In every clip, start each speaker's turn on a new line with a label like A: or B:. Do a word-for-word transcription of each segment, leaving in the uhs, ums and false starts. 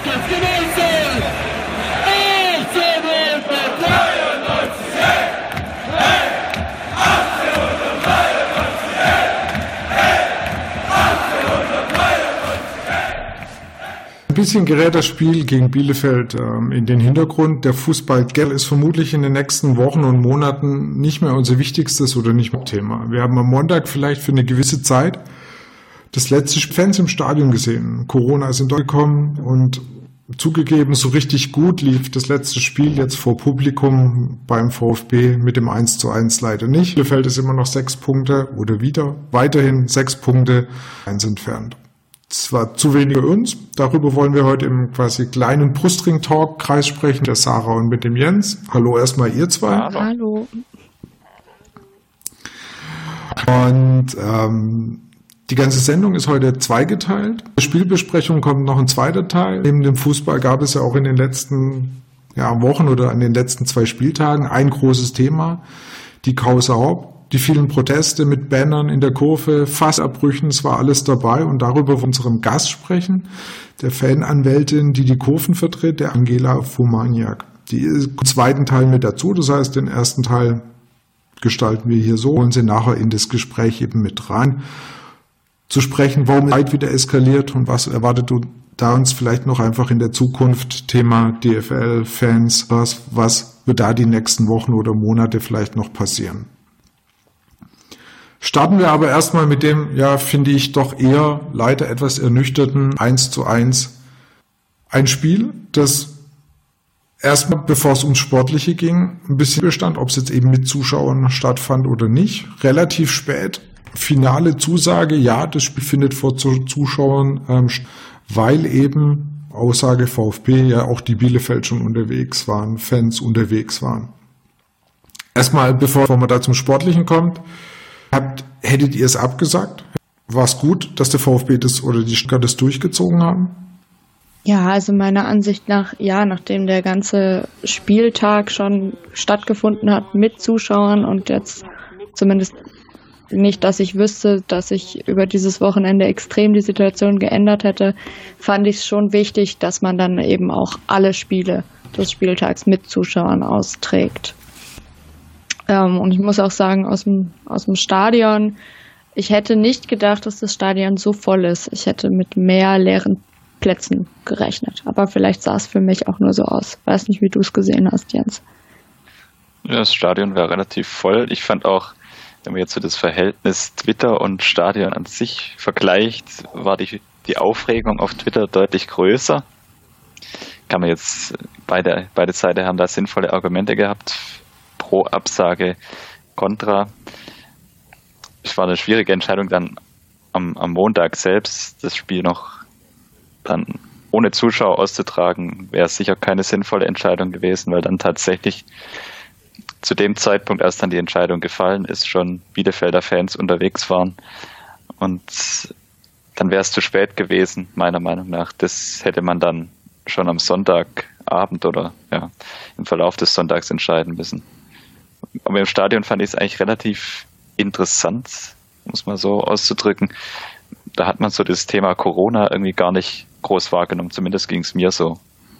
A: Ein bisschen gerät das Spiel gegen Bielefeld ähm, in den Hintergrund. Der Fußball ist vermutlich in den nächsten Wochen und Monaten nicht mehr unser wichtigstes oder nicht mehr Thema. Wir haben am Montag vielleicht für eine gewisse Zeit das letzte Fans im Stadion gesehen. Corona ist in Deutschland gekommen und zugegeben, so richtig gut lief das letzte Spiel jetzt vor Publikum beim VfB mit dem eins zu eins leider nicht. Bielefeld ist immer noch sechs Punkte oder wieder weiterhin sechs Punkte eins entfernt. Es war zu wenig für uns. Darüber wollen wir heute im quasi kleinen Brustring-Talk-Kreis sprechen, der Sarah und mit dem Jens. Hallo erstmal ihr zwei.
B: Hallo.
A: Und ähm, die ganze Sendung ist heute zweigeteilt. In der Spielbesprechung kommt noch ein zweiter Teil. Neben dem Fußball gab es ja auch in den letzten ja, Wochen oder an den letzten zwei Spieltagen ein großes Thema, die Causa Hopp. Die vielen Proteste mit Bannern in der Kurve, Fassabbrüchen, es war alles dabei und darüber von unserem Gast sprechen, der Fananwältin, die die Kurven vertritt, der Angela Fomaniak. Die ist im zweiten Teil mit dazu, das heißt, den ersten Teil gestalten wir hier so, holen sie nachher in das Gespräch eben mit rein, zu sprechen, warum Leid wieder eskaliert und was erwartet du da uns vielleicht noch einfach in der Zukunft, Thema D F L, Fans, was, was wird da die nächsten Wochen oder Monate vielleicht noch passieren. Starten wir aber erstmal mit dem, ja, finde ich doch eher leider etwas ernüchterten eins zu eins. Ein Spiel, das erstmal, bevor es ums Sportliche ging, ein bisschen bestand, ob es jetzt eben mit Zuschauern stattfand oder nicht. Relativ spät, finale Zusage, ja, das Spiel findet vor Zuschauern, ähm, weil eben, Aussage VfB, ja auch die Bielefeld schon unterwegs waren, Fans unterwegs waren. Erstmal, bevor man da zum Sportlichen kommt, Habt, hättet ihr es abgesagt? War es gut, dass der VfB das oder die Stuttgarter das durchgezogen haben?
B: Ja, also meiner Ansicht nach, ja, nachdem der ganze Spieltag schon stattgefunden hat mit Zuschauern und jetzt zumindest nicht, dass ich wüsste, dass sich über dieses Wochenende extrem die Situation geändert hätte, fand ich es schon wichtig, dass man dann eben auch alle Spiele des Spieltags mit Zuschauern austrägt. Ähm, und ich muss auch sagen, aus dem, aus dem Stadion, ich hätte nicht gedacht, dass das Stadion so voll ist. Ich hätte mit mehr leeren Plätzen gerechnet. Aber vielleicht sah es für mich auch nur so aus. Weiß nicht, wie du es gesehen hast, Jens.
C: Ja, das Stadion war relativ voll. Ich fand auch, wenn man jetzt so das Verhältnis Twitter und Stadion an sich vergleicht, war die, die Aufregung auf Twitter deutlich größer. Kann man jetzt, beide, beide Seiten haben da sinnvolle Argumente gehabt. Pro Absage, Kontra. Es war eine schwierige Entscheidung dann am, am Montag selbst, das Spiel noch dann ohne Zuschauer auszutragen, wäre sicher keine sinnvolle Entscheidung gewesen, weil dann tatsächlich zu dem Zeitpunkt, als dann die Entscheidung gefallen ist, schon Bielefelder Fans unterwegs waren und dann wäre es zu spät gewesen, meiner Meinung nach. Das hätte man dann schon am Sonntagabend oder ja, im Verlauf des Sonntags entscheiden müssen. Aber im Stadion fand ich es eigentlich relativ interessant, muss man so auszudrücken. Da hat man so das Thema Corona irgendwie gar nicht groß wahrgenommen, zumindest ging es mir so.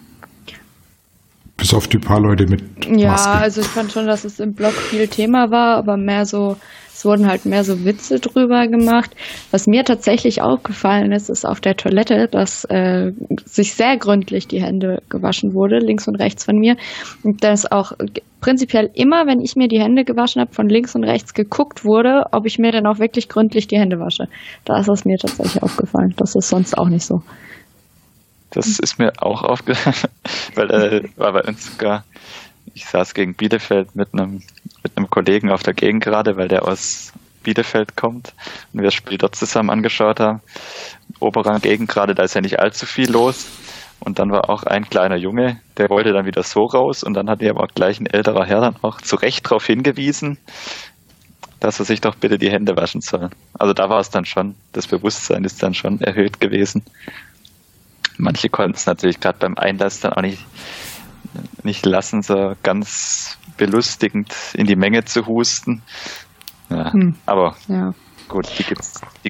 A: Bis auf die paar Leute mit Maske.
B: Ja, also ich fand schon, dass es im Blog viel Thema war, aber mehr so, es wurden halt mehr so Witze drüber gemacht. Was mir tatsächlich aufgefallen ist, ist auf der Toilette, dass äh, sich sehr gründlich die Hände gewaschen wurde, links und rechts von mir. Und dass auch prinzipiell immer, wenn ich mir die Hände gewaschen habe, von links und rechts geguckt wurde, ob ich mir dann auch wirklich gründlich die Hände wasche. Da ist es mir tatsächlich aufgefallen. Das ist sonst auch nicht so.
C: Das ist mir auch aufgefallen, weil äh, war bei uns sogar, ich saß gegen Bielefeld mit einem mit einem Kollegen auf der Gegend gerade, weil der aus Bielefeld kommt und wir das Spiel dort zusammen angeschaut haben. Oberrang Gegend gerade, da ist ja nicht allzu viel los. Und dann war auch ein kleiner Junge, der wollte dann wieder so raus und dann hat er aber auch gleich ein älterer Herr dann auch zu Recht darauf hingewiesen, dass er sich doch bitte die Hände waschen soll. Also da war es dann schon, das Bewusstsein ist dann schon erhöht gewesen. Manche konnten es natürlich gerade beim Einlass dann auch nicht, nicht lassen, so ganz belustigend in die Menge zu husten. Ja, hm. Aber
B: ja.
C: Gut, die gibt's, die,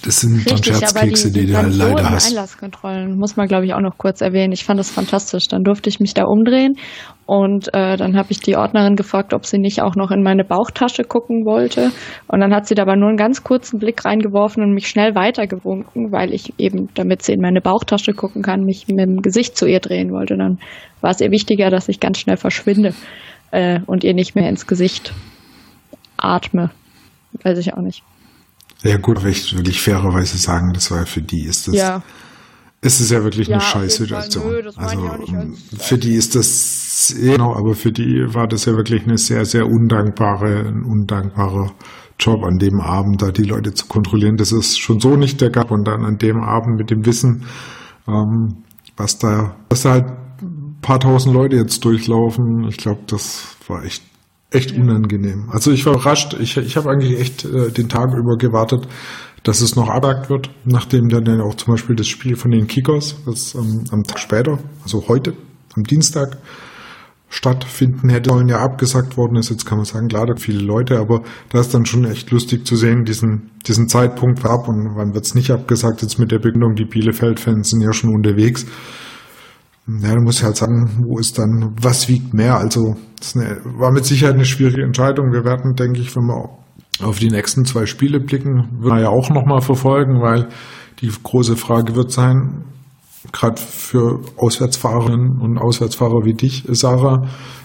A: Das sind dann
B: Richtig, aber
A: Scherzkekse,
B: die,
A: die,
B: die
A: du halt leider
B: grandiosen
A: hast.
B: Einlasskontrollen muss man, glaube ich, auch noch kurz erwähnen. Ich fand das fantastisch. Dann durfte ich mich da umdrehen und äh, dann habe ich die Ordnerin gefragt, ob sie nicht auch noch in meine Bauchtasche gucken wollte. Und dann hat sie dabei nur einen ganz kurzen Blick reingeworfen und mich schnell weitergewunken, weil ich eben, damit sie in meine Bauchtasche gucken kann, mich mit dem Gesicht zu ihr drehen wollte. Dann war es ihr wichtiger, dass ich ganz schnell verschwinde äh, und ihr nicht mehr ins Gesicht atme. Weiß ich auch nicht.
A: Ja gut, aber ich wirklich fairerweise sagen, das war für die ist das,
B: Ja.
A: ist es ja wirklich
B: Ja,
A: eine
B: auf jeden
A: Scheißsituation.
B: Fall. Nö, das meine
A: Also
B: ich auch nicht als-
A: für die ist das, genau, aber für die war das ja wirklich eine sehr, sehr undankbare, ein undankbarer Job an dem Abend, da die Leute zu kontrollieren. Das ist schon so nicht der Gab und dann an dem Abend mit dem Wissen, ähm, was da, dass da halt ein paar tausend Leute jetzt durchlaufen. Ich glaube, das war echt echt unangenehm. Also ich war überrascht. Ich, ich habe eigentlich echt äh, den Tag über gewartet, dass es noch abgesagt wird, nachdem dann ja auch zum Beispiel das Spiel von den Kickers, das ähm, am Tag später, also heute, am Dienstag, stattfinden hätte sollen, ja abgesagt worden ist. Jetzt kann man sagen, klar, da viele Leute, aber da ist dann schon echt lustig zu sehen, diesen, diesen Zeitpunkt ab und wann wird es nicht abgesagt, jetzt mit der Begründung, die Bielefeld-Fans sind ja schon unterwegs. Ja, du musst halt sagen, wo ist dann, was wiegt mehr? Also, das eine, war mit Sicherheit eine schwierige Entscheidung. Wir werden, denke ich, wenn wir auf die nächsten zwei Spiele blicken, wird man ja auch nochmal verfolgen, weil die große Frage wird sein, gerade für Auswärtsfahrerinnen und Auswärtsfahrer wie dich, Sarah,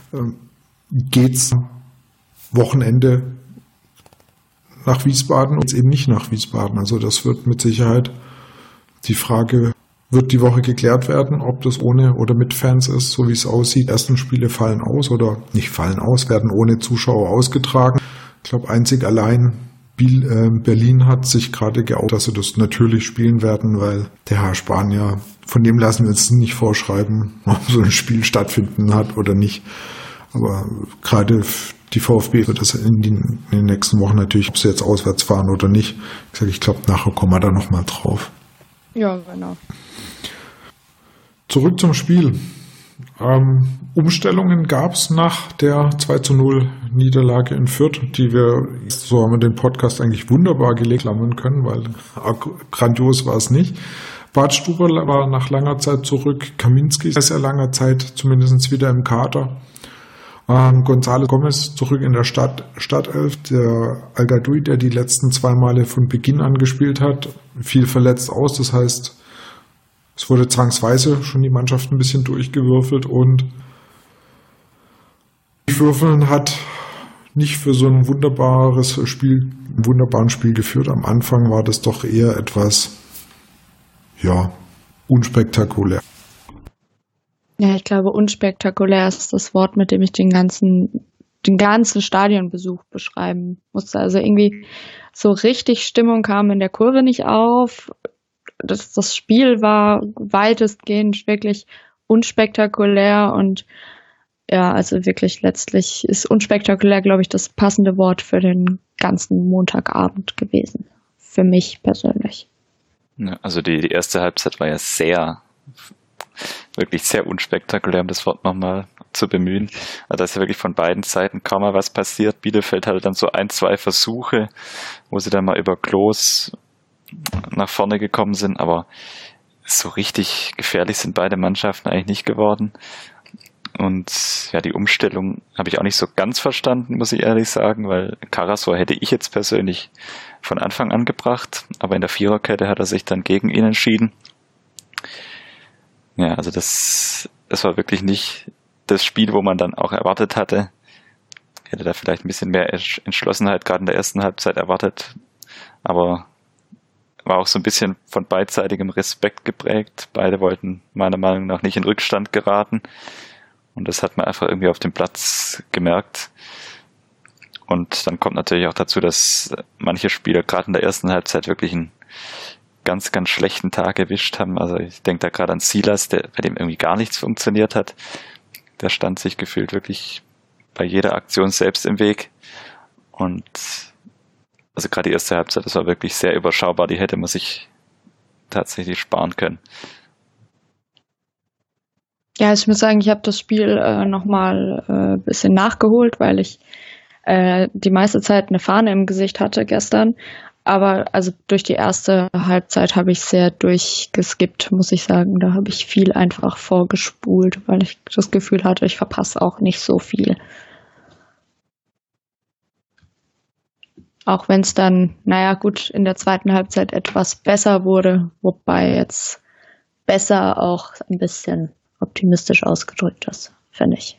A: geht's Wochenende nach Wiesbaden und eben nicht nach Wiesbaden? Also, das wird mit Sicherheit die Frage, wird die Woche geklärt werden, ob das ohne oder mit Fans ist, so wie es aussieht. Die ersten Spiele fallen aus oder nicht fallen aus, werden ohne Zuschauer ausgetragen. Ich glaube, einzig allein Biel, äh, Berlin hat sich gerade geoutet, dass sie das natürlich spielen werden, weil der Herr Spanier, von dem lassen wir uns nicht vorschreiben, ob so ein Spiel stattfinden hat oder nicht. Aber gerade die VfB wird das in, die, in den nächsten Wochen natürlich, ob sie jetzt auswärts fahren oder nicht. Ich sage, ich glaube, nachher kommen wir da nochmal drauf.
B: Ja, genau.
A: Zurück zum Spiel. Ähm, Umstellungen gab es nach der zwei zu null Niederlage in Fürth, die wir, so haben wir den Podcast eigentlich wunderbar gelegt haben können, weil grandios war es nicht. Bart Stuber war nach langer Zeit zurück, Kaminski seit sehr langer Zeit zumindest wieder im Kader. Ähm, González Gomez zurück in der Stadt, Startelf. Der Al-Gadoui, der die letzten zwei Male von Beginn an gespielt hat, fiel verletzt aus, das heißt, es wurde zwangsweise schon die Mannschaft ein bisschen durchgewürfelt und Würfeln hat nicht für so ein wunderbares Spiel, ein wunderbaren Spiel geführt. Am Anfang war das doch eher etwas, ja, unspektakulär.
B: Ja, ich glaube, unspektakulär ist das Wort, mit dem ich den ganzen, den ganzen Stadionbesuch beschreiben musste. Also irgendwie so richtig Stimmung kam in der Kurve nicht auf. Das, das Spiel war weitestgehend wirklich unspektakulär und ja, also wirklich letztlich ist unspektakulär, glaube ich, das passende Wort für den ganzen Montagabend gewesen. Für mich persönlich.
C: Ja, also die, die erste Halbzeit war ja sehr, wirklich sehr unspektakulär, um das Wort nochmal zu bemühen. Also da ist ja wirklich von beiden Seiten kaum mal was passiert. Bielefeld hatte dann so ein, zwei Versuche, wo sie dann mal über Klos nach vorne gekommen sind, aber so richtig gefährlich sind beide Mannschaften eigentlich nicht geworden. Und ja, die Umstellung habe ich auch nicht so ganz verstanden, muss ich ehrlich sagen, weil Karasor hätte ich jetzt persönlich von Anfang an gebracht, aber in der Viererkette hat er sich dann gegen ihn entschieden. Ja, also das, das war wirklich nicht das Spiel, wo man dann auch erwartet hatte. Ich hätte da vielleicht ein bisschen mehr Entschlossenheit gerade in der ersten Halbzeit erwartet, aber war auch so ein bisschen von beidseitigem Respekt geprägt. Beide wollten meiner Meinung nach nicht in Rückstand geraten. Und das hat man einfach irgendwie auf dem Platz gemerkt. Und dann kommt natürlich auch dazu, dass manche Spieler gerade in der ersten Halbzeit wirklich einen ganz, ganz schlechten Tag erwischt haben. Also ich denke da gerade an Silas, der, bei dem irgendwie gar nichts funktioniert hat. Der stand sich gefühlt wirklich bei jeder Aktion selbst im Weg. Und also gerade die erste Halbzeit, das war wirklich sehr überschaubar. Die hätte man sich tatsächlich sparen können.
B: Ja, also ich muss sagen, ich habe das Spiel äh, nochmal ein äh, bisschen nachgeholt, weil ich äh, die meiste Zeit eine Fahne im Gesicht hatte gestern. Aber also durch die erste Halbzeit habe ich sehr durchgeskippt, muss ich sagen. Da habe ich viel einfach vorgespult, weil ich das Gefühl hatte, ich verpasse auch nicht so viel. Auch wenn es dann, naja gut, in der zweiten Halbzeit etwas besser wurde, wobei jetzt besser auch ein bisschen optimistisch ausgedrückt ist, finde ich.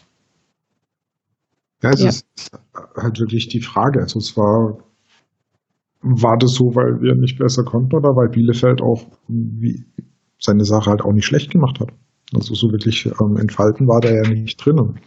A: Ja, es ja. ist halt wirklich die Frage. Also es war, war das so, weil wir nicht besser konnten oder weil Bielefeld auch wie, seine Sache halt auch nicht schlecht gemacht hat? Also so wirklich ähm, entfalten war da ja nicht drinnen.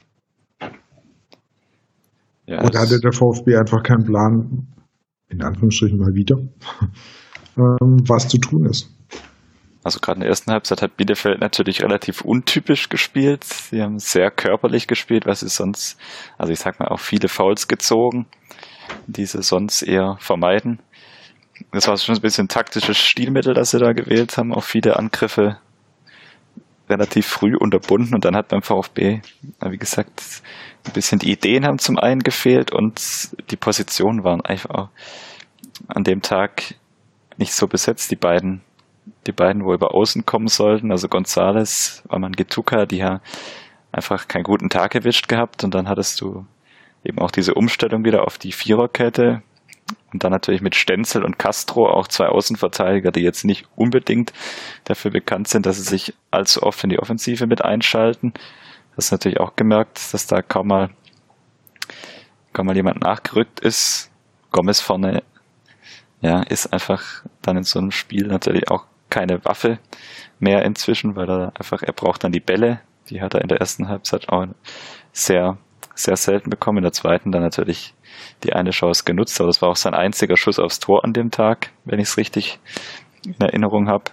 A: Ja, oder hatte der VfB einfach keinen Plan, in Anführungsstrichen mal wieder, ähm, was zu tun ist?
C: Also gerade in der ersten Halbzeit hat Bielefeld natürlich relativ untypisch gespielt. Sie haben sehr körperlich gespielt, was sie sonst, also ich sag mal auch viele Fouls gezogen, die sie sonst eher vermeiden. Das war schon ein bisschen taktisches Stilmittel, das sie da gewählt haben, auch viele Angriffe relativ früh unterbunden und dann hat beim VfB, wie gesagt, ein bisschen die Ideen haben zum einen gefehlt und die Positionen waren einfach auch an dem Tag nicht so besetzt. Die beiden, die beiden, wo über außen kommen sollten, also González, Wamangituka, die haben einfach keinen guten Tag erwischt gehabt und dann hattest du eben auch diese Umstellung wieder auf die Viererkette und dann natürlich mit Stenzel und Castro auch zwei Außenverteidiger, die jetzt nicht unbedingt dafür bekannt sind, dass sie sich allzu oft in die Offensive mit einschalten. Das ist natürlich auch gemerkt, dass da kaum mal, kaum mal jemand nachgerückt ist. Gomez vorne, ja, ist einfach dann in so einem Spiel natürlich auch keine Waffe mehr inzwischen, weil er einfach, er braucht dann die Bälle. Die hat er in der ersten Halbzeit auch sehr, sehr selten bekommen. In der zweiten dann natürlich die eine Chance genutzt, aber das war auch sein einziger Schuss aufs Tor an dem Tag, wenn ich es richtig in Erinnerung habe.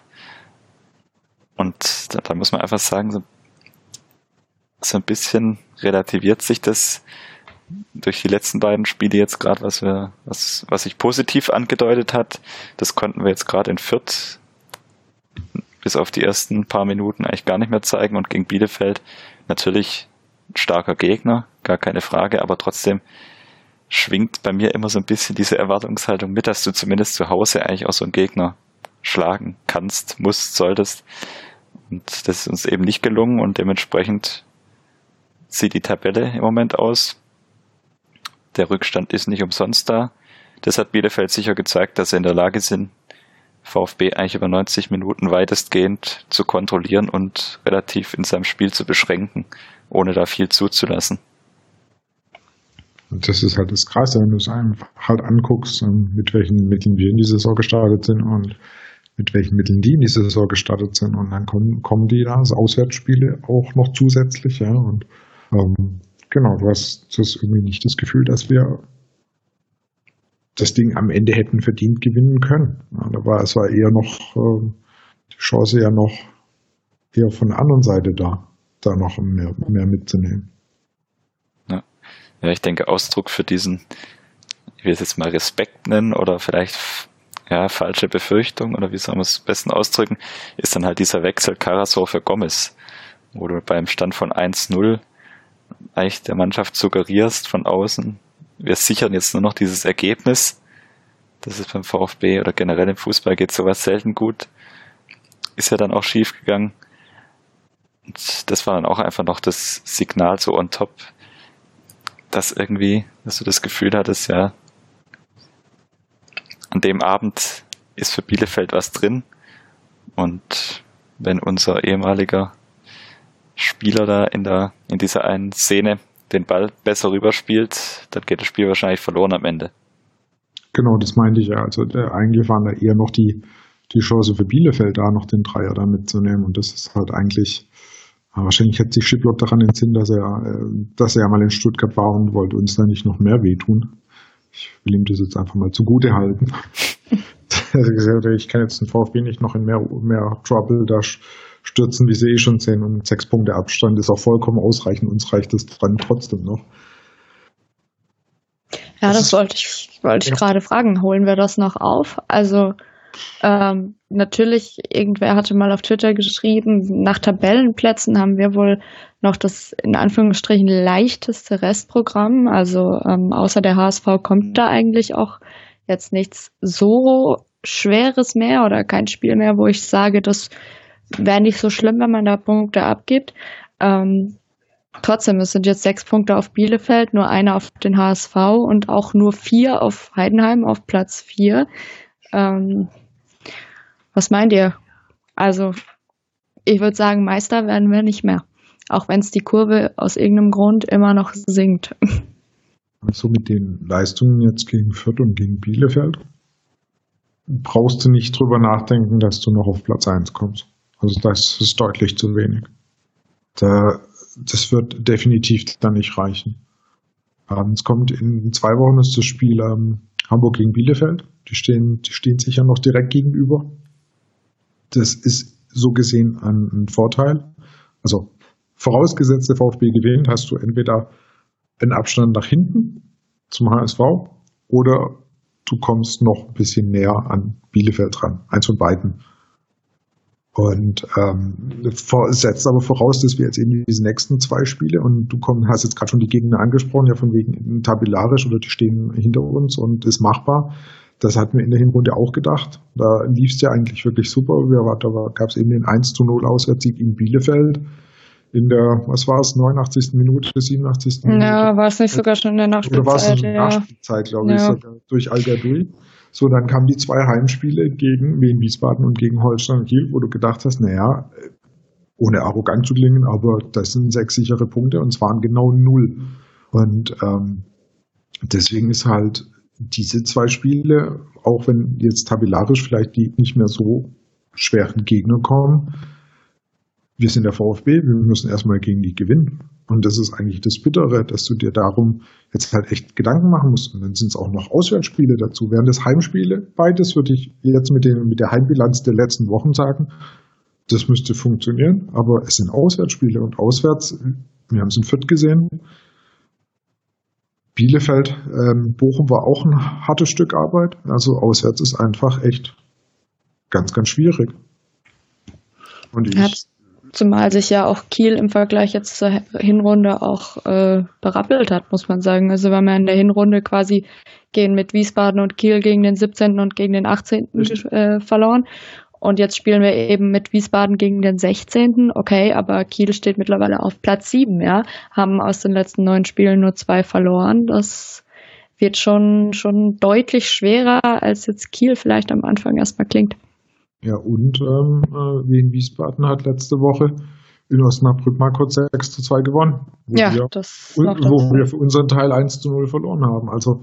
C: Und da, da muss man einfach sagen, so, so ein bisschen relativiert sich das durch die letzten beiden Spiele jetzt gerade, was wir, was, was sich positiv angedeutet hat. Das konnten wir jetzt gerade in Fürth bis auf die ersten paar Minuten eigentlich gar nicht mehr zeigen und gegen Bielefeld natürlich ein starker Gegner, gar keine Frage, aber trotzdem schwingt bei mir immer so ein bisschen diese Erwartungshaltung mit, dass du zumindest zu Hause eigentlich auch so einen Gegner schlagen kannst, musst, solltest. Und das ist uns eben nicht gelungen und dementsprechend sieht die Tabelle im Moment aus. Der Rückstand ist nicht umsonst da. Das hat Bielefeld sicher gezeigt, dass sie in der Lage sind, VfB eigentlich über neunzig Minuten weitestgehend zu kontrollieren und relativ in seinem Spiel zu beschränken, ohne da viel zuzulassen.
A: Und das ist halt das Krasse, wenn du es einfach halt anguckst, mit welchen Mitteln wir in die Saison gestartet sind und mit welchen Mitteln die in die Saison gestartet sind. Und dann kommen, kommen die da, also Auswärtsspiele auch noch zusätzlich, ja. Und ähm, genau, du hast das irgendwie nicht das Gefühl, dass wir das Ding am Ende hätten verdient gewinnen können. Ja, da war es war eher noch ähm, die Chance ja noch eher von der anderen Seite da, da noch mehr, mehr mitzunehmen.
C: Ja, ich denke, Ausdruck für diesen, ich will es jetzt mal Respekt nennen oder vielleicht ja falsche Befürchtung oder wie soll man es am besten ausdrücken, ist dann halt dieser Wechsel Karasor für Gomez, wo du beim Stand von eins null eigentlich der Mannschaft suggerierst von außen, wir sichern jetzt nur noch dieses Ergebnis. Das ist beim VfB oder generell im Fußball geht sowas selten gut. Ist ja dann auch schief gegangen. Und das war dann auch einfach noch das Signal so on top, dass irgendwie, dass du das Gefühl hattest, ja, an dem Abend ist für Bielefeld was drin und wenn unser ehemaliger Spieler da in der, in dieser einen Szene den Ball besser rüberspielt, dann geht das Spiel wahrscheinlich verloren am Ende.
A: Genau, das meinte ich ja. Also der, eigentlich waren da eher noch die, die Chance für Bielefeld da noch den Dreier da mitzunehmen und das ist halt eigentlich wahrscheinlich hat sich Schiplock daran entsinnt, dass er, dass er mal in Stuttgart war und wollte uns da nicht noch mehr wehtun. Ich will ihm das jetzt einfach mal zugute halten. Ich kann jetzt den VfB nicht noch in mehr, mehr Trouble da stürzen, wie sie eh schon sehen. Und sechs Punkte Abstand ist auch vollkommen ausreichend. Uns reicht es dann trotzdem noch.
B: Ja, das, das wollte ich, wollte ich ja. gerade fragen. Holen wir das noch auf? Also Ähm, natürlich, irgendwer hatte mal auf Twitter geschrieben, nach Tabellenplätzen haben wir wohl noch das in Anführungsstrichen leichteste Restprogramm. Also ähm, außer der H S V kommt da eigentlich auch jetzt nichts so Schweres mehr oder kein Spiel mehr, wo ich sage, das wäre nicht so schlimm, wenn man da Punkte abgibt. Ähm, trotzdem, es sind jetzt sechs Punkte auf Bielefeld, nur einer auf den H S V und auch nur vier auf Heidenheim auf Platz vier. Ähm, was meint ihr? Also, ich würde sagen, Meister werden wir nicht mehr. Auch wenn es die Kurve aus irgendeinem Grund immer noch sinkt.
A: Also mit den Leistungen jetzt gegen Fürth und gegen Bielefeld brauchst du nicht drüber nachdenken, dass du noch auf Platz eins kommst. Also das ist deutlich zu wenig. Da, das wird definitiv dann nicht reichen. Ähm, es kommt in zwei Wochen ist das Spiel ähm, Hamburg gegen Bielefeld. Die stehen, die stehen sich ja noch direkt gegenüber. Das ist so gesehen ein, ein Vorteil. Also vorausgesetzt der VfB gewinnt, hast du entweder einen Abstand nach hinten zum H S V oder du kommst noch ein bisschen näher an Bielefeld dran. Eins von beiden. Und ähm, setzt aber voraus, dass wir jetzt eben diese nächsten zwei Spiele und du komm, hast jetzt gerade schon die Gegner angesprochen, ja von wegen tabellarisch oder die stehen hinter uns und ist machbar. Das hatten wir in der Hinrunde auch gedacht. Da lief es ja eigentlich wirklich super. Wir, da gab es eben den eins zu null Auswärtssieg in Bielefeld. In der, was war es, neunundachtzigsten Minute, siebenundachtzigsten Minute?
B: Ja, war es nicht sogar schon in der Nachspielzeit?
A: Oder war es in der
B: ja.
A: Nachspielzeit, glaube
B: ja.
A: ich, sogar durch Al-Gadoui. So, dann kamen die zwei Heimspiele gegen Wien Wiesbaden und gegen Holstein Kiel, wo du gedacht hast, naja, ohne arrogant zu klingen, aber das sind sechs sichere Punkte und es waren genau null. Und ähm, deswegen ist halt diese zwei Spiele, auch wenn jetzt tabellarisch vielleicht die nicht mehr so schweren Gegner kommen, wir sind der VfB, wir müssen erstmal gegen die gewinnen. Und das ist eigentlich das Bittere, dass du dir darum jetzt halt echt Gedanken machen musst. Und dann sind es auch noch Auswärtsspiele dazu. Während das Heimspiele, beides würde ich jetzt mit, den, mit der Heimbilanz der letzten Wochen sagen, das müsste funktionieren. Aber es sind Auswärtsspiele und auswärts, wir haben es in Fürth gesehen, Bielefeld, ähm, Bochum war auch ein hartes Stück Arbeit. Also auswärts ist einfach echt ganz, ganz schwierig. Und ich...
B: Ja. Zumal sich ja auch Kiel im Vergleich jetzt zur Hinrunde auch äh, berappelt hat, muss man sagen. Also wir haben ja in der Hinrunde quasi gehen mit Wiesbaden und Kiel gegen den siebzehnten und gegen den achtzehnten Äh, verloren. Und jetzt spielen wir eben mit Wiesbaden gegen den sechzehnten Okay, aber Kiel steht mittlerweile auf Platz sieben, ja. Haben aus den letzten neun Spielen nur zwei verloren. Das wird schon, schon deutlich schwerer, als jetzt Kiel vielleicht am Anfang erstmal klingt.
A: Ja, und ähm, Wien Wiesbaden hat letzte Woche in Osnabrück mal kurz sechs zu zwei gewonnen. Wo
B: ja,
A: wir,
B: das
A: wo
B: noch
A: wir für unseren Teil eins zu null verloren haben. Also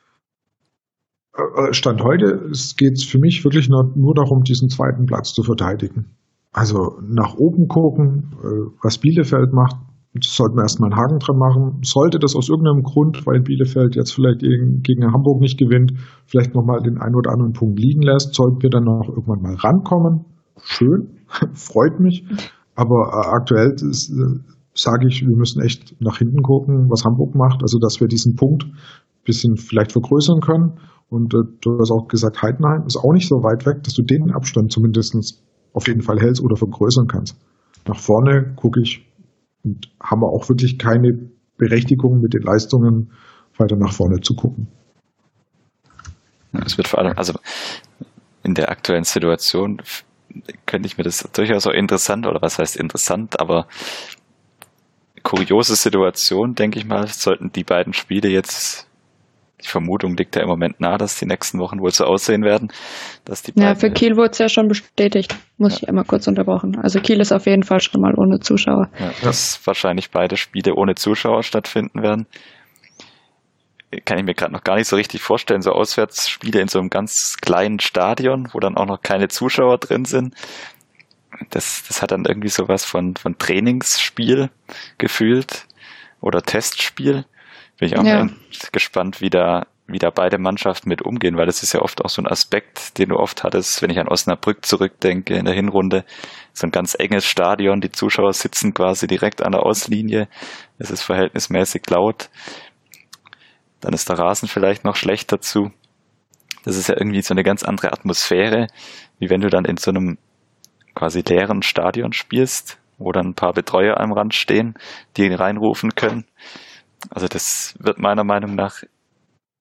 A: äh, Stand heute geht es für mich wirklich nur, nur darum, diesen zweiten Platz zu verteidigen. Also nach oben gucken, äh, was Bielefeld macht, das sollten wir erstmal einen Haken dran machen. Sollte das aus irgendeinem Grund, weil Bielefeld jetzt vielleicht gegen, gegen Hamburg nicht gewinnt, vielleicht nochmal den einen oder anderen Punkt liegen lässt, sollten wir dann noch irgendwann mal rankommen. Schön, freut mich. Aber äh, aktuell ist, äh, sage ich, wir müssen echt nach hinten gucken, was Hamburg macht. Also, dass wir diesen Punkt ein bisschen vielleicht vergrößern können. Und äh, du hast auch gesagt, Heidenheim ist auch nicht so weit weg, dass du den Abstand zumindest auf jeden Fall hältst oder vergrößern kannst. Nach vorne gucke ich, und haben wir auch wirklich keine Berechtigung mit den Leistungen weiter nach vorne zu gucken.
C: Es wird vor allem, also in der aktuellen Situation könnte ich mir das durchaus auch interessant, oder was heißt interessant, aber kuriose Situation, denke ich mal, sollten die beiden Spiele jetzt, die Vermutung liegt ja im Moment nahe, dass die nächsten Wochen wohl so aussehen werden, dass die
B: Ja, für Kiel wurde es ja schon bestätigt, muss ja. ich einmal kurz unterbrochen. Also Kiel ist auf jeden Fall schon mal ohne Zuschauer.
C: Ja, dass wahrscheinlich beide Spiele ohne Zuschauer stattfinden werden. Kann ich mir gerade noch gar nicht so richtig vorstellen, so Auswärtsspiele in so einem ganz kleinen Stadion, wo dann auch noch keine Zuschauer drin sind. Das, das hat dann irgendwie sowas von, von Trainingsspiel gefühlt oder Testspiel. Bin ich auch ja. mal gespannt, wie da, wie da beide Mannschaften mit umgehen, weil das ist ja oft auch so ein Aspekt, den du oft hattest, wenn ich an Osnabrück zurückdenke in der Hinrunde. So ein ganz enges Stadion, die Zuschauer sitzen quasi direkt an der Auslinie. Es ist verhältnismäßig laut. Dann ist der Rasen vielleicht noch schlecht dazu. Das ist ja irgendwie so eine ganz andere Atmosphäre, wie wenn du dann in so einem quasi leeren Stadion spielst, wo dann ein paar Betreuer am Rand stehen, die ihn reinrufen können. Also das wird meiner Meinung nach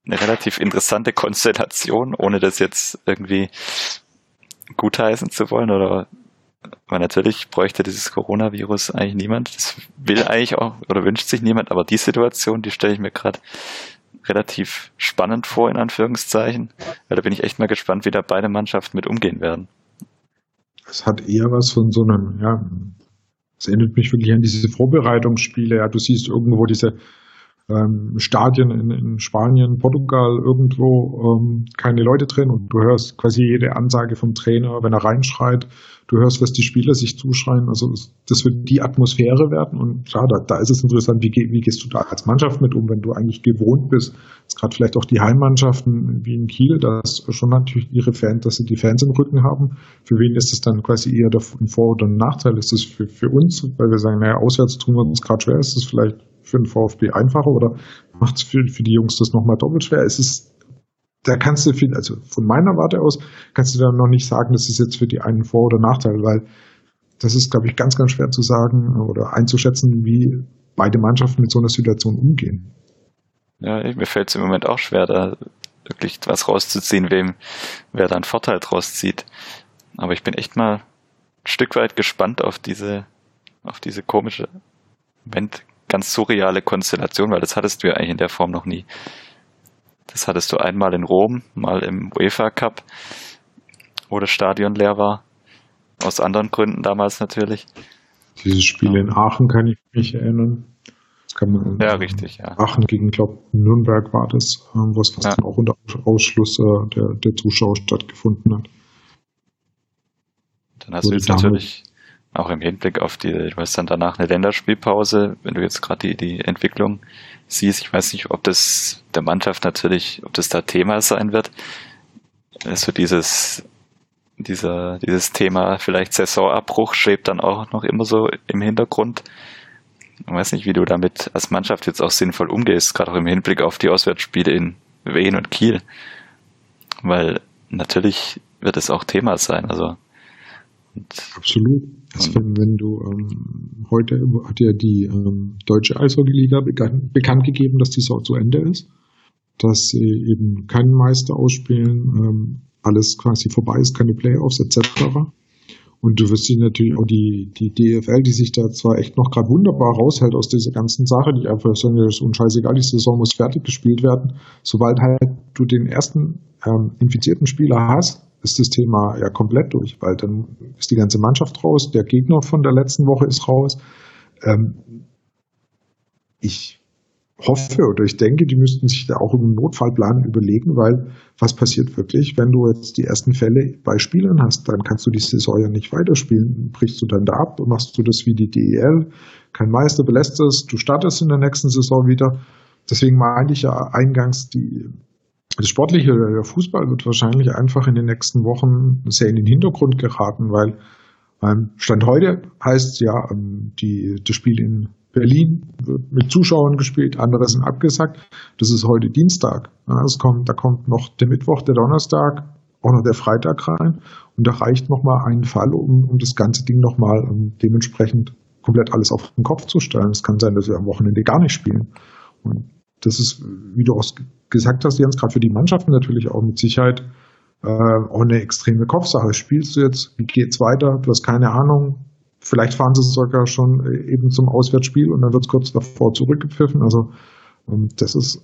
C: eine relativ interessante Konstellation, ohne das jetzt irgendwie gutheißen zu wollen. Oder weil natürlich bräuchte dieses Coronavirus eigentlich niemand. Das will eigentlich auch oder wünscht sich niemand. Aber die Situation, die stelle ich mir gerade relativ spannend vor, in Anführungszeichen. Weil da bin ich echt mal gespannt, wie da beide Mannschaften mit umgehen werden.
A: Es hat eher was von so einem, ja, es erinnert mich wirklich an diese Vorbereitungsspiele. Ja, du siehst irgendwo diese ähm, Stadien in, in Spanien, Portugal, irgendwo ähm, keine Leute drin und du hörst quasi jede Ansage vom Trainer, wenn er reinschreit. Du hörst, was die Spieler sich zuschreien. Also das wird die Atmosphäre werden und klar, da, da ist es interessant, wie, wie gehst du da als Mannschaft mit um, wenn du eigentlich gewohnt bist, dass gerade vielleicht auch die Heimmannschaften wie in Kiel, da ist schon natürlich ihre Fans, dass sie die Fans im Rücken haben. Für wen ist es dann quasi eher ein Vor- oder ein Nachteil? Ist es für, für uns, weil wir sagen, naja, auswärts tun wir uns gerade schwer, ist es vielleicht für den VfB einfacher oder macht es für, für die Jungs das nochmal doppelt schwer? Es ist Da kannst du viel, also von meiner Warte aus, kannst du dann noch nicht sagen, das ist jetzt für die einen Vor- oder Nachteil, weil das ist, glaube ich, ganz, ganz schwer zu sagen oder einzuschätzen, wie beide Mannschaften mit so einer Situation umgehen.
C: Ja, mir fällt es im Moment auch schwer, da wirklich was rauszuziehen, wem wer da einen Vorteil draus zieht. Aber ich bin echt mal ein Stück weit gespannt auf diese, auf diese komische, Moment, ganz surreale Konstellation, weil das hattest du ja eigentlich in der Form noch nie. Das hattest du einmal in Rom, mal im UEFA Cup, wo das Stadion leer war. Aus anderen Gründen damals natürlich.
A: Dieses Spiel ja. in Aachen kann ich mich erinnern. Das kann man,
C: ja, richtig, ja.
A: Aachen gegen, glaube Nürnberg war das, wo es fast ja. auch unter Ausschluss äh, der, der Zuschauer stattgefunden hat.
C: Dann hast so du jetzt natürlich auch im Hinblick auf die, du hast dann danach eine Länderspielpause, wenn du jetzt gerade die, die Entwicklung siehst, ich weiß nicht, ob das der Mannschaft natürlich, ob das da Thema sein wird. Also dieses, dieser, dieses Thema vielleicht Saisonabbruch schwebt dann auch noch immer so im Hintergrund. Ich weiß nicht, wie du damit als Mannschaft jetzt auch sinnvoll umgehst, gerade auch im Hinblick auf die Auswärtsspiele in Wien und Kiel. Weil natürlich wird es auch Thema sein, also. Und
A: absolut. Also wenn, wenn du ähm, heute hat ja die ähm, deutsche Eishockey-Liga bekannt, bekannt gegeben, dass die Saison zu Ende ist, dass sie eben keinen Meister ausspielen, ähm, alles quasi vorbei ist, keine Playoffs et cetera. Und du wirst dich natürlich auch die, die D F L, die sich da zwar echt noch gerade wunderbar raushält aus dieser ganzen Sache, die einfach sagen, das ist uns scheißegal, die Saison muss fertig gespielt werden. Sobald halt du den ersten ähm, infizierten Spieler hast, ist das Thema ja komplett durch, weil dann ist die ganze Mannschaft raus, der Gegner von der letzten Woche ist raus. Ähm, ich hoffe oder ich denke, die müssten sich da auch einen Notfallplan überlegen, weil was passiert wirklich, wenn du jetzt die ersten Fälle bei Spielern hast, dann kannst du die Saison ja nicht weiterspielen. Brichst du dann da ab und machst du das wie die D E L, kein Meister, belässt es, du startest in der nächsten Saison wieder. Deswegen meinte ich ja eingangs, die das Sportliche, der Fußball wird wahrscheinlich einfach in den nächsten Wochen sehr in den Hintergrund geraten, weil ähm, Stand heute heißt ja, ähm, die, das Spiel in Berlin wird mit Zuschauern gespielt, andere sind abgesagt. Das ist heute Dienstag. Ja, es kommt, da kommt noch der Mittwoch, der Donnerstag, auch noch der Freitag rein und da reicht nochmal ein Fall, um, um das ganze Ding nochmal um dementsprechend komplett alles auf den Kopf zu stellen. Es kann sein, dass wir am Wochenende gar nicht spielen. Und das ist, wie du auch gesagt hast, Jens, gerade für die Mannschaften natürlich auch mit Sicherheit äh, auch eine extreme Kopfsache. Spielst du jetzt, wie geht's weiter? Du hast keine Ahnung. Vielleicht fahren sie sogar schon eben zum Auswärtsspiel und dann wird es kurz davor zurückgepfiffen. Also ähm, das ist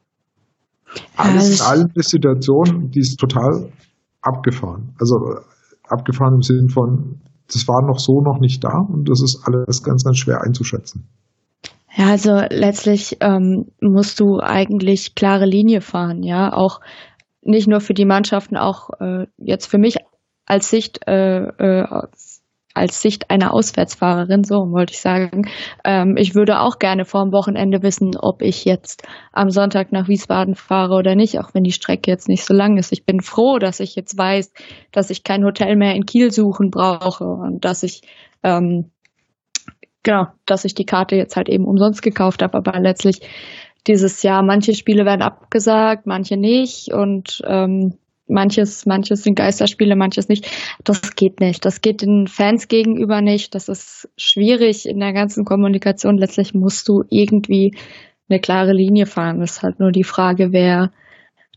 A: alles, alles eine Situation, die ist total abgefahren. Also abgefahren im Sinne von, das war noch so noch nicht da und das ist alles ganz, ganz schwer einzuschätzen.
B: Ja, also letztlich ähm, musst du eigentlich klare Linie fahren, ja, auch nicht nur für die Mannschaften, auch äh, jetzt für mich als Sicht äh, äh, als Sicht einer Auswärtsfahrerin, so wollte ich sagen. Ähm, ich würde auch gerne vor dem Wochenende wissen, ob ich jetzt am Sonntag nach Wiesbaden fahre oder nicht, auch wenn die Strecke jetzt nicht so lang ist. Ich bin froh, dass ich jetzt weiß, dass ich kein Hotel mehr in Kiel suchen brauche und dass ich ähm, Genau, dass ich die Karte jetzt halt eben umsonst gekauft habe, aber letztlich dieses Jahr, manche Spiele werden abgesagt, manche nicht und ähm, manches, manches sind Geisterspiele, manches nicht. Das geht nicht. Das geht den Fans gegenüber nicht. Das ist schwierig in der ganzen Kommunikation. Letztlich musst du irgendwie eine klare Linie fahren. Das ist halt nur die Frage, wer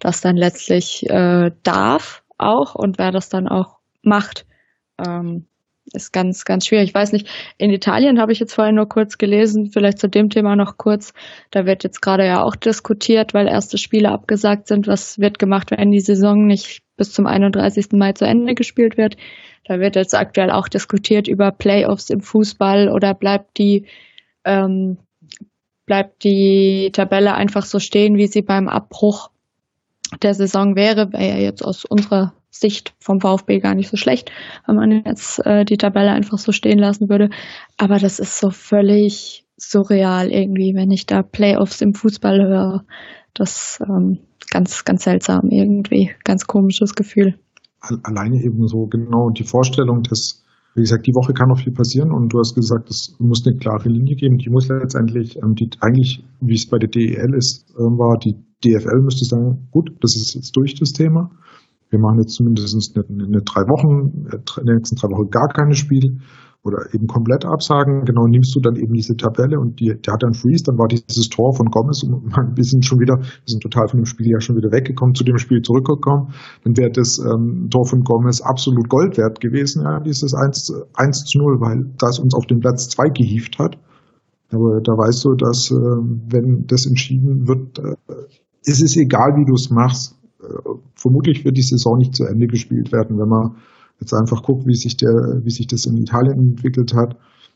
B: das dann letztlich äh, darf auch und wer das dann auch macht. Ähm, ist ganz, ganz schwierig. Ich weiß nicht, in Italien habe ich jetzt vorhin nur kurz gelesen, vielleicht zu dem Thema noch kurz, da wird jetzt gerade ja auch diskutiert, weil erste Spiele abgesagt sind, was wird gemacht, wenn die Saison nicht bis zum einunddreißigsten Mai zu Ende gespielt wird. Da wird jetzt aktuell auch diskutiert über Playoffs im Fußball oder bleibt die, ähm, bleibt die Tabelle einfach so stehen, wie sie beim Abbruch der Saison wäre, wäre ja jetzt aus unserer Sicht vom VfB gar nicht so schlecht, wenn man jetzt äh, die Tabelle einfach so stehen lassen würde. Aber das ist so völlig surreal irgendwie, wenn ich da Playoffs im Fußball höre. Das ähm, ganz, ganz seltsam irgendwie, ganz komisches Gefühl.
A: Alleine eben so genau die Vorstellung, dass, wie gesagt, die Woche kann noch viel passieren und du hast gesagt, es muss eine klare Linie geben. Die muss letztendlich, ähm, die eigentlich, wie es bei der D E L ist, äh, war, die D F L müsste sagen, gut, das ist jetzt durch das Thema. Wir machen jetzt zumindest eine, eine drei Wochen, in den nächsten drei Wochen gar keine Spiele oder eben komplett absagen. Genau, nimmst du dann eben diese Tabelle und die, der hat dann Freeze, dann war dieses Tor von Gomez und wir sind schon wieder, wir sind total von dem Spiel ja schon wieder weggekommen, zu dem Spiel zurückgekommen. Dann wäre das ähm, Tor von Gomez absolut Gold wert gewesen, ja, dieses eins zu null, weil das uns auf den Platz zwei gehievt hat. Aber da weißt du, dass äh, wenn das entschieden wird, äh, ist es egal, wie du es machst. Vermutlich wird die Saison nicht zu Ende gespielt werden, wenn man jetzt einfach guckt, wie sich der, wie sich das in Italien entwickelt hat.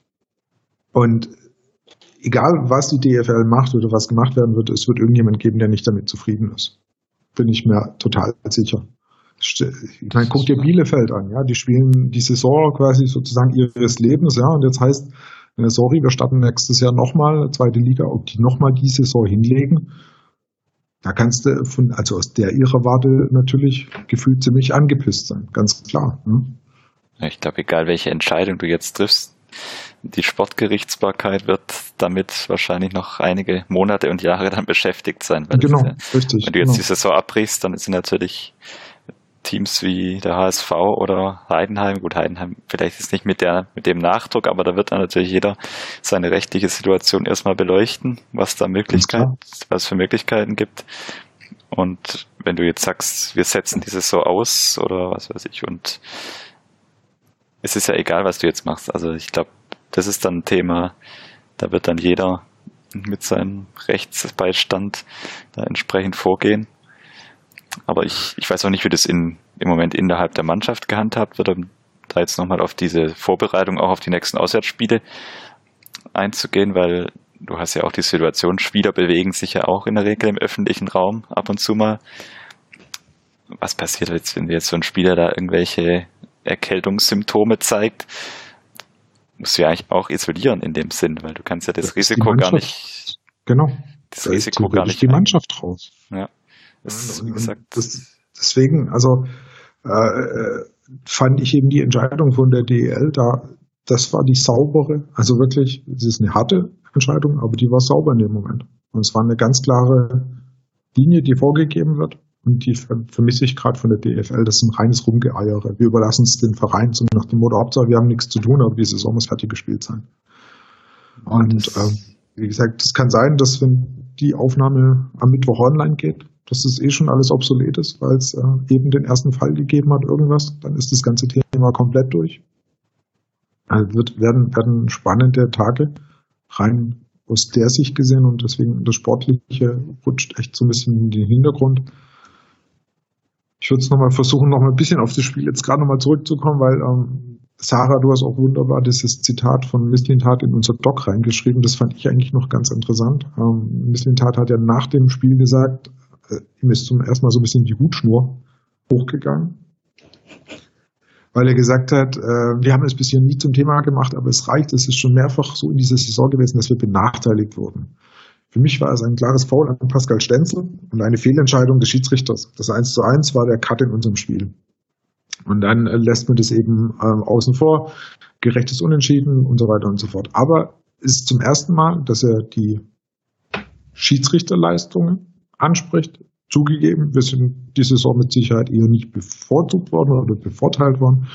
A: Und egal, was die D F L macht oder was gemacht werden wird, es wird irgendjemand geben, der nicht damit zufrieden ist. Bin ich mir total sicher. Ich meine, guck dir Bielefeld an, ja, die spielen die Saison quasi sozusagen ihres Lebens, ja, und jetzt heißt, sorry, wir starten nächstes Jahr nochmal, zweite Liga, ob die nochmal die Saison hinlegen. Da kannst du von, also aus der ihrer Warte natürlich gefühlt ziemlich angepisst sein, ganz klar. Ne?
C: Ich glaube, egal welche Entscheidung du jetzt triffst, die Sportgerichtsbarkeit wird damit wahrscheinlich noch einige Monate und Jahre dann beschäftigt sein. Weil
A: genau,
C: ja,
A: richtig.
C: Wenn du jetzt
A: genau.
C: die Saison abbrichst, dann sind natürlich Teams wie der H S V oder Heidenheim, gut, Heidenheim vielleicht ist nicht mit der mit dem Nachdruck, aber da wird dann natürlich jeder seine rechtliche Situation erstmal beleuchten, was da Möglichkeiten, was es für Möglichkeiten gibt. Und wenn du jetzt sagst, wir setzen die Saison aus oder was weiß ich, und es ist ja egal, was du jetzt machst. Also ich glaube, das ist dann ein Thema, da wird dann jeder mit seinem Rechtsbeistand da entsprechend vorgehen. Aber ich, ich weiß auch nicht, wie das in, im Moment innerhalb der Mannschaft gehandhabt wird, um da jetzt nochmal auf diese Vorbereitung, auch auf die nächsten Auswärtsspiele einzugehen, weil du hast ja auch die Situation, Spieler bewegen sich ja auch in der Regel im öffentlichen Raum ab und zu mal. Was passiert jetzt, wenn jetzt so ein Spieler da irgendwelche Erkältungssymptome zeigt? Musst du ja eigentlich auch isolieren in dem Sinn, weil du kannst ja das, das Risiko gar nicht...
A: Genau.
C: Das
A: da
C: Risiko gar nicht...
A: die Mannschaft raus.
C: Ja. Das, wie gesagt,
A: das, deswegen, also äh, fand ich eben die Entscheidung von der D E L da, das war die saubere, also wirklich, es ist eine harte Entscheidung, aber die war sauber in dem Moment. Und es war eine ganz klare Linie, die vorgegeben wird. Und die vermisse ich gerade von der D F L, das ist ein reines Rumgeeiere. Wir überlassen es den Vereinen, so nach dem Motto, Hauptsache, wir haben nichts zu tun, aber die Saison muss fertig gespielt sein. Und ähm, wie gesagt, es kann sein, dass wenn die Aufnahme am Mittwoch online geht, dass das eh schon alles obsolet ist, weil es äh, eben den ersten Fall gegeben hat, irgendwas, dann ist das ganze Thema komplett durch. Also wird, werden, werden spannende Tage rein aus der Sicht gesehen und deswegen das Sportliche rutscht echt so ein bisschen in den Hintergrund. Ich würde es nochmal versuchen, nochmal ein bisschen auf das Spiel jetzt gerade nochmal zurückzukommen, weil ähm, Sarah, du hast auch wunderbar dieses Zitat von Mislintat in unser Doc reingeschrieben. Das fand ich eigentlich noch ganz interessant. Ähm, Mislintat hat ja nach dem Spiel gesagt, äh, ihm ist zum ersten Mal so ein bisschen die Hutschnur hochgegangen, weil er gesagt hat, äh, wir haben es bisher nie zum Thema gemacht, aber es reicht, es ist schon mehrfach so in dieser Saison gewesen, dass wir benachteiligt wurden. Für mich war es ein klares Foul an Pascal Stenzel und eine Fehlentscheidung des Schiedsrichters. Das eins zu eins war der Cut in unserem Spiel. Und dann äh, lässt man das eben ähm, außen vor, gerechtes Unentschieden und so weiter und so fort. Aber es ist zum ersten Mal, dass er die Schiedsrichterleistungen anspricht. Zugegeben, wir sind die Saison mit Sicherheit eher nicht bevorzugt worden oder bevorteilt worden.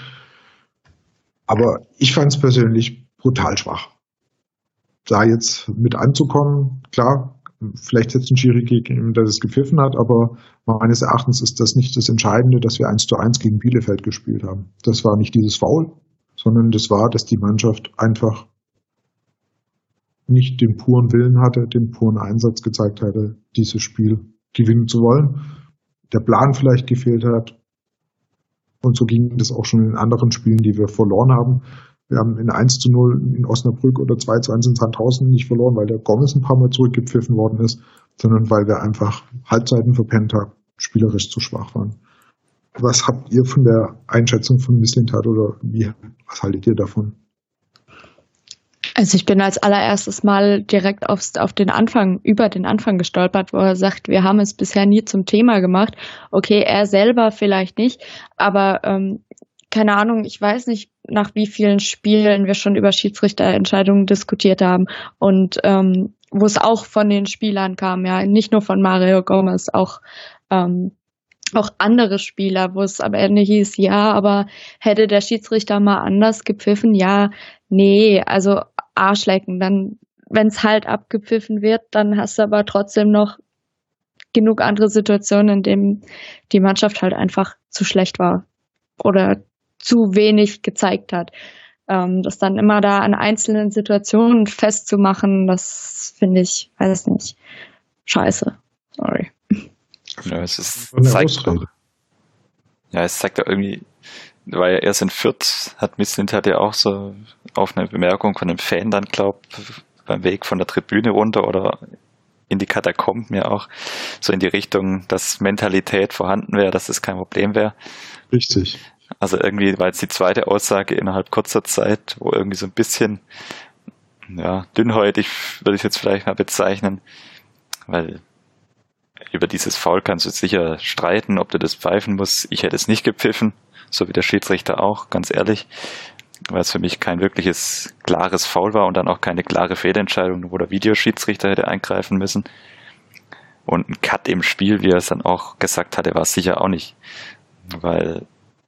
A: Aber ich fand es persönlich brutal schwach. Da jetzt mit anzukommen, klar, Vielleicht jetzt ein Schiri gegen ihn, der das gepfiffen hat, aber meines Erachtens ist das nicht das Entscheidende, dass wir eins zu eins gegen Bielefeld gespielt haben. Das war nicht dieses Foul, sondern das war, dass die Mannschaft einfach nicht den puren Willen hatte, den puren Einsatz gezeigt hatte, dieses Spiel gewinnen zu wollen. Der Plan vielleicht gefehlt hat. Und so ging das auch schon in anderen Spielen, die wir verloren haben. Wir haben in eins zu null in Osnabrück oder zwei zu eins in Sandhausen nicht verloren, weil der Gomez ein paar Mal zurückgepfiffen worden ist, sondern weil wir einfach Halbzeiten verpennt haben, spielerisch zu schwach waren. Was habt ihr von der Einschätzung von Mislintat oder wie, was haltet ihr davon?
B: Also ich bin als allererstes Mal direkt aufs, auf den Anfang, über den Anfang gestolpert, wo er sagt, wir haben es bisher nie zum Thema gemacht. Okay, er selber vielleicht nicht, aber ähm, keine Ahnung, ich weiß nicht, nach wie vielen Spielen wir schon über Schiedsrichterentscheidungen diskutiert haben und ähm, wo es auch von den Spielern kam, ja, nicht nur von Mario Gomez, auch ähm, auch andere Spieler, wo es am Ende hieß, ja, aber hätte der Schiedsrichter mal anders gepfiffen, ja, nee, also Arschlecken, dann, wenn es halt abgepfiffen wird, dann hast du aber trotzdem noch genug andere Situationen, in denen die Mannschaft halt einfach zu schlecht war oder zu wenig gezeigt hat. Ähm, das dann immer da an einzelnen Situationen festzumachen, das finde ich, weiß nicht, scheiße. Sorry.
C: Ja, es ist, zeigt doch, ja, es zeigt doch irgendwie, weil er erst in Fürth hat Mislintat ja auch so auf eine Bemerkung von einem Fan dann glaubt, beim Weg von der Tribüne runter oder in die Katakomben ja auch so in die Richtung, dass Mentalität vorhanden wäre, dass das kein Problem wäre.
A: Richtig.
C: Also irgendwie war jetzt die zweite Aussage innerhalb kurzer Zeit, wo irgendwie so ein bisschen, ja, dünnhäutig würde ich jetzt vielleicht mal bezeichnen, weil über dieses Foul kannst du sicher streiten, ob du das pfeifen musst. Ich hätte es nicht gepfiffen, so wie der Schiedsrichter auch, ganz ehrlich, weil es für mich kein wirkliches klares Foul war und dann auch keine klare Fehlentscheidung, wo der Videoschiedsrichter hätte eingreifen müssen. Und ein Cut im Spiel, wie er es dann auch gesagt hatte, war es sicher auch nicht, weil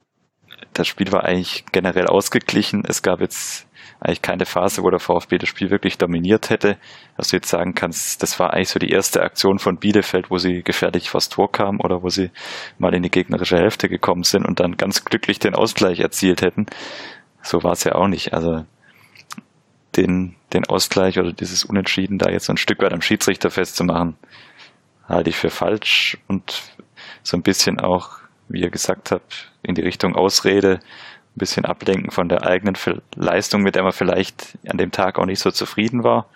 C: das Spiel war eigentlich generell ausgeglichen. Es gab jetzt eigentlich keine Phase, wo der VfB das Spiel wirklich dominiert hätte, dass du jetzt sagen kannst, das war eigentlich so die erste Aktion von Bielefeld, wo sie gefährlich vors Tor kamen oder wo sie mal in die gegnerische Hälfte gekommen sind und dann ganz glücklich den Ausgleich erzielt hätten. So war es ja auch nicht. Also den, den Ausgleich oder dieses Unentschieden da jetzt so ein Stück weit am Schiedsrichter festzumachen, halte ich für falsch und so ein bisschen auch, wie ihr gesagt habt, in die Richtung Ausrede, ein bisschen ablenken von der eigenen Leistung, mit der man vielleicht an dem Tag auch nicht so zufrieden war.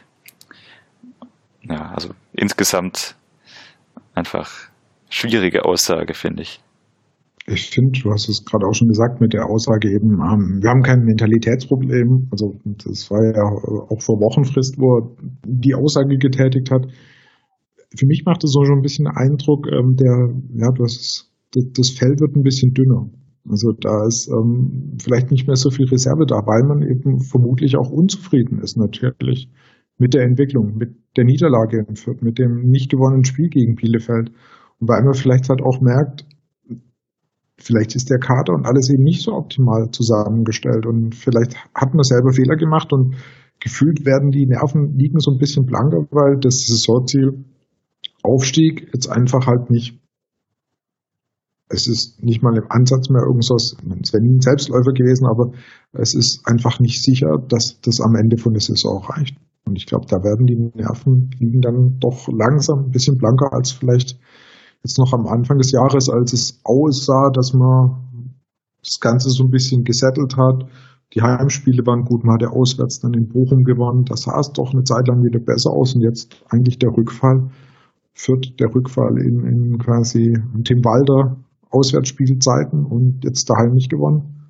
C: Ja, also insgesamt einfach schwierige Aussage, finde ich.
A: Ich finde, du hast es gerade auch schon gesagt mit der Aussage eben, ähm, wir haben kein Mentalitätsproblem. Also das war ja auch vor Wochenfrist, wo er die Aussage getätigt hat. Für mich macht es so schon ein bisschen Eindruck, ähm, der, ja, du hast es, das Feld wird ein bisschen dünner. Also da ist ähm, vielleicht nicht mehr so viel Reserve da, weil man eben vermutlich auch unzufrieden ist natürlich mit der Entwicklung, mit der Niederlage in Fürth, mit dem nicht gewonnenen Spiel gegen Bielefeld. Und weil man vielleicht halt auch merkt, vielleicht ist der Kader und alles eben nicht so optimal zusammengestellt und vielleicht hat man selber Fehler gemacht und gefühlt werden die Nerven liegen so ein bisschen blanker, weil das Saisonziel Aufstieg jetzt einfach halt nicht, es ist nicht mal im Ansatz mehr irgendwas, es wäre nie ein Selbstläufer gewesen, aber es ist einfach nicht sicher, dass das am Ende von der Saison reicht. Und ich glaube, da werden die Nerven liegen dann doch langsam ein bisschen blanker als vielleicht jetzt noch am Anfang des Jahres, als es aussah, dass man das Ganze so ein bisschen gesettelt hat. Die Heimspiele waren gut, man hat ja auswärts dann in Bochum gewonnen. Da sah es doch eine Zeit lang wieder besser aus und jetzt eigentlich der Rückfall, Fürth der Rückfall in, in quasi Tim Walter Auswärtsspielzeiten und jetzt daheim nicht gewonnen.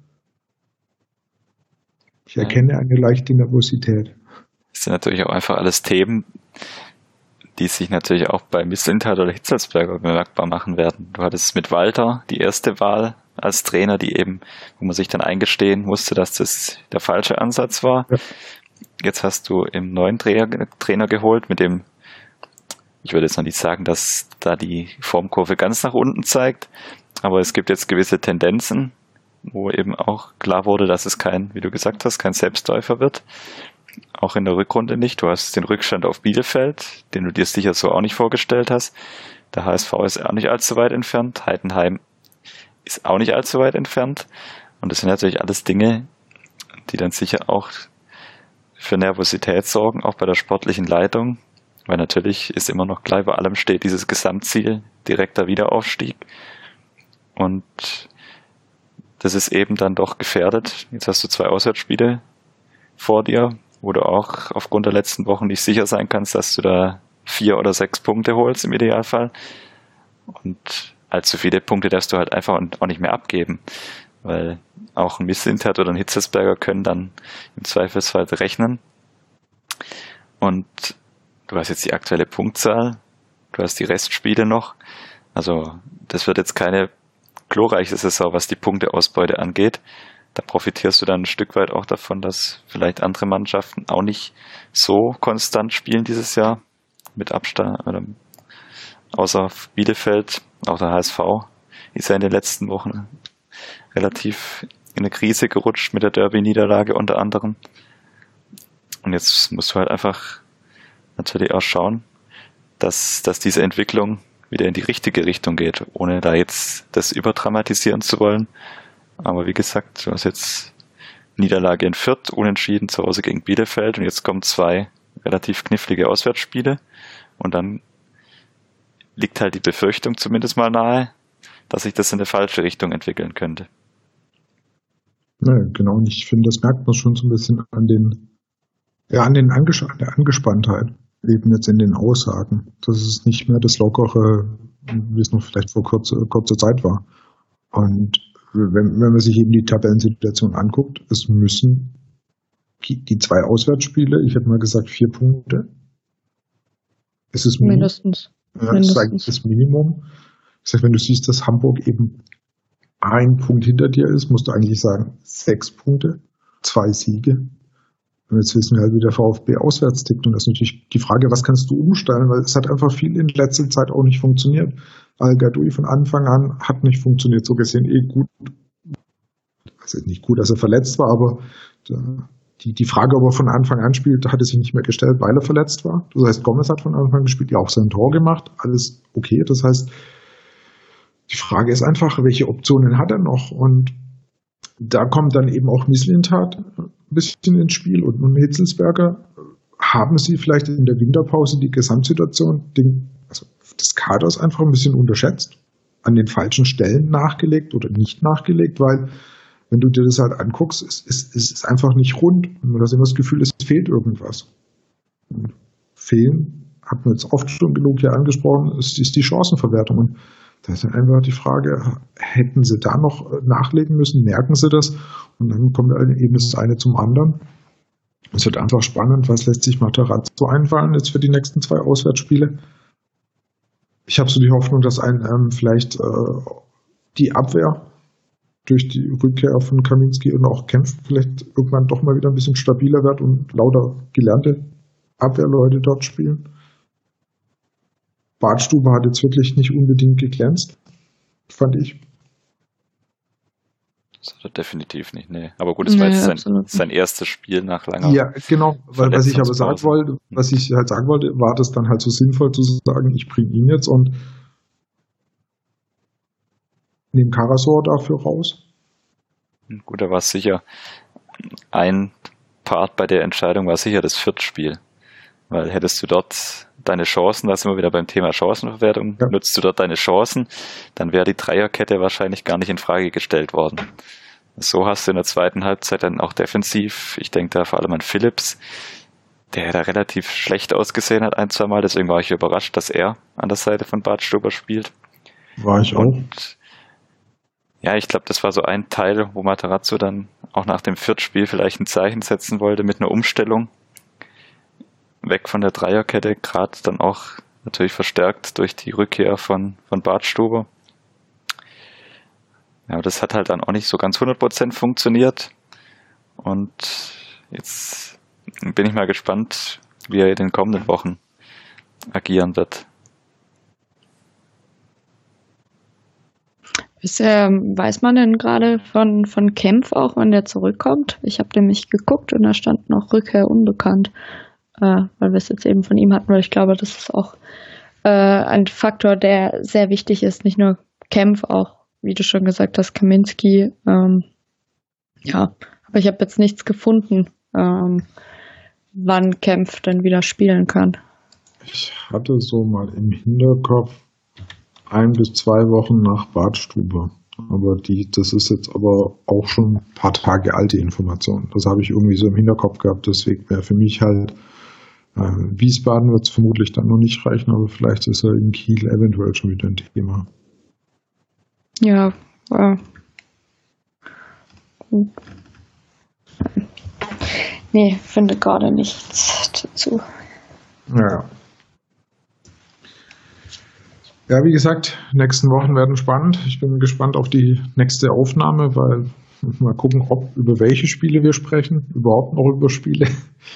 A: Ich erkenne eine leichte Nervosität.
C: Das sind natürlich auch einfach alles Themen, die sich natürlich auch bei Mislintat oder Hitzelsberger bemerkbar machen werden. Du hattest mit Walter die erste Wahl als Trainer, die eben, wo man sich dann eingestehen musste, dass das der falsche Ansatz war. Ja. Jetzt hast du im neuen Trainer, Trainer geholt, mit dem, ich würde jetzt noch nicht sagen, dass da die Formkurve ganz nach unten zeigt, aber es gibt jetzt gewisse Tendenzen, wo eben auch klar wurde, dass es kein, wie du gesagt hast, kein Selbstläufer wird. auch in der Rückrunde nicht. Du hast den Rückstand auf Bielefeld, den du dir sicher so auch nicht vorgestellt hast. Der H S V ist auch nicht allzu weit entfernt. Heidenheim ist auch nicht allzu weit entfernt. Und das sind natürlich alles Dinge, die dann sicher auch für Nervosität sorgen, auch bei der sportlichen Leitung. Weil natürlich ist immer noch klar, bei allem steht dieses Gesamtziel, direkter Wiederaufstieg. Und das ist eben dann doch gefährdet. Jetzt hast du zwei Auswärtsspiele vor dir, wo du auch aufgrund der letzten Wochen nicht sicher sein kannst, dass du da vier oder sechs Punkte holst im Idealfall. Und allzu viele Punkte darfst du halt einfach auch nicht mehr abgeben. Weil auch ein Mislintat oder ein Hitzelsberger können dann im Zweifelsfall rechnen. Und du hast jetzt die aktuelle Punktzahl, du hast die Restspiele noch. Also das wird jetzt keine glorreiche Saison, was die Punkteausbeute angeht. Da profitierst du dann ein Stück weit auch davon, dass vielleicht andere Mannschaften auch nicht so konstant spielen dieses Jahr mit Abstand, oder außer Bielefeld, auch der H S V ist ja in den letzten Wochen relativ in eine Krise gerutscht mit der Derby-Niederlage unter anderem. Und jetzt musst du halt einfach natürlich auch schauen, dass, dass diese Entwicklung wieder in die richtige Richtung geht, ohne da jetzt das überdramatisieren zu wollen. Aber wie gesagt, du hast jetzt Niederlage in Fürth, unentschieden zu Hause gegen Bielefeld und jetzt kommen zwei relativ knifflige Auswärtsspiele und dann liegt halt die Befürchtung zumindest mal nahe, dass sich das in eine falsche Richtung entwickeln könnte.
A: Ja, genau, und ich finde, das merkt man schon so ein bisschen an den, ja, an den Anges- an der Angespanntheit, eben jetzt in den Aussagen. Das ist nicht mehr das Lockere, wie es noch vielleicht vor kurzer, kurzer Zeit war. Und wenn, wenn man sich eben die Tabellensituation anguckt, es müssen die, die zwei Auswärtsspiele, ich hätte mal gesagt vier Punkte. Es ist
B: mindestens.
A: Ja,
B: mindestens.
A: das ist eigentlich das Minimum. Ich sag, wenn du siehst, dass Hamburg eben ein Punkt hinter dir ist, musst du eigentlich sagen, sechs Punkte, zwei Siege. Und jetzt wissen wir halt, wie der VfB auswärts tickt. Und das ist natürlich die Frage, was kannst du umstellen? Weil es hat einfach viel in letzter Zeit auch nicht funktioniert. Al-Gadoui von Anfang an hat nicht funktioniert, so gesehen eh gut. Also nicht gut, dass er verletzt war, aber die, die Frage, ob er von Anfang an spielt, hatte sich nicht mehr gestellt, weil er verletzt war. Das heißt, Gomez hat von Anfang an gespielt, ja auch sein Tor gemacht, alles okay. Das heißt, die Frage ist einfach, welche Optionen hat er noch? Und da kommt dann eben auch Mislintat ein bisschen ins Spiel und nun Hitzelsberger. Haben sie vielleicht in der Winterpause die Gesamtsituation, den, also des Kaders einfach ein bisschen unterschätzt, an den falschen Stellen nachgelegt oder nicht nachgelegt, weil wenn du dir das halt anguckst, es ist, es ist einfach nicht rund. Und du hast immer das Gefühl, es fehlt irgendwas. Und fehlen, hat man jetzt oft schon genug hier angesprochen, ist, ist die Chancenverwertung. Und da ist dann einfach die Frage, hätten sie da noch nachlegen müssen, merken sie das? Und dann kommt eben das eine zum anderen. Es wird einfach spannend, was lässt sich Matarazzo einfallen jetzt für die nächsten zwei Auswärtsspiele. Ich habe so die Hoffnung, dass ein ähm, vielleicht äh, die Abwehr durch die Rückkehr von Kaminski und auch Kempf vielleicht irgendwann doch mal wieder ein bisschen stabiler wird und lauter gelernte Abwehrleute dort spielen. Badstube hat jetzt wirklich nicht unbedingt geglänzt, fand ich.
C: Das hat er definitiv nicht, nee. Aber gut, es war
B: nee,
C: jetzt sein, sein erstes Spiel nach langer
A: Ja, genau, weil was ich aber sagen wollte, was ich halt sagen wollte, war das dann halt so sinnvoll zu sagen, ich bringe ihn jetzt und nehme Karasor dafür raus.
C: Gut, da war es sicher ein Part bei der Entscheidung, war sicher das Viertspiel. Weil hättest du dort deine Chancen, da sind wir wieder beim Thema Chancenverwertung, ja. Nutzt du dort deine Chancen, dann wäre die Dreierkette wahrscheinlich gar nicht in Frage gestellt worden. So hast du in der zweiten Halbzeit dann auch defensiv, ich denke da vor allem an Phillips, der da relativ schlecht ausgesehen hat ein, zwei Mal, deswegen war ich überrascht, dass er an der Seite von Badstuber spielt.
A: War ich auch.
C: Und ja, ich glaube, das war so ein Teil, wo Matarazzo dann auch nach dem Viertspiel vielleicht ein Zeichen setzen wollte mit einer Umstellung. Weg von der Dreierkette, gerade dann auch natürlich verstärkt durch die Rückkehr von, von Badstuber. Ja, aber das hat halt dann auch nicht so ganz hundert Prozent funktioniert. Und jetzt bin ich mal gespannt, wie er in den kommenden Wochen agieren wird.
B: Bisher weiß man denn gerade von, von Kempf auch, wann der zurückkommt? Ich habe nämlich geguckt und da stand noch Rückkehr unbekannt, äh, weil wir es jetzt eben von ihm hatten, weil ich glaube, das ist auch äh, ein Faktor, der sehr wichtig ist. Nicht nur Kempf, auch, wie du schon gesagt hast, Kaminski. Ähm, ja, aber ich habe jetzt nichts gefunden, ähm, wann Kempf denn wieder spielen kann.
A: Ich hatte so mal im Hinterkopf ein bis zwei Wochen nach Badstube. Aber die, das ist jetzt aber auch schon ein paar Tage alte Information. Das habe ich irgendwie so im Hinterkopf gehabt. Deswegen wäre für mich halt, äh, Wiesbaden wird es vermutlich dann noch nicht reichen, aber vielleicht ist er in Kiel eventuell schon wieder ein Thema.
B: Ja, äh, gut. Nee, finde gerade nichts dazu.
A: Ja. Ja, wie gesagt, nächsten Wochen werden spannend. Ich bin gespannt auf die nächste Aufnahme, weil mal gucken, ob über welche Spiele wir sprechen, überhaupt noch über Spiele.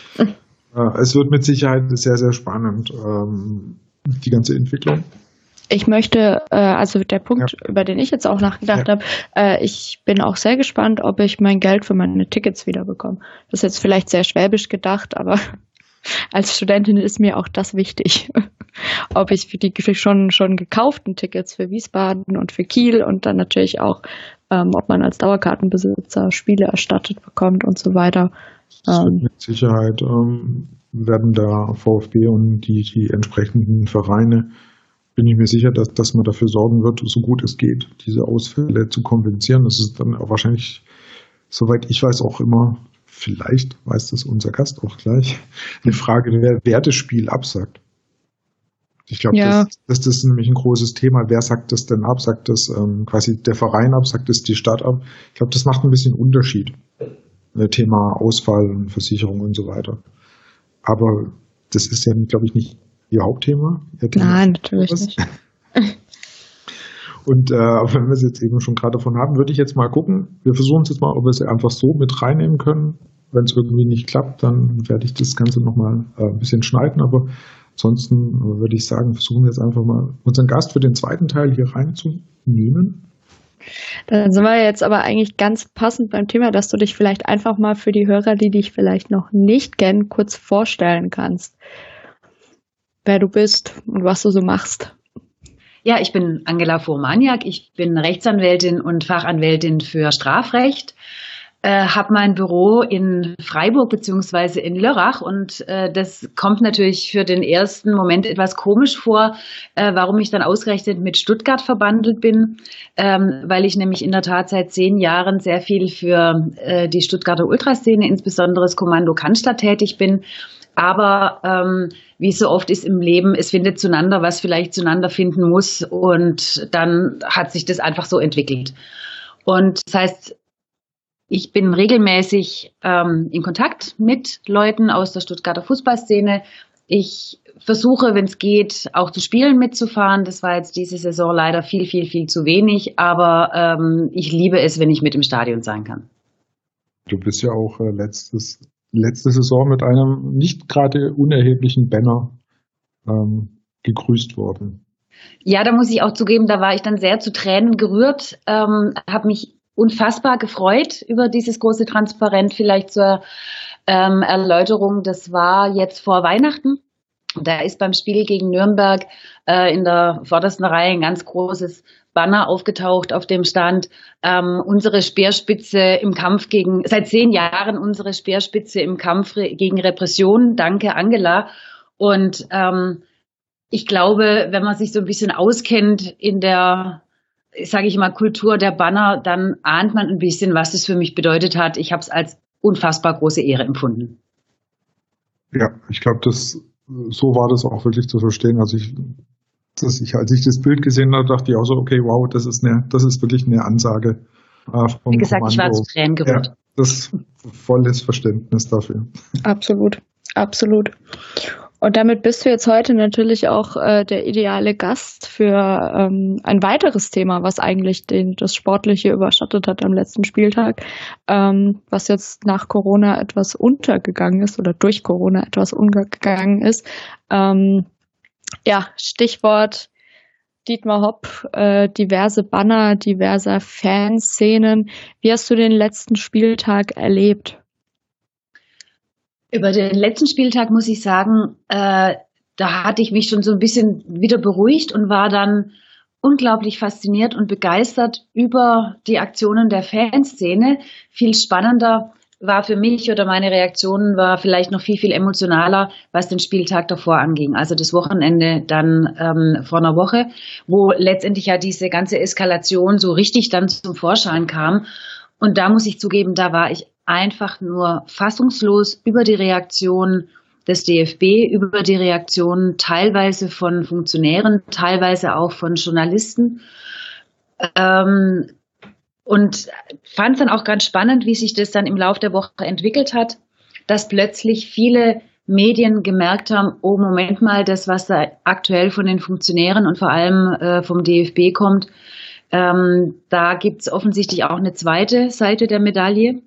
A: Es wird mit Sicherheit sehr, sehr spannend, die ganze Entwicklung.
B: Ich möchte, also der Punkt, ja. über den ich jetzt auch nachgedacht ja. habe, ich bin auch sehr gespannt, ob ich mein Geld für meine Tickets wiederbekomme. Das ist jetzt vielleicht sehr schwäbisch gedacht, aber als Studentin ist mir auch das wichtig. Ob ich für die schon, schon gekauften Tickets für Wiesbaden und für Kiel und dann natürlich auch, ähm, ob man als Dauerkartenbesitzer Spiele erstattet bekommt und so weiter.
A: Ähm, mit Sicherheit ähm, werden da VfB und die, die entsprechenden Vereine, bin ich mir sicher, dass, dass man dafür sorgen wird, so gut es geht, diese Ausfälle zu kompensieren. Das ist dann auch wahrscheinlich, soweit ich weiß, auch immer, vielleicht weiß das unser Gast auch gleich, eine Frage, wer, wer das Spiel absagt. Ich glaube,
B: ja.
A: das, das, das ist nämlich ein großes Thema. Wer sagt das denn ab? Sagt das ähm, quasi der Verein ab? Sagt das die Stadt ab? Ich glaube, das macht ein bisschen Unterschied. Äh, Thema Ausfall und Versicherung und so weiter. Aber das ist ja, glaube ich, nicht Ihr Hauptthema. Ihr Thema
B: Nein, natürlich was. Nicht.
A: Und äh, wenn wir es jetzt eben schon gerade davon haben, würde ich jetzt mal gucken. Wir versuchen es jetzt mal, ob wir es einfach so mit reinnehmen können. Wenn es irgendwie nicht klappt, dann werde ich das Ganze nochmal äh, ein bisschen schneiden. Aber ansonsten würde ich sagen, versuchen wir jetzt einfach mal unseren Gast für den zweiten Teil hier reinzunehmen.
B: Dann sind wir jetzt aber eigentlich ganz passend beim Thema, dass du dich vielleicht einfach mal für die Hörer, die dich vielleicht noch nicht kennen, kurz vorstellen kannst. Wer du bist und was du so machst.
D: Ja, ich bin Angela Fuhrmaniak, ich bin Rechtsanwältin und Fachanwältin für Strafrecht. Äh, habe mein Büro in Freiburg beziehungsweise in Lörrach und äh, das kommt natürlich für den ersten Moment etwas komisch vor, äh, warum ich dann ausgerechnet mit Stuttgart verbandelt bin, ähm, weil ich nämlich in der Tat seit zehn Jahren sehr viel für äh, die Stuttgarter Ultraszene, insbesondere das Kommando Cannstatt tätig bin. Aber ähm, wie es so oft ist im Leben, es findet zueinander, was vielleicht zueinander finden muss und dann hat sich das einfach so entwickelt. Und das heißt, ich bin regelmäßig ähm, in Kontakt mit Leuten aus der Stuttgarter Fußballszene. Ich versuche, wenn es geht, auch zu Spielen mitzufahren. Das war jetzt diese Saison leider viel, viel, viel zu wenig. Aber ähm, ich liebe es, wenn ich mit im Stadion sein kann.
A: Du bist ja auch äh, letztes, letzte Saison mit einem nicht gerade unerheblichen Banner ähm, gegrüßt worden.
D: Ja, da muss ich auch zugeben, da war ich dann sehr zu Tränen gerührt, ähm, habe mich unfassbar gefreut über dieses große Transparent. Vielleicht zur ähm, Erläuterung, das war jetzt vor Weihnachten. Da ist beim Spiel gegen Nürnberg äh, in der vordersten Reihe ein ganz großes Banner aufgetaucht, auf dem stand ähm, unsere Speerspitze im Kampf gegen, seit zehn Jahren unsere Speerspitze im Kampf gegen Repression. Danke, Angela. Und ähm, ich glaube, wenn man sich so ein bisschen auskennt in der, sage ich mal, Kultur der Banner, dann ahnt man ein bisschen, was es für mich bedeutet hat. Ich habe es als unfassbar große Ehre empfunden.
A: Ja, ich glaube, das so war das auch wirklich zu verstehen. Also ich, dass ich, als ich das Bild gesehen habe, dachte ich auch so, okay, wow, das ist eine, das ist wirklich eine Ansage. Äh, vom
D: Wie gesagt,
A: Kommando.
D: ich war zu Tränen gerührt.
A: Ja, das volles Verständnis dafür.
B: Absolut, absolut. Und damit bist du jetzt heute natürlich auch äh, der ideale Gast für ähm, ein weiteres Thema, was eigentlich den, das Sportliche überschattet hat am letzten Spieltag, ähm, was jetzt nach Corona etwas untergegangen ist oder durch Corona etwas untergegangen ist. Ähm, ja, Stichwort Dietmar Hopp, äh, diverse Banner, diverser Fanszenen. Wie hast du den letzten Spieltag erlebt?
D: Über den letzten Spieltag muss ich sagen, äh, da hatte ich mich schon so ein bisschen wieder beruhigt und war dann unglaublich fasziniert und begeistert über die Aktionen der Fanszene. Viel spannender war für mich oder meine Reaktion war vielleicht noch viel, viel emotionaler, was den Spieltag davor anging. Also das Wochenende dann ähm, vor einer Woche, wo letztendlich ja diese ganze Eskalation so richtig dann zum Vorschein kam. Und da muss ich zugeben, da war ich einfach nur fassungslos über die Reaktion des D F B, über die Reaktion teilweise von Funktionären, teilweise auch von Journalisten. Ähm, und fand es dann auch ganz spannend, wie sich das dann im Laufe der Woche entwickelt hat, dass plötzlich viele Medien gemerkt haben, oh Moment mal, das, was da aktuell von den Funktionären und vor allem äh, vom D F B kommt, ähm, da gibt es offensichtlich auch eine zweite Seite der Medaille.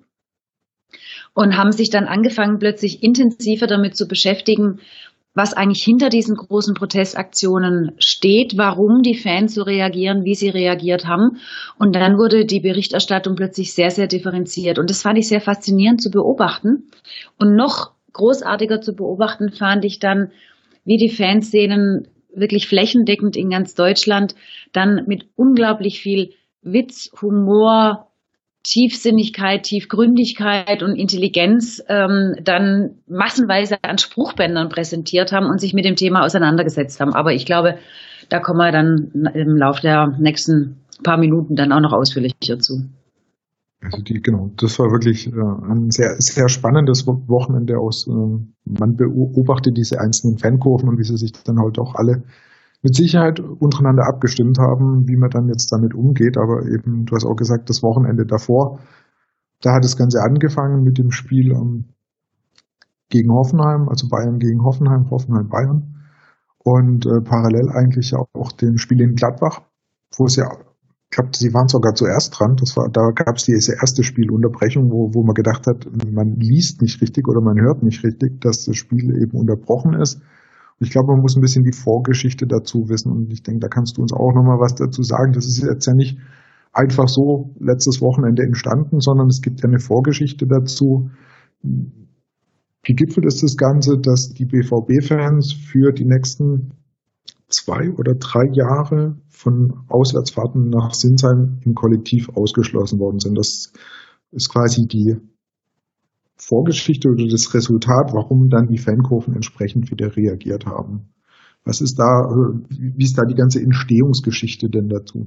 D: Und haben sich dann angefangen, plötzlich intensiver damit zu beschäftigen, was eigentlich hinter diesen großen Protestaktionen steht, warum die Fans so reagieren, wie sie reagiert haben. Und dann wurde die Berichterstattung plötzlich sehr, sehr differenziert. Und das fand ich sehr faszinierend zu beobachten. Und noch großartiger zu beobachten fand ich dann, wie die Fanszenen wirklich flächendeckend in ganz Deutschland dann mit unglaublich viel Witz, Humor, Tiefsinnigkeit, Tiefgründigkeit und Intelligenz ähm, dann massenweise an Spruchbändern präsentiert haben und sich mit dem Thema auseinandergesetzt haben. Aber ich glaube, da kommen wir dann im Laufe der nächsten paar Minuten dann auch noch ausführlicher zu.
A: Also die, genau, das war wirklich äh, ein sehr, sehr spannendes Wochenende aus. Äh, man beobachtet diese einzelnen Fankurven und wie sie sich dann halt auch alle mit Sicherheit untereinander abgestimmt haben, wie man dann jetzt damit umgeht. Aber eben, du hast auch gesagt, das Wochenende davor, da hat das Ganze angefangen mit dem Spiel ähm, gegen Hoffenheim, also Bayern gegen Hoffenheim, Hoffenheim-Bayern. Und äh, parallel eigentlich auch dem Spiel in Gladbach, wo es ja, ich glaube, sie waren sogar zuerst dran. Das war, da gab es diese erste Spielunterbrechung, wo, wo man gedacht hat, man liest nicht richtig oder man hört nicht richtig, dass das Spiel eben unterbrochen ist. Ich glaube, man muss ein bisschen die Vorgeschichte dazu wissen und ich denke, da kannst du uns auch nochmal was dazu sagen. Das ist jetzt ja nicht einfach so letztes Wochenende entstanden, sondern es gibt ja eine Vorgeschichte dazu. Wie gipfelt ist das Ganze, dass die B V B-Fans für die nächsten zwei oder drei Jahre von Auswärtsfahrten nach Sinsheim im Kollektiv ausgeschlossen worden sind? Das ist quasi die Vorgeschichte oder das Resultat, warum dann die Fankurven entsprechend wieder reagiert haben. Was ist da, wie ist da die ganze Entstehungsgeschichte denn dazu?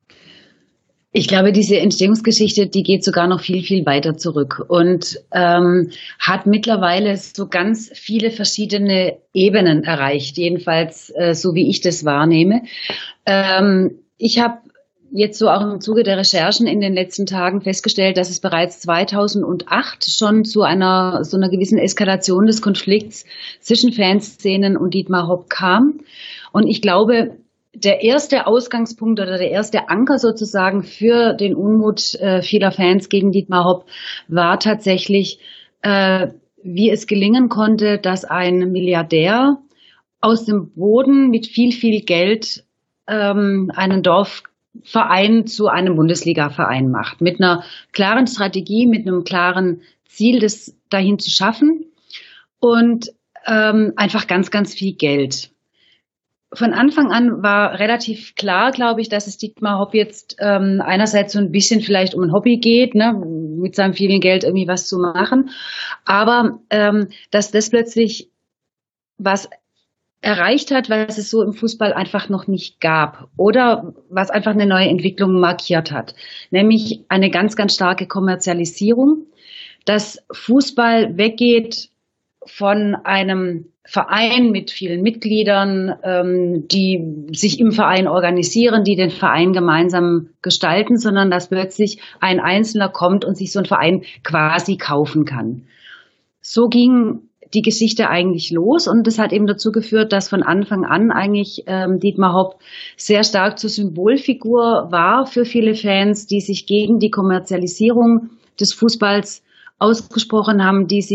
D: Ich glaube, diese Entstehungsgeschichte, die geht sogar noch viel, viel weiter zurück und ähm, hat mittlerweile so ganz viele verschiedene Ebenen erreicht, jedenfalls äh, so wie ich das wahrnehme. Ähm, ich habe jetzt so auch im Zuge der Recherchen in den letzten Tagen festgestellt, dass es bereits zweitausendacht schon zu einer so einer gewissen Eskalation des Konflikts zwischen Fanszenen und Dietmar Hopp kam. Und ich glaube, der erste Ausgangspunkt oder der erste Anker sozusagen für den Unmut äh, vieler Fans gegen Dietmar Hopp war tatsächlich, äh, wie es gelingen konnte, dass ein Milliardär aus dem Boden mit viel, viel Geld ähm, einen Dorf Verein zu einem Bundesliga-Verein macht. Mit einer klaren Strategie, mit einem klaren Ziel, das dahin zu schaffen und ähm, einfach ganz, ganz viel Geld. Von Anfang an war relativ klar, glaube ich, dass es Dietmar Hopp jetzt ähm, einerseits so ein bisschen vielleicht um ein Hobby geht, ne, mit seinem vielen Geld irgendwie was zu machen, aber ähm, dass das plötzlich was erreicht hat, was es so im Fußball einfach noch nicht gab oder was einfach eine neue Entwicklung markiert hat, nämlich eine ganz, ganz starke Kommerzialisierung, dass Fußball weggeht von einem Verein mit vielen Mitgliedern, ähm, die sich im Verein organisieren, die den Verein gemeinsam gestalten, sondern dass plötzlich ein Einzelner kommt und sich so ein Verein quasi kaufen kann. So ging die Geschichte eigentlich los und das hat eben dazu geführt, dass von Anfang an eigentlich ähm, Dietmar Hopp sehr stark zur Symbolfigur war für viele Fans, die sich gegen die Kommerzialisierung des Fußballs ausgesprochen haben, die sich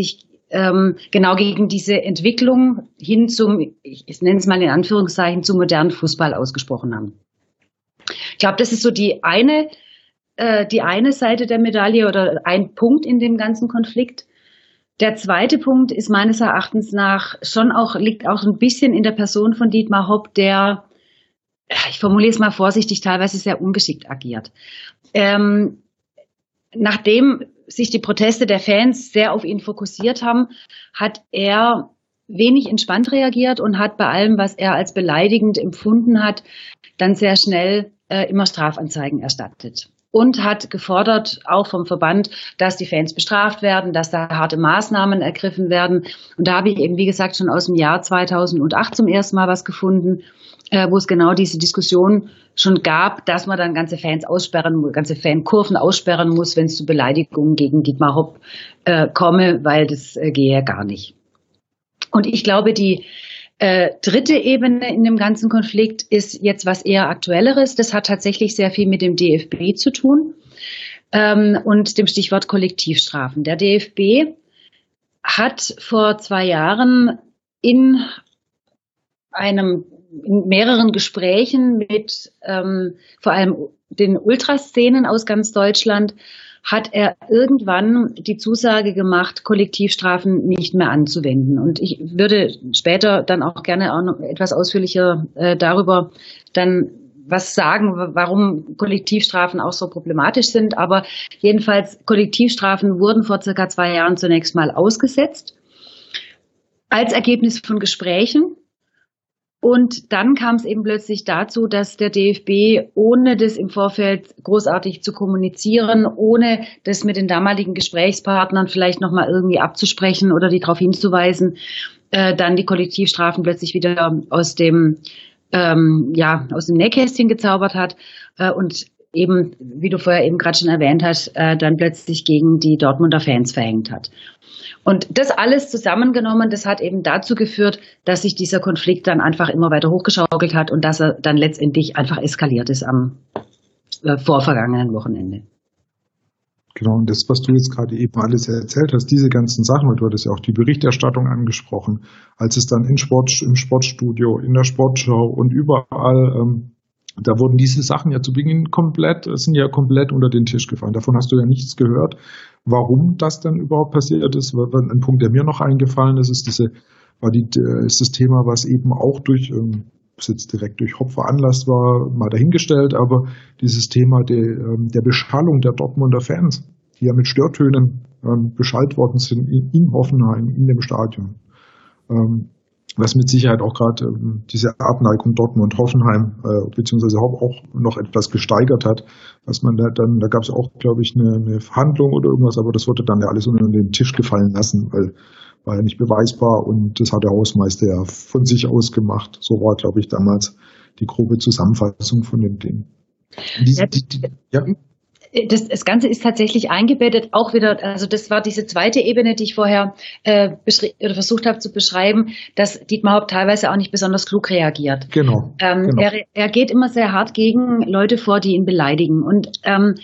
D: ähm, genau gegen diese Entwicklung hin zum, ich, ich nenne es mal in Anführungszeichen, zum modernen Fußball ausgesprochen haben. Ich glaube, das ist so die eine, äh, die eine Seite der Medaille oder ein Punkt in dem ganzen Konflikt. Der zweite Punkt ist meines Erachtens nach schon auch, liegt auch ein bisschen in der Person von Dietmar Hopp, der, ich formuliere es mal vorsichtig, teilweise sehr ungeschickt agiert. Ähm, nachdem sich die Proteste der Fans sehr auf ihn fokussiert haben, hat er wenig entspannt reagiert und hat bei allem, was er als beleidigend empfunden hat, dann sehr schnell äh, immer Strafanzeigen erstattet. Und hat gefordert, auch vom Verband, dass die Fans bestraft werden, dass da harte Maßnahmen ergriffen werden. Und da habe ich eben, wie gesagt, schon aus dem Jahr zweitausendacht zum ersten Mal was gefunden, äh, wo es genau diese Diskussion schon gab, dass man dann ganze Fans aussperren muss, ganze Fankurven aussperren muss, wenn es zu Beleidigungen gegen Dietmar Hopp äh, komme, weil das äh, gehe ja gar nicht. Und ich glaube, die Äh, dritte Ebene in dem ganzen Konflikt ist jetzt was eher Aktuelleres. Das hat tatsächlich sehr viel mit dem D F B zu tun ähm, und dem Stichwort Kollektivstrafen. Der D F B hat vor zwei Jahren in einem, in mehreren Gesprächen mit ähm, vor allem den Ultraszenen aus ganz Deutschland hat er irgendwann die Zusage gemacht, Kollektivstrafen nicht mehr anzuwenden. Und ich würde später dann auch gerne auch noch etwas ausführlicher äh, darüber dann was sagen, warum Kollektivstrafen auch so problematisch sind. Aber jedenfalls, Kollektivstrafen wurden vor circa zwei Jahren zunächst mal ausgesetzt, als Ergebnis von Gesprächen. Und dann kam es eben plötzlich dazu, dass der D F B, ohne das im Vorfeld großartig zu kommunizieren, ohne das mit den damaligen Gesprächspartnern vielleicht nochmal irgendwie abzusprechen oder die darauf hinzuweisen, äh, dann die Kollektivstrafen plötzlich wieder aus dem, ähm, ja, aus dem Nähkästchen gezaubert hat äh, und eben, wie du vorher eben gerade schon erwähnt hast, äh, dann plötzlich gegen die Dortmunder Fans verhängt hat. Und das alles zusammengenommen, das hat eben dazu geführt, dass sich dieser Konflikt dann einfach immer weiter hochgeschaukelt hat und dass er dann letztendlich einfach eskaliert ist am äh, vorvergangenen Wochenende.
A: Genau, und das, was du jetzt gerade eben alles erzählt hast, diese ganzen Sachen, und du hattest ja auch die Berichterstattung angesprochen, als es dann in Sport, im Sportstudio, in der Sportschau und überall, ähm, da wurden diese Sachen ja zu Beginn komplett, sind ja komplett unter den Tisch gefallen. Davon hast du ja nichts gehört. Warum das dann überhaupt passiert ist, ein Punkt, der mir noch eingefallen ist, ist diese, war die, ist das Thema, was eben auch durch, ähm, jetzt direkt durch Hopp veranlasst war, mal dahingestellt, aber dieses Thema der, der Beschallung der Dortmunder Fans, die ja mit Störtönen ähm, beschallt worden sind in, in Hoffenheim, in dem Stadion. Ähm, was mit Sicherheit auch gerade ähm, diese Abneigung Dortmund-Hoffenheim äh, beziehungsweise Hopp auch noch etwas gesteigert hat, was man da dann, da gab es auch, glaube ich, eine, eine Verhandlung oder irgendwas, aber das wurde dann ja alles unter den Tisch gefallen lassen, weil war ja nicht beweisbar und das hat der Hausmeister ja von sich aus gemacht. So war, glaube ich, damals die grobe Zusammenfassung von dem Ding. Diese, die, die, ja.
D: Das, das Ganze ist tatsächlich eingebettet, auch wieder, also das war diese zweite Ebene, die ich vorher äh, oder versucht habe zu beschreiben, dass Dietmar Hopp teilweise auch nicht besonders klug reagiert.
A: Genau.
D: Ähm,
A: genau.
D: Er, er geht immer sehr hart gegen Leute vor, die ihn beleidigen. Und ähm,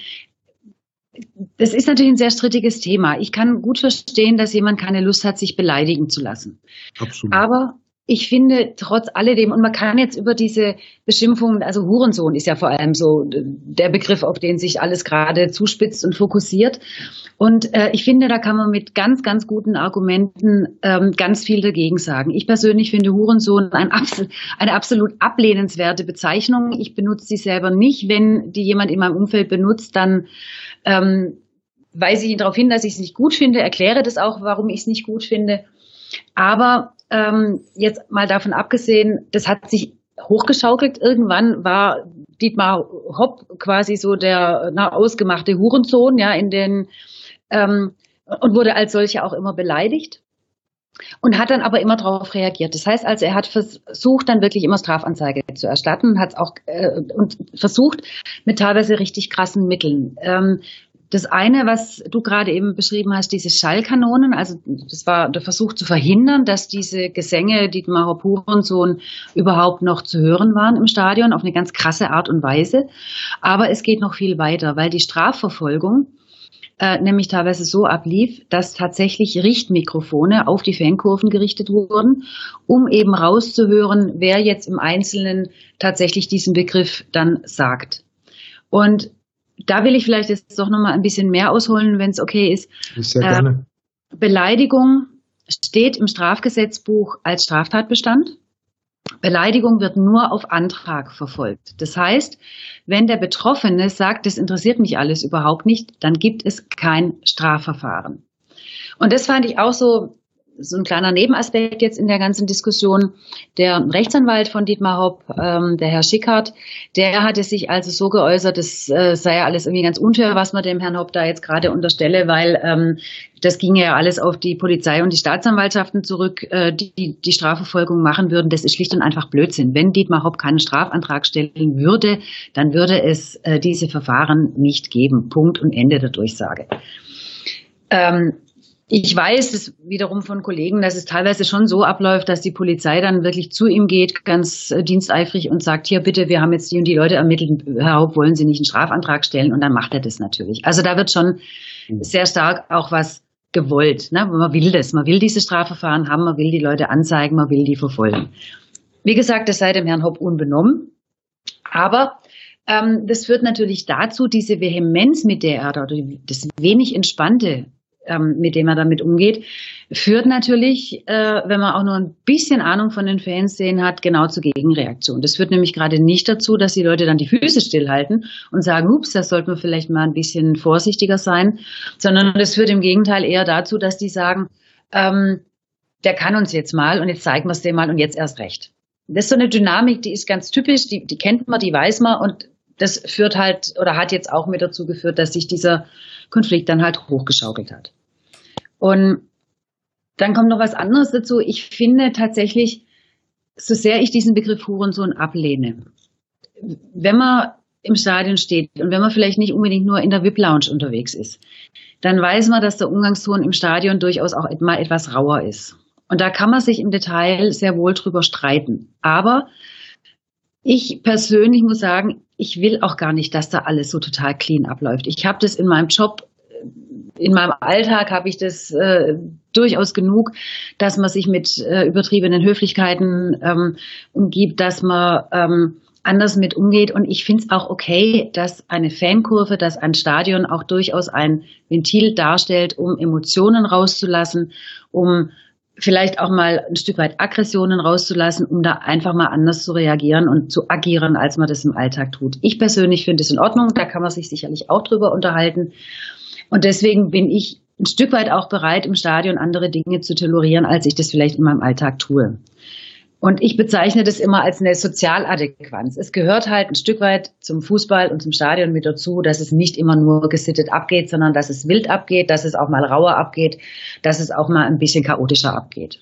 D: das ist natürlich ein sehr strittiges Thema. Ich kann gut verstehen, dass jemand keine Lust hat, sich beleidigen zu lassen.
A: Absolut.
D: Aber ich finde trotz alledem, und man kann jetzt über diese Beschimpfungen, also Hurensohn ist ja vor allem so der Begriff, auf den sich alles gerade zuspitzt und fokussiert. Und äh, ich finde, da kann man mit ganz, ganz guten Argumenten ähm, ganz viel dagegen sagen. Ich persönlich finde Hurensohn ein abs- eine absolut ablehnenswerte Bezeichnung. Ich benutze sie selber nicht. Wenn die jemand in meinem Umfeld benutzt, dann ähm, weise ich ihn darauf hin, dass ich es nicht gut finde, erkläre das auch, warum ich es nicht gut finde. Aber ähm, jetzt mal davon abgesehen, das hat sich hochgeschaukelt. Irgendwann war Dietmar Hopp quasi so der na, ausgemachte Hurensohn, ja, in den ähm, und wurde als solcher auch immer beleidigt und hat dann aber immer darauf reagiert. Das heißt also, er hat versucht, dann wirklich immer Strafanzeige zu erstatten, hat es auch äh, und versucht mit teilweise richtig krassen Mitteln. Ähm, Das eine, was du gerade eben beschrieben hast, diese Schallkanonen, also das war der Versuch zu verhindern, dass diese Gesänge Dietmar Hopp Hurensohn überhaupt noch zu hören waren im Stadion, auf eine ganz krasse Art und Weise. Aber es geht noch viel weiter, weil die Strafverfolgung äh, nämlich teilweise so ablief, dass tatsächlich Richtmikrofone auf die Fankurven gerichtet wurden, um eben rauszuhören, wer jetzt im Einzelnen tatsächlich diesen Begriff dann sagt. Und da will ich vielleicht jetzt doch nochmal ein bisschen mehr ausholen, wenn es okay ist.
A: Sehr gerne.
D: Äh, Beleidigung steht im Strafgesetzbuch als Straftatbestand. Beleidigung wird nur auf Antrag verfolgt. Das heißt, wenn der Betroffene sagt, das interessiert mich alles überhaupt nicht, dann gibt es kein Strafverfahren. Und das fand ich auch so, so ein kleiner Nebenaspekt jetzt in der ganzen Diskussion. Der Rechtsanwalt von Dietmar Hopp, ähm, der Herr Schickhardt, der hatte sich also so geäußert, das äh, sei ja alles irgendwie ganz unfair, was man dem Herrn Hopp da jetzt gerade unterstelle, weil ähm, das ging ja alles auf die Polizei und die Staatsanwaltschaften zurück, äh, die die Strafverfolgung machen würden. Das ist schlicht und einfach Blödsinn. Wenn Dietmar Hopp keinen Strafantrag stellen würde, dann würde es äh, diese Verfahren nicht geben. Punkt und Ende der Durchsage. Ähm, Ich weiß es wiederum von Kollegen, dass es teilweise schon so abläuft, dass die Polizei dann wirklich zu ihm geht, ganz äh, diensteifrig und sagt, hier bitte, wir haben jetzt die und die Leute ermittelt, Herr Haupt, wollen Sie nicht einen Strafantrag stellen? Und dann macht er das natürlich. Also da wird schon sehr stark auch was gewollt. Ne? Man will das, man will diese Strafverfahren haben, man will die Leute anzeigen, man will die verfolgen. Wie gesagt, das sei dem Herrn Hopp unbenommen. Aber ähm, das führt natürlich dazu, diese Vehemenz, mit der er, oder das wenig Entspannte, mit dem er damit umgeht, führt natürlich, äh, wenn man auch nur ein bisschen Ahnung von den Fanszenen hat, genau zur Gegenreaktion. Das führt nämlich gerade nicht dazu, dass die Leute dann die Füße stillhalten und sagen, ups, das sollten wir vielleicht mal ein bisschen vorsichtiger sein, sondern das führt im Gegenteil eher dazu, dass die sagen, ähm, der kann uns jetzt mal und jetzt zeigen wir es dem mal und jetzt erst recht. Das ist so eine Dynamik, die ist ganz typisch, die, die kennt man, die weiß man und das führt halt oder hat jetzt auch mit dazu geführt, dass sich dieser Konflikt dann halt hochgeschaukelt hat. Und dann kommt noch was anderes dazu. Ich finde tatsächlich, so sehr ich diesen Begriff Hurensohn ablehne, wenn man im Stadion steht und wenn man vielleicht nicht unbedingt nur in der V I P-Lounge unterwegs ist, dann weiß man, dass der Umgangston im Stadion durchaus auch mal etwas rauer ist. Und da kann man sich im Detail sehr wohl drüber streiten. Aber ich persönlich muss sagen, ich will auch gar nicht, dass da alles so total clean abläuft. Ich habe das in meinem Job, in meinem Alltag habe ich das äh, durchaus genug, dass man sich mit äh, übertriebenen Höflichkeiten ähm, umgibt, dass man ähm, anders mit umgeht. Und ich finde es auch okay, dass eine Fankurve, dass ein Stadion auch durchaus ein Ventil darstellt, um Emotionen rauszulassen, um vielleicht auch mal ein Stück weit Aggressionen rauszulassen, um da einfach mal anders zu reagieren und zu agieren, als man das im Alltag tut. Ich persönlich finde es in Ordnung, da kann man sich sicherlich auch drüber unterhalten. Und deswegen bin ich ein Stück weit auch bereit, im Stadion andere Dinge zu tolerieren, als ich das vielleicht in meinem Alltag tue. Und ich bezeichne das immer als eine Sozialadäquanz. Es gehört halt ein Stück weit zum Fußball und zum Stadion mit dazu, dass es nicht immer nur gesittet abgeht, sondern dass es wild abgeht, dass es auch mal rauer abgeht, dass es auch mal ein bisschen chaotischer abgeht.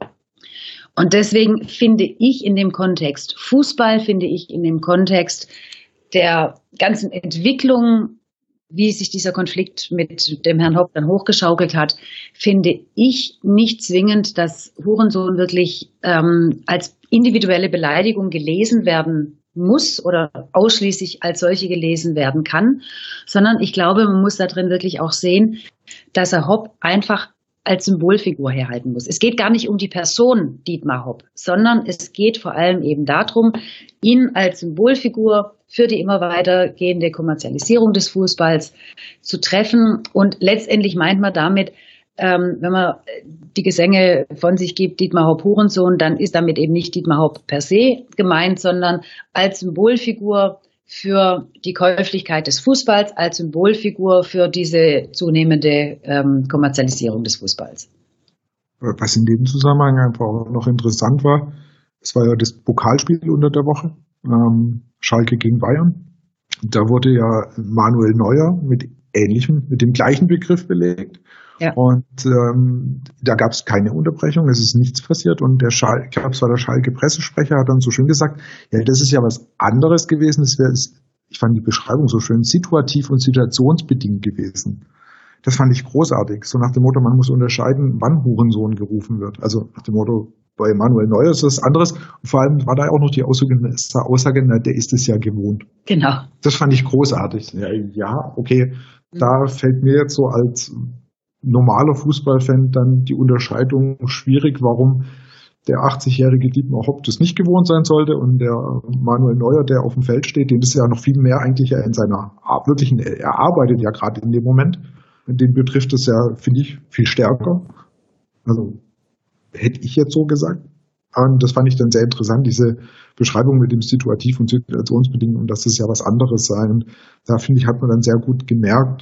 D: Und deswegen finde ich in dem Kontext Fußball, finde ich in dem Kontext der ganzen Entwicklung, wie sich dieser Konflikt mit dem Herrn Hopp dann hochgeschaukelt hat, finde ich nicht zwingend, dass Hurensohn wirklich ähm, als individuelle Beleidigung gelesen werden muss oder ausschließlich als solche gelesen werden kann, sondern ich glaube, man muss da drin wirklich auch sehen, dass er Hopp einfach als Symbolfigur herhalten muss. Es geht gar nicht um die Person Dietmar Hopp, sondern es geht vor allem eben darum, ihn als Symbolfigur für die immer weitergehende Kommerzialisierung des Fußballs zu treffen. Und letztendlich meint man damit, ähm, wenn man die Gesänge von sich gibt, Dietmar Hopp Hurensohn, dann ist damit eben nicht Dietmar Hopp per se gemeint, sondern als Symbolfigur für die Käuflichkeit des Fußballs, als Symbolfigur für diese zunehmende ähm, Kommerzialisierung des Fußballs.
A: Was in dem Zusammenhang einfach auch noch interessant war, es war ja das Pokalspiel unter der Woche, ähm, Schalke gegen Bayern. Da wurde ja Manuel Neuer mit ähnlichem, mit dem gleichen Begriff belegt. Ja. Und ähm, da gab es keine Unterbrechung, es ist nichts passiert. Und der Schalke, ich glaube, es war der Schalke-Pressesprecher, hat dann so schön gesagt, ja, das ist ja was anderes gewesen. Das wäre, ich fand die Beschreibung so schön, situativ und situationsbedingt gewesen. Das fand ich großartig. So nach dem Motto, man muss unterscheiden, wann Hurensohn gerufen wird. Also nach dem Motto, bei Manuel Neuer ist das anderes. Und vor allem war da auch noch die Aussage, Aussage na, der ist es ja gewohnt.
D: Genau.
A: Das fand ich großartig. Ja, ja, okay. Da fällt mir jetzt so als normaler Fußballfan dann die Unterscheidung schwierig, warum der achtzigjährige Dietmar Hopp das nicht gewohnt sein sollte und der Manuel Neuer, der auf dem Feld steht, den ist ja noch viel mehr eigentlich in seiner wirklichen, er arbeitet ja gerade in dem Moment. Den betrifft es ja, finde ich, viel stärker. Also hätte ich jetzt so gesagt. Und das fand ich dann sehr interessant, diese Beschreibung mit dem Situativ- und Situationsbedingten, und dass es ja was anderes sei. Und da, finde ich, hat man dann sehr gut gemerkt,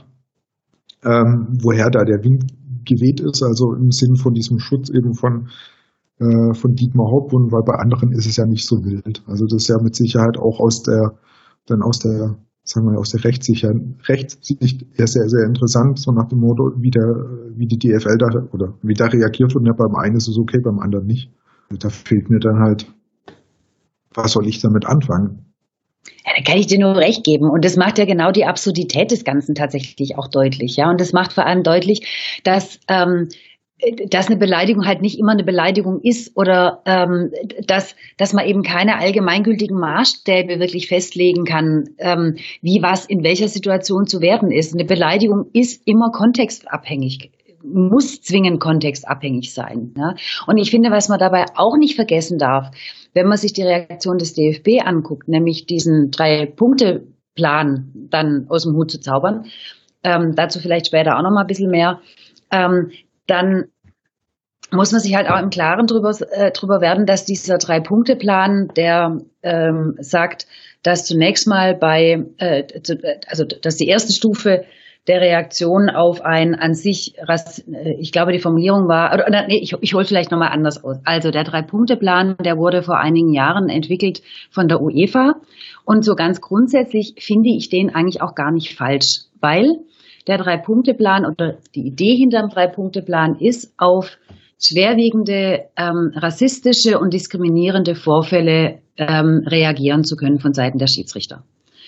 A: ähm, woher da der Wind geweht ist, also im Sinn von diesem Schutz eben von, äh, von Dietmar Hopp, und weil bei anderen ist es ja nicht so wild. Also das ist ja mit Sicherheit auch aus der, dann aus der, sagen wir mal, aus der Rechtssicherheit, Rechtssicht ja sehr, sehr interessant, so nach dem Motto, wie der, wie die D F L da, oder wie da reagiert wird, ja, beim einen ist es okay, beim anderen nicht. Da fehlt mir dann halt, was soll ich damit anfangen?
D: Ja, da kann ich dir nur recht geben. Und das macht ja genau die Absurdität des Ganzen tatsächlich auch deutlich. Ja, und das macht vor allem deutlich, dass, ähm, dass eine Beleidigung halt nicht immer eine Beleidigung ist, oder ähm, dass, dass man eben keine allgemeingültigen Maßstäbe wirklich festlegen kann, ähm, wie was in welcher Situation zu werten ist. Eine Beleidigung ist immer kontextabhängig, muss zwingend kontextabhängig sein. Ja? Und ich finde, was man dabei auch nicht vergessen darf, wenn man sich die Reaktion des D F B anguckt, nämlich diesen Drei-Punkte-Plan dann aus dem Hut zu zaubern, ähm, dazu vielleicht später auch noch mal ein bisschen mehr, ähm, dann muss man sich halt auch im Klaren drüber, äh, drüber werden, dass dieser Drei-Punkte-Plan, der ähm, sagt, dass zunächst mal bei, äh, also dass die erste Stufe der Reaktion auf ein an sich, ich glaube, die Formulierung war, oder nee, ich, ich hole vielleicht nochmal anders aus. Also der Drei-Punkte-Plan, der wurde vor einigen Jahren entwickelt von der UEFA, und so ganz grundsätzlich finde ich den eigentlich auch gar nicht falsch, weil der Drei-Punkte-Plan oder die Idee hinterm Drei-Punkte-Plan ist, auf schwerwiegende ähm, rassistische und diskriminierende Vorfälle ähm, reagieren zu können von Seiten der Schiedsrichter.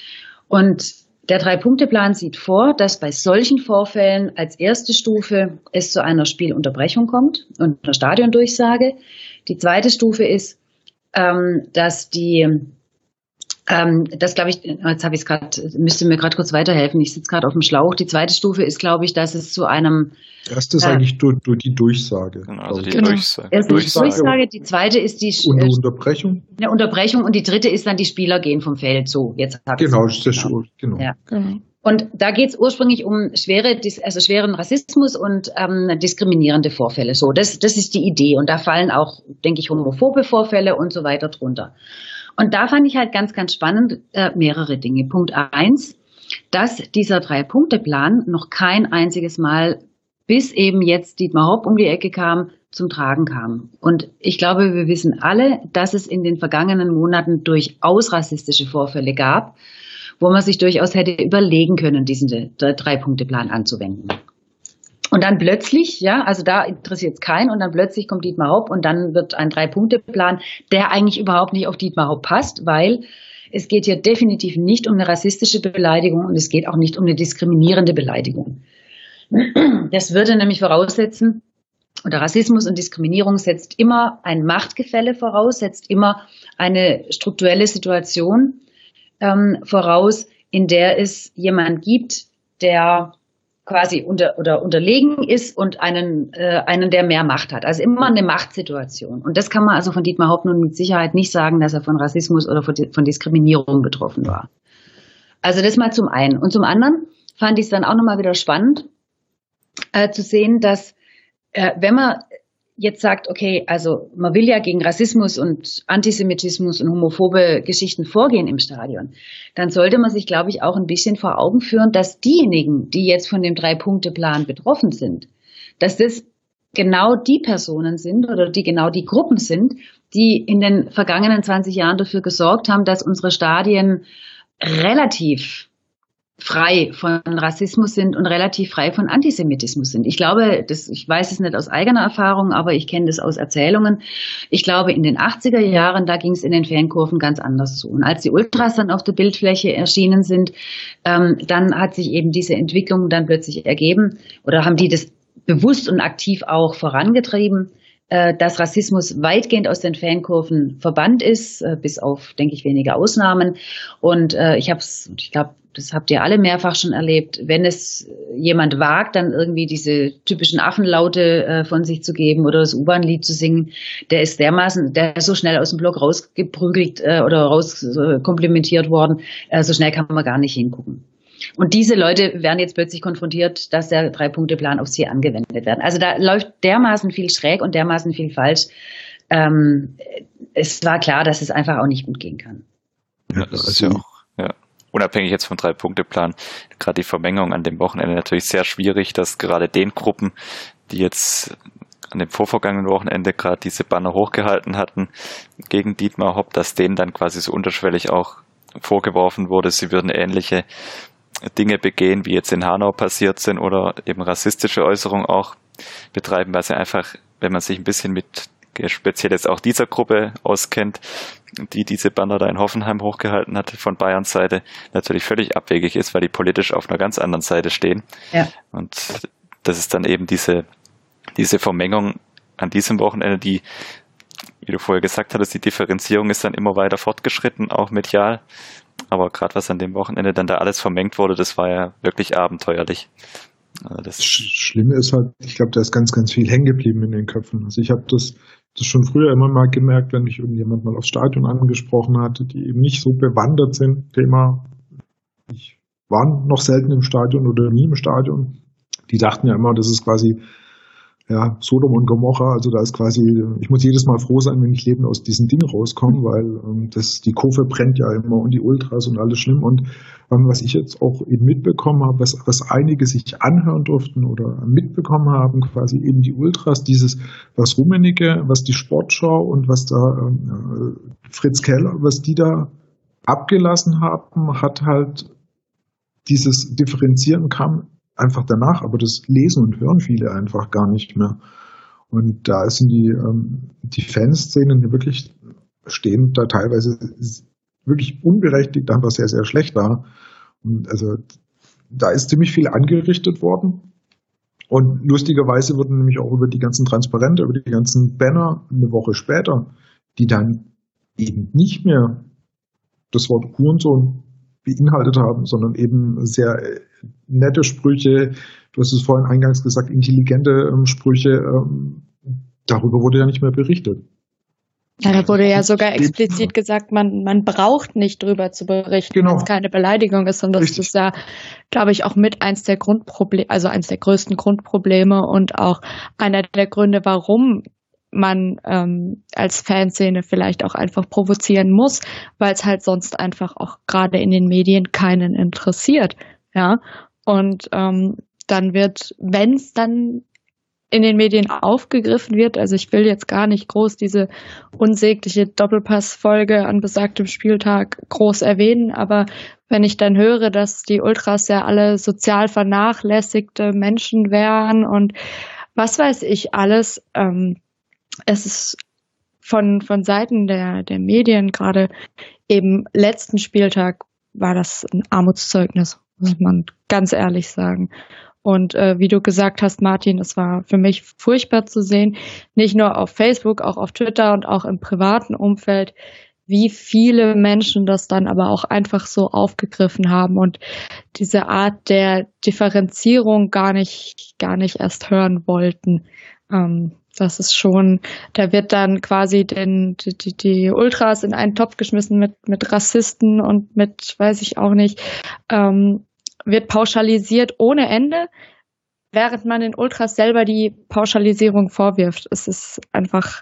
D: Und der Drei-Punkte-Plan sieht vor, dass bei solchen Vorfällen als erste Stufe es zu einer Spielunterbrechung kommt und einer Stadiondurchsage. Die zweite Stufe ist, ähm, dass die, ähm, das glaube ich, jetzt habe ich es gerade, müsste mir gerade kurz weiterhelfen, ich sitze gerade auf dem Schlauch. Die zweite Stufe ist, glaube ich, dass es zu einem...
A: Erste ist äh, eigentlich durch, durch die Durchsage.
C: Genau, also die
D: genau.
C: Durchsage.
D: Erste Durchsage. Durchsage, die zweite ist die...
A: Und eine Unterbrechung.
D: Eine Unterbrechung, und die dritte ist dann, die Spieler gehen vom Feld. So, jetzt habe ich
A: Genau, ist das schon, genau.
D: Ja. Genau. Und da geht es ursprünglich um schwere, also schweren Rassismus und ähm, diskriminierende Vorfälle. So, das, das ist die Idee. Und da fallen auch, denke ich, homophobe Vorfälle und so weiter drunter. Und da fand ich halt ganz, ganz spannend äh, mehrere Dinge. Punkt eins, dass dieser Drei-Punkte-Plan noch kein einziges Mal, bis eben jetzt Dietmar Hopp um die Ecke kam, zum Tragen kam. Und ich glaube, wir wissen alle, dass es in den vergangenen Monaten durchaus rassistische Vorfälle gab, wo man sich durchaus hätte überlegen können, diesen Drei-Punkte-Plan anzuwenden. Und dann plötzlich, ja, also da interessiert es keinen, und dann plötzlich kommt Dietmar Hopp und dann wird ein Drei-Punkte-Plan, der eigentlich überhaupt nicht auf Dietmar Hopp passt, weil es geht hier definitiv nicht um eine rassistische Beleidigung und es geht auch nicht um eine diskriminierende Beleidigung. Das würde nämlich voraussetzen, oder Rassismus und Diskriminierung setzt immer ein Machtgefälle voraus, setzt immer eine strukturelle Situation ähm, voraus, in der es jemand gibt, der quasi unter oder unterlegen ist, und einen äh, einen, der mehr Macht hat. Also immer eine Machtsituation. Und das kann man also von Dietmar Hopp nun mit Sicherheit nicht sagen, dass er von Rassismus oder von, von Diskriminierung betroffen war. Also das mal zum einen. Und zum anderen fand ich es dann auch nochmal wieder spannend äh, zu sehen, dass äh, wenn man jetzt sagt, okay, also man will ja gegen Rassismus und Antisemitismus und homophobe Geschichten vorgehen im Stadion, dann sollte man sich, glaube ich, auch ein bisschen vor Augen führen, dass diejenigen, die jetzt von dem Drei-Punkte-Plan betroffen sind, dass das genau die Personen sind oder die genau die Gruppen sind, die in den vergangenen zwanzig Jahren dafür gesorgt haben, dass unsere Stadien relativ frei von Rassismus sind und relativ frei von Antisemitismus sind. Ich glaube, das, ich weiß es nicht aus eigener Erfahrung, aber ich kenne das aus Erzählungen. Ich glaube, in den achtziger Jahren, da ging es in den Fankurven ganz anders zu. Und als die Ultras dann auf der Bildfläche erschienen sind, ähm, dann hat sich eben diese Entwicklung dann plötzlich ergeben, oder haben die das bewusst und aktiv auch vorangetrieben, äh, dass Rassismus weitgehend aus den Fankurven verbannt ist, äh, bis auf, denke ich, wenige Ausnahmen. Und äh, ich habe es, ich glaube, das habt ihr alle mehrfach schon erlebt, wenn es jemand wagt, dann irgendwie diese typischen Affenlaute äh, von sich zu geben oder das U-Bahn-Lied zu singen, der ist dermaßen, der ist so schnell aus dem Block rausgeprügelt äh, oder raus äh, komplimentiert worden, äh, so schnell kann man gar nicht hingucken. Und diese Leute werden jetzt plötzlich konfrontiert, dass der Drei-Punkte-Plan auf sie angewendet wird. Also da läuft dermaßen viel schräg und dermaßen viel falsch. Ähm, es war klar, dass es einfach auch nicht gut gehen kann.
C: Ja, das ist ja auch, ja, unabhängig jetzt vom Drei-Punkte-Plan, gerade die Vermengung an dem Wochenende natürlich sehr schwierig, dass gerade den Gruppen, die jetzt an dem vorvergangenen Wochenende gerade diese Banner hochgehalten hatten gegen Dietmar Hopp, dass denen dann quasi so unterschwellig auch vorgeworfen wurde, sie würden ähnliche Dinge begehen, wie jetzt in Hanau passiert sind oder eben rassistische Äußerungen auch betreiben, weil sie einfach, wenn man sich ein bisschen mit speziell jetzt auch dieser Gruppe auskennt, die diese Banner da in Hoffenheim hochgehalten hat von Bayerns Seite, natürlich völlig abwegig ist, weil die politisch auf einer ganz anderen Seite stehen.
D: Ja.
C: Und das ist dann eben diese, diese Vermengung an diesem Wochenende, die, wie du vorher gesagt hattest, die Differenzierung ist dann immer weiter fortgeschritten, auch medial. Aber gerade was an dem Wochenende dann da alles vermengt wurde, das war ja wirklich abenteuerlich.
A: Also das Schlimme ist halt, ich glaube, da ist ganz, ganz viel hängen geblieben in den Köpfen. Also ich habe das, das schon früher immer mal gemerkt, wenn mich irgendjemand mal aufs Stadion angesprochen hatte, die eben nicht so bewandert sind. Thema, ich war noch selten im Stadion oder nie im Stadion. Die dachten ja immer, das ist quasi ja, Sodom und Gomorra, also da ist quasi, ich muss jedes Mal froh sein, wenn ich lebend aus diesem Ding rauskomme, weil ähm, das, die Kurve brennt ja immer und die Ultras und alles schlimm. Und ähm, was ich jetzt auch eben mitbekommen habe, was, was einige sich anhören durften oder mitbekommen haben, quasi eben die Ultras, dieses, was Rummenigge, was die Sportschau und was da ähm, Fritz Keller, was die da abgelassen haben, hat halt dieses Differenzieren kam einfach danach, aber das lesen und hören viele einfach gar nicht mehr. Und da sind die, ähm, die Fanszenen wirklich stehen da teilweise wirklich unberechtigt einfach sehr, sehr schlecht da. Und also da ist ziemlich viel angerichtet worden. Und lustigerweise wurden nämlich auch über die ganzen Transparente, über die ganzen Banner eine Woche später, die dann eben nicht mehr das Wort Hurensohn beinhaltet haben, sondern eben sehr nette Sprüche, du hast es vorhin eingangs gesagt, intelligente ähm, Sprüche, ähm, darüber wurde ja nicht mehr berichtet.
B: Ja, da wurde ja sogar explizit gesagt, man, man braucht nicht drüber zu berichten,
A: genau,
B: wenn es keine Beleidigung ist. Und das Richtig. ist ja, glaube ich, auch mit eins der Grundprobleme, also eins der größten Grundprobleme und auch einer der Gründe, warum man ähm, als Fanszene vielleicht auch einfach provozieren muss, weil es halt sonst einfach auch gerade in den Medien keinen interessiert. Ja, und ähm, dann wird, wenn es dann in den Medien aufgegriffen wird, also ich will jetzt gar nicht groß diese unsägliche Doppelpass-Folge an besagtem Spieltag groß erwähnen, aber wenn ich dann höre, dass die Ultras ja alle sozial vernachlässigte Menschen wären und was weiß ich alles, ähm, es ist von, von Seiten der, der Medien, gerade eben letzten Spieltag, war das ein Armutszeugnis, muss man ganz ehrlich sagen. Und äh, wie du gesagt hast, Martin, es war für mich furchtbar zu sehen, nicht nur auf Facebook, auch auf Twitter und auch im privaten Umfeld, wie viele Menschen das dann aber auch einfach so aufgegriffen haben und diese Art der Differenzierung gar nicht, gar nicht erst hören wollten. Ähm, Das ist schon, da wird dann quasi den, die, die, die Ultras in einen Topf geschmissen mit, mit Rassisten und mit, weiß ich auch nicht, ähm, wird pauschalisiert ohne Ende, während man den Ultras selber die Pauschalisierung vorwirft. Es ist einfach,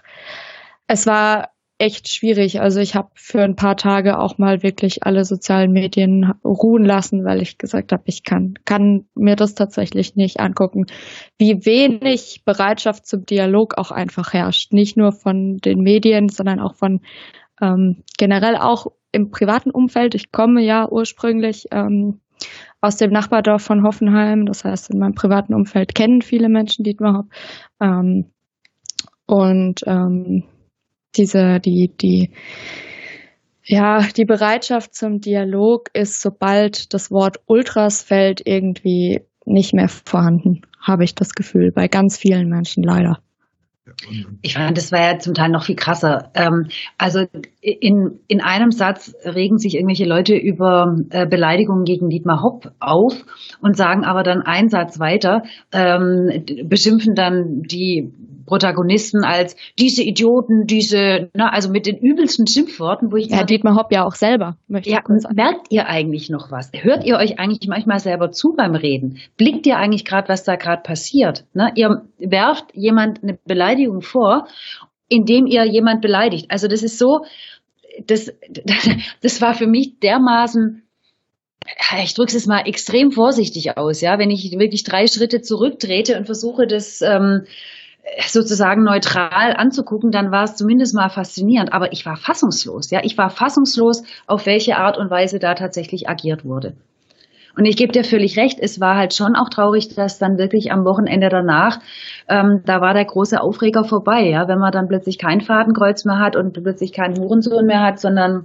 B: es war echt schwierig. Also ich habe für ein paar Tage auch mal wirklich alle sozialen Medien ruhen lassen, weil ich gesagt habe, ich kann, kann mir das tatsächlich nicht angucken, wie wenig Bereitschaft zum Dialog auch einfach herrscht. Nicht nur von den Medien, sondern auch von ähm, generell auch im privaten Umfeld. Ich komme ja ursprünglich ähm, aus dem Nachbardorf von Hoffenheim. Das heißt, in meinem privaten Umfeld kennen viele Menschen Dietmar Hopp. Ähm, und ähm, diese, die, die, ja, die Bereitschaft zum Dialog ist, sobald das Wort Ultras fällt, irgendwie nicht mehr vorhanden, habe ich das Gefühl, bei ganz vielen Menschen leider.
A: Ja.
D: Ich fand, das war ja zum Teil noch viel krasser. Ähm, also in, in einem Satz regen sich irgendwelche Leute über äh, Beleidigungen gegen Dietmar Hopp auf und sagen aber dann einen Satz weiter, ähm, beschimpfen dann die Protagonisten als diese Idioten, diese, na, also mit den übelsten Schimpfworten, wo ich
B: ja, Dietmar Hopp ja auch selber. Möchte
D: ja,
B: ich
D: merkt ihr eigentlich noch was? Hört ihr euch eigentlich manchmal selber zu beim Reden? Blickt ihr eigentlich gerade, was da gerade passiert? Ne? Ihr werft jemand eine Beleidigung vor, indem ihr jemand beleidigt. Also das ist so, das, das, das war für mich dermaßen, ich drücke es mal extrem vorsichtig aus, ja, wenn ich wirklich drei Schritte zurücktrete und versuche, das ähm, sozusagen neutral anzugucken, dann war es zumindest mal faszinierend. Aber ich war fassungslos, ja, ich war fassungslos, auf welche Art und Weise da tatsächlich agiert wurde. Und ich gebe dir völlig recht, es war halt schon auch traurig, dass dann wirklich am Wochenende danach, ähm, da war der große Aufreger vorbei, ja, wenn man dann plötzlich kein Fadenkreuz mehr hat und plötzlich keinen Hurensohn mehr hat, sondern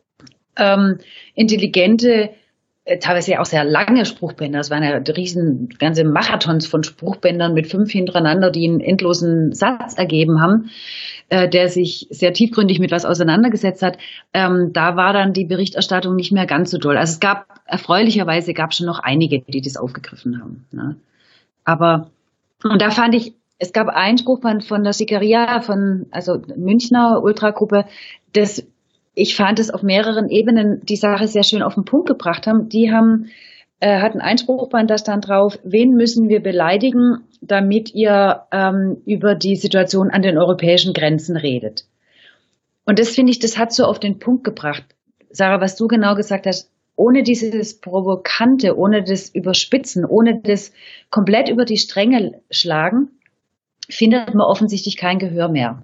D: ähm, intelligente, teilweise ja auch sehr lange Spruchbänder. Das waren ja riesen ganze Marathons von Spruchbändern mit fünf hintereinander, die einen endlosen Satz ergeben haben, äh, der sich sehr tiefgründig mit was auseinandergesetzt hat. Ähm, da war dann die Berichterstattung nicht mehr ganz so doll. Also es gab, erfreulicherweise gab es schon noch einige, die das aufgegriffen haben. Ne? Aber, und da fand ich, es gab einen Spruchband von der Sikaria, von, also Münchner Ultragruppe, das ich fand es auf mehreren Ebenen die Sache sehr schön auf den Punkt gebracht haben. Die haben, äh, hatten ein Spruchband, da stand drauf, wen müssen wir beleidigen, damit ihr ähm, über die Situation an den europäischen Grenzen redet. Und das finde ich, das hat so auf den Punkt gebracht. Sarah, was du genau gesagt hast, ohne dieses Provokante, ohne das Überspitzen, ohne das komplett über die Stränge schlagen, findet man offensichtlich kein Gehör mehr.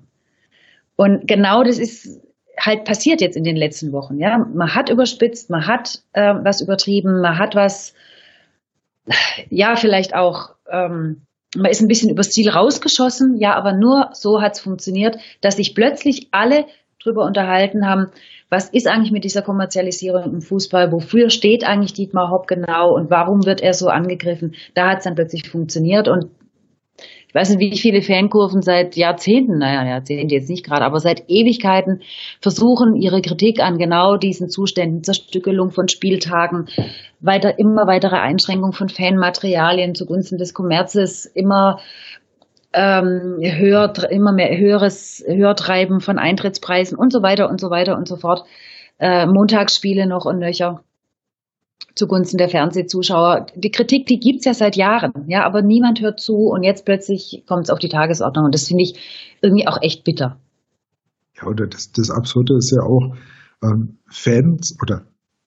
D: Und genau das ist halt passiert jetzt in den letzten Wochen. Ja, man hat überspitzt, man hat äh, was übertrieben, man hat was, ja, vielleicht auch, ähm, man ist ein bisschen übers Ziel rausgeschossen, ja, aber nur so hat es funktioniert, dass sich plötzlich alle drüber unterhalten haben, was ist eigentlich mit dieser Kommerzialisierung im Fußball, wofür steht eigentlich Dietmar Hopp genau und warum wird er so angegriffen? Da hat es dann plötzlich funktioniert und ich weiß nicht, wie viele Fankurven seit Jahrzehnten, naja, Jahrzehnte jetzt nicht gerade, aber seit Ewigkeiten versuchen, ihre Kritik an genau diesen Zuständen, Zerstückelung von Spieltagen, weiter, immer weitere Einschränkung von Fanmaterialien zugunsten des Kommerzes, immer ähm, höher, immer mehr höheres Höhertreiben von Eintrittspreisen und so weiter und so weiter und so fort. Äh, Montagsspiele noch und nöcher zugunsten der Fernsehzuschauer. Die Kritik, die gibt's ja seit Jahren, ja, aber niemand hört zu und jetzt plötzlich kommt es auf die Tagesordnung und das finde ich irgendwie auch echt bitter.
A: Ja, oder das, das Absurde ist ja auch, ähm, Fans oder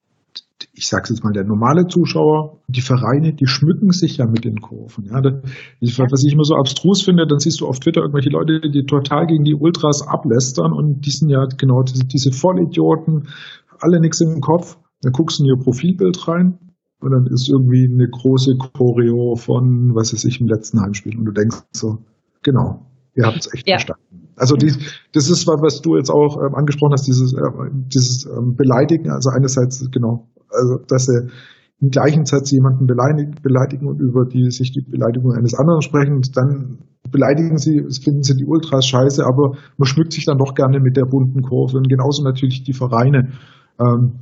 A: ich sag's jetzt mal, der normale Zuschauer, die Vereine, die schmücken sich ja mit den Kurven. Ja, das, was ich immer so abstrus finde, dann siehst du auf Twitter irgendwelche Leute, die total gegen die Ultras ablästern und die sind ja genau diese, diese Vollidioten, alle nichts im Kopf. Dann guckst du in ihr Profilbild rein und dann ist irgendwie eine große Choreo von, was weiß ich, im letzten Heimspiel. Und du denkst so, genau, ihr habt es echt ja. verstanden. Also die, das ist, was du jetzt auch ähm, angesprochen hast, dieses, äh, dieses ähm, Beleidigen. Also einerseits, genau, also dass sie im gleichen Satz jemanden beleidigen, beleidigen und über die sich die Beleidigung eines anderen sprechen. Dann beleidigen sie, finden sie die Ultras scheiße, aber man schmückt sich dann doch gerne mit der bunten Kurve. Und genauso natürlich die Vereine. Ähm,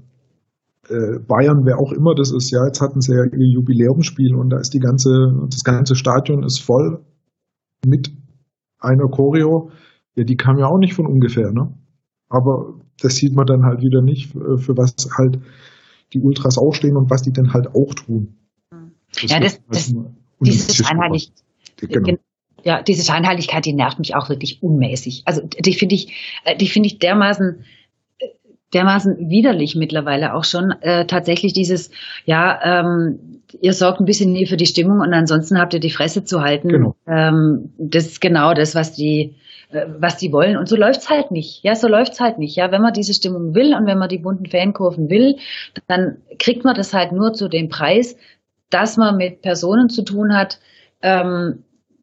A: Bayern, wer auch immer das ist, ja, jetzt hatten sie ja ihr Jubiläumsspiel und da ist die ganze, das ganze Stadion ist voll mit einer Choreo. Ja, die kam ja auch nicht von ungefähr, ne? Aber das sieht man dann halt wieder nicht, für was halt die Ultras auch stehen und was die dann halt auch tun.
D: Das ja, das, das, diese Scheinheiligkeit, genau. Ja, diese Scheinheiligkeit, die nervt mich auch wirklich unmäßig. Also die finde ich, die finde ich dermaßen dermaßen widerlich mittlerweile auch schon, äh, tatsächlich dieses, ja, ähm, ihr sorgt ein bisschen hier für die Stimmung und ansonsten habt ihr die Fresse zu halten. Genau. Ähm, das ist genau das, was die, äh, was die wollen. Und so läuft's halt nicht. Ja, so läuft's halt nicht. Ja, wenn man diese Stimmung will und wenn man die bunten Fankurven will, dann kriegt man das halt nur zu dem Preis, dass man mit Personen zu tun hat, ähm,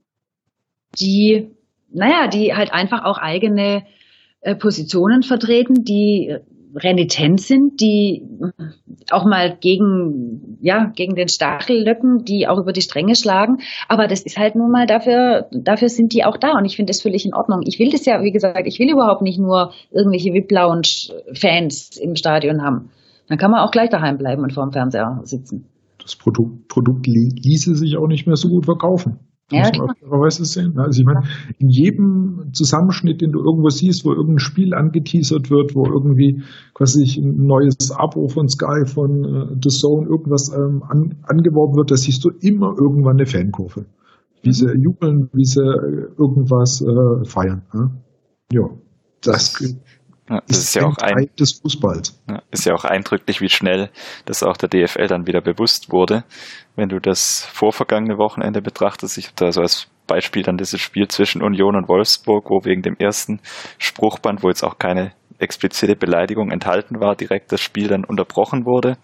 D: die, naja, die halt einfach auch eigene äh, Positionen vertreten, die renitent sind, die auch mal gegen, ja, gegen den Stachel löcken, die auch über die Stränge schlagen. Aber das ist halt nun mal dafür, dafür sind die auch da. Und ich finde das völlig in Ordnung. Ich will das ja, wie gesagt, ich will überhaupt nicht nur irgendwelche V I P-Lounge-Fans im Stadion haben. Dann kann man auch gleich daheim bleiben und vor dem Fernseher sitzen.
A: Das Produkt, Produkt ließe sich auch nicht mehr so gut verkaufen.
D: Ja,
A: muss man auf ihrer Weise sehen. Also ich meine, in jedem Zusammenschnitt, den du irgendwo siehst, wo irgendein Spiel angeteasert wird, wo irgendwie quasi ein neues Abo von Sky, von äh, The Zone, irgendwas ähm, an, angeworben wird, da siehst du immer irgendwann eine Fankurve. Wie sie jubeln, wie sie äh, irgendwas äh, feiern. Ja, ja das,
C: ja, das ist, ist ja auch ein des Fußballs. Ja, ist ja auch eindrücklich, wie schnell das auch der D F L dann wieder bewusst wurde. Wenn du das vorvergangene Wochenende betrachtest, ich habe da so als Beispiel dann dieses Spiel zwischen Union und Wolfsburg, wo wegen dem ersten Spruchband, wo jetzt auch keine explizite Beleidigung enthalten war, direkt das Spiel dann unterbrochen wurde.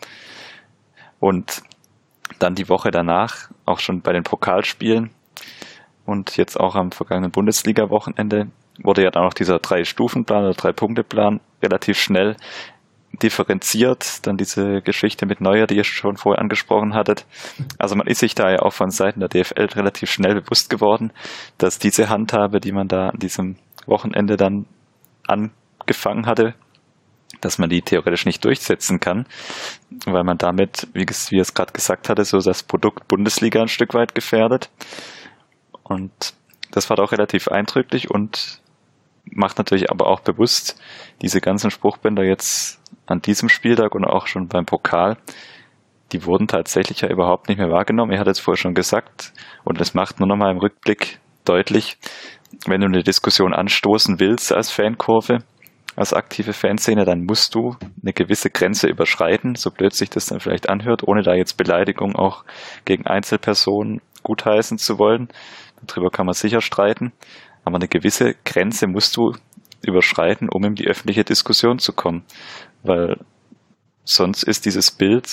C: Und dann die Woche danach, auch schon bei den Pokalspielen und jetzt auch am vergangenen Bundesliga-Wochenende, wurde ja dann auch dieser Drei-Stufen-Plan oder Drei-Punkte-Plan relativ schnell differenziert, dann diese Geschichte mit Neuer, die ihr schon vorher angesprochen hattet. Also man ist sich da ja auch von Seiten der D F L relativ schnell bewusst geworden, dass diese Handhabe, die man da an diesem Wochenende dann angefangen hatte, dass man die theoretisch nicht durchsetzen kann, weil man damit, wie, wie ihr es gerade gesagt hatte, so das Produkt Bundesliga ein Stück weit gefährdet. Und das war doch relativ eindrücklich und macht natürlich aber auch bewusst diese ganzen Spruchbänder jetzt an diesem Spieltag und auch schon beim Pokal, die wurden tatsächlich ja überhaupt nicht mehr wahrgenommen. Ihr hattet es vorher schon gesagt und das macht nur nochmal im Rückblick deutlich, wenn du eine Diskussion anstoßen willst als Fankurve, als aktive Fanszene, dann musst du eine gewisse Grenze überschreiten, so blöd sich das dann vielleicht anhört, ohne da jetzt Beleidigung auch gegen Einzelpersonen gutheißen zu wollen. Darüber kann man sicher streiten. Aber eine gewisse Grenze musst du überschreiten, um in die öffentliche Diskussion zu kommen. Weil sonst ist dieses Bild,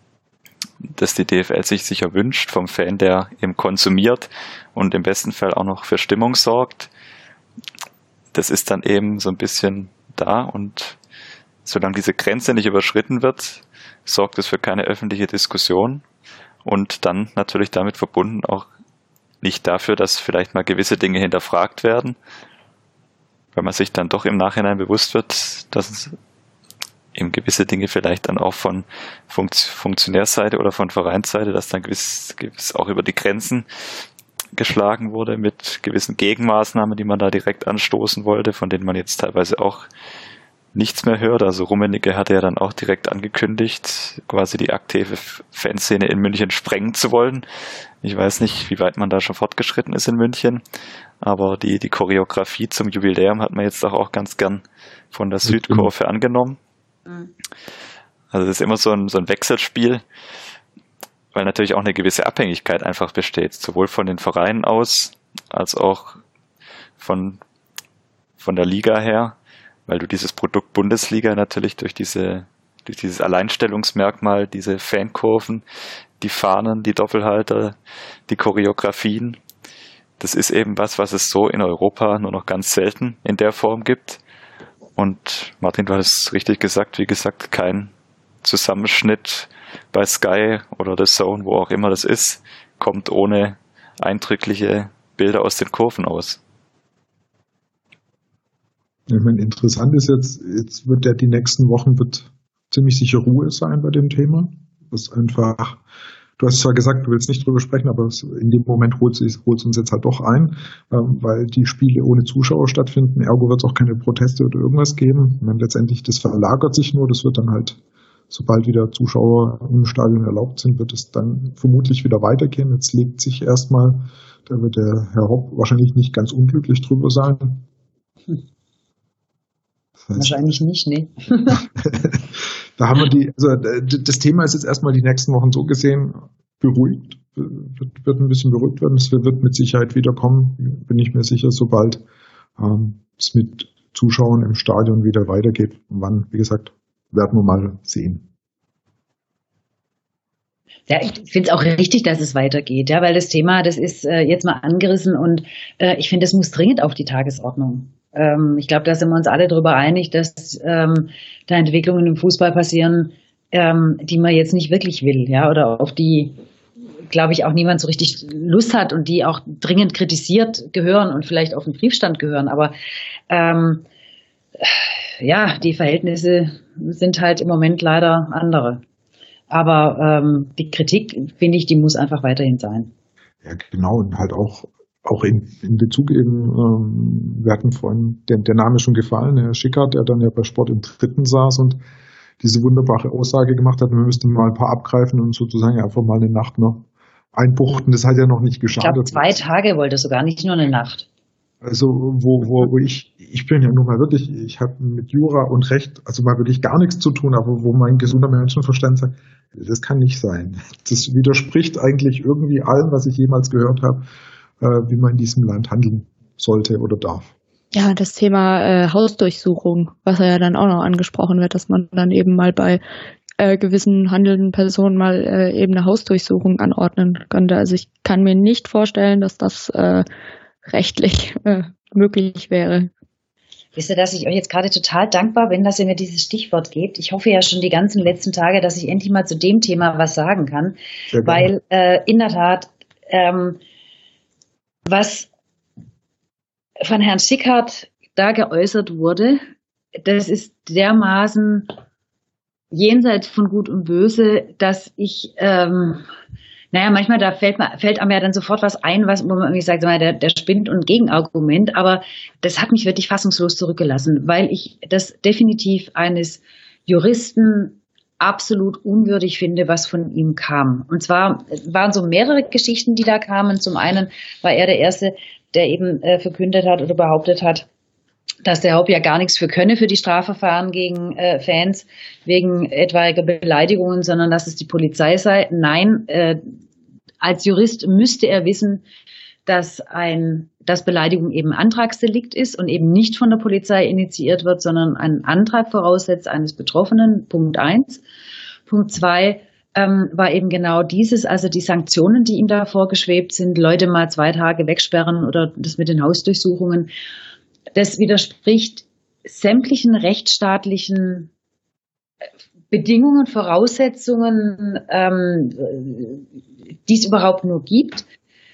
C: das die D F L sich sicher wünscht, vom Fan, der eben konsumiert und im besten Fall auch noch für Stimmung sorgt, das ist dann eben so ein bisschen da. Und solange diese Grenze nicht überschritten wird, sorgt es für keine öffentliche Diskussion. Und dann natürlich damit verbunden auch nicht dafür, dass vielleicht mal gewisse Dinge hinterfragt werden, weil man sich dann doch im Nachhinein bewusst wird, dass eben gewisse Dinge vielleicht dann auch von Funktionärsseite oder von Vereinsseite, dass dann gewiss, gewiss auch über die Grenzen geschlagen wurde mit gewissen Gegenmaßnahmen, die man da direkt anstoßen wollte, von denen man jetzt teilweise auch nichts mehr hört. Also Rummenigge hatte ja dann auch direkt angekündigt, quasi die aktive Fanszene in München sprengen zu wollen. Ich weiß nicht, wie weit man da schon fortgeschritten ist in München, aber die, die Choreografie zum Jubiläum hat man jetzt auch, auch ganz gern von der Südkurve angenommen. Also das ist immer so ein, so ein Wechselspiel, weil natürlich auch eine gewisse Abhängigkeit einfach besteht, sowohl von den Vereinen aus, als auch von, von der Liga her, weil du dieses Produkt Bundesliga natürlich durch diese, durch dieses Alleinstellungsmerkmal, diese Fankurven, die Fahnen, die Doppelhalter, die Choreografien, das ist eben was, was es so in Europa nur noch ganz selten in der Form gibt. Und Martin, du hast es richtig gesagt, wie gesagt, kein Zusammenschnitt bei Sky oder The Zone, wo auch immer das ist, kommt ohne eindrückliche Bilder aus den Kurven aus.
A: Ich meine, interessant ist jetzt, jetzt wird ja die nächsten Wochen wird ziemlich sicher Ruhe sein bei dem Thema. Das ist einfach, du hast zwar gesagt, du willst nicht drüber sprechen, aber in dem Moment holt es uns jetzt halt doch ein, weil die Spiele ohne Zuschauer stattfinden. Ergo wird es auch keine Proteste oder irgendwas geben. Ich meine, letztendlich, das verlagert sich nur, das wird dann halt, sobald wieder Zuschauer im Stadion erlaubt sind, wird es dann vermutlich wieder weitergehen. Jetzt legt sich erstmal, da wird der Herr Hopp wahrscheinlich nicht ganz unglücklich drüber sein.
D: Hm. Das heißt, wahrscheinlich nicht, ne?
A: Da haben wir die, also das Thema ist jetzt erstmal die nächsten Wochen so gesehen beruhigt, wird, wird ein bisschen beruhigt werden. Es wird mit Sicherheit wiederkommen, bin ich mir sicher, sobald ähm, es mit Zuschauern im Stadion wieder weitergeht. Und wann, wie gesagt, werden wir mal sehen.
D: Ja, ich finde es auch richtig, dass es weitergeht, ja, weil das Thema, das ist äh, jetzt mal angerissen und äh, ich finde, das muss dringend auf die Tagesordnung. Ähm, ich glaube, da sind wir uns alle darüber einig, dass ähm, da Entwicklungen im Fußball passieren, ähm, die man jetzt nicht wirklich will, ja, oder auf die, glaube ich, auch niemand so richtig Lust hat und die auch dringend kritisiert gehören und vielleicht auf den Prüfstand gehören. Aber ähm, ja, die Verhältnisse sind halt im Moment leider andere. Aber ähm, die Kritik, finde ich, die muss einfach weiterhin sein.
A: Ja, genau, und halt auch auch in, in Bezug eben, ähm, wir hatten vorhin, der, der Name schon gefallen, Herr Schickert, der dann ja bei Sport im Dritten saß und diese wunderbare Aussage gemacht hat, wir müssten mal ein paar abgreifen und sozusagen einfach mal eine Nacht noch einbuchten. Das hat ja noch nicht geschadet.
D: Ich glaube, zwei Tage wollte sogar, nicht nur eine Nacht.
A: Also wo, wo, wo ich, ich bin ja nun mal wirklich, ich habe mit Jura und Recht, also mal wirklich gar nichts zu tun, aber wo mein gesunder Menschenverstand sagt, das kann nicht sein. Das widerspricht eigentlich irgendwie allem, was ich jemals gehört habe, äh, wie man in diesem Land handeln sollte oder darf.
B: Ja, das Thema äh, Hausdurchsuchung, was ja dann auch noch angesprochen wird, dass man dann eben mal bei äh, gewissen handelnden Personen mal äh, eben eine Hausdurchsuchung anordnen könnte. Also ich kann mir nicht vorstellen, dass das äh, rechtlich äh, möglich wäre.
D: Wisst ihr, dass ich euch jetzt gerade total dankbar bin, dass ihr mir dieses Stichwort gebt. Ich hoffe ja schon die ganzen letzten Tage, dass ich endlich mal zu dem Thema was sagen kann, weil äh, in der Tat ähm, was von Herrn Schickert da geäußert wurde, das ist dermaßen jenseits von Gut und Böse, dass ich, ähm, naja, manchmal da fällt, man, fällt einem ja dann sofort was ein, was, wo man irgendwie sagt, der, der spinnt und Gegenargument, aber das hat mich wirklich fassungslos zurückgelassen, weil ich das definitiv eines Juristen absolut unwürdig finde, was von ihm kam. Und zwar waren so mehrere Geschichten, die da kamen. Zum einen war er der Erste, der eben äh, verkündet hat oder behauptet hat, dass der Haupt ja gar nichts für könne für die Strafverfahren gegen äh, Fans wegen etwaiger Beleidigungen, sondern dass es die Polizei sei. Nein, äh, als Jurist müsste er wissen, dass ein, dass Beleidigung eben Antragsdelikt ist und eben nicht von der Polizei initiiert wird, sondern einen Antrag voraussetzt eines Betroffenen. Punkt eins. Punkt zwei ähm, war eben genau dieses, also die Sanktionen, die ihm da vorgeschwebt sind, Leute mal zwei Tage wegsperren oder das mit den Hausdurchsuchungen. Das widerspricht sämtlichen rechtsstaatlichen Bedingungen, Voraussetzungen, ähm, die es überhaupt nur gibt.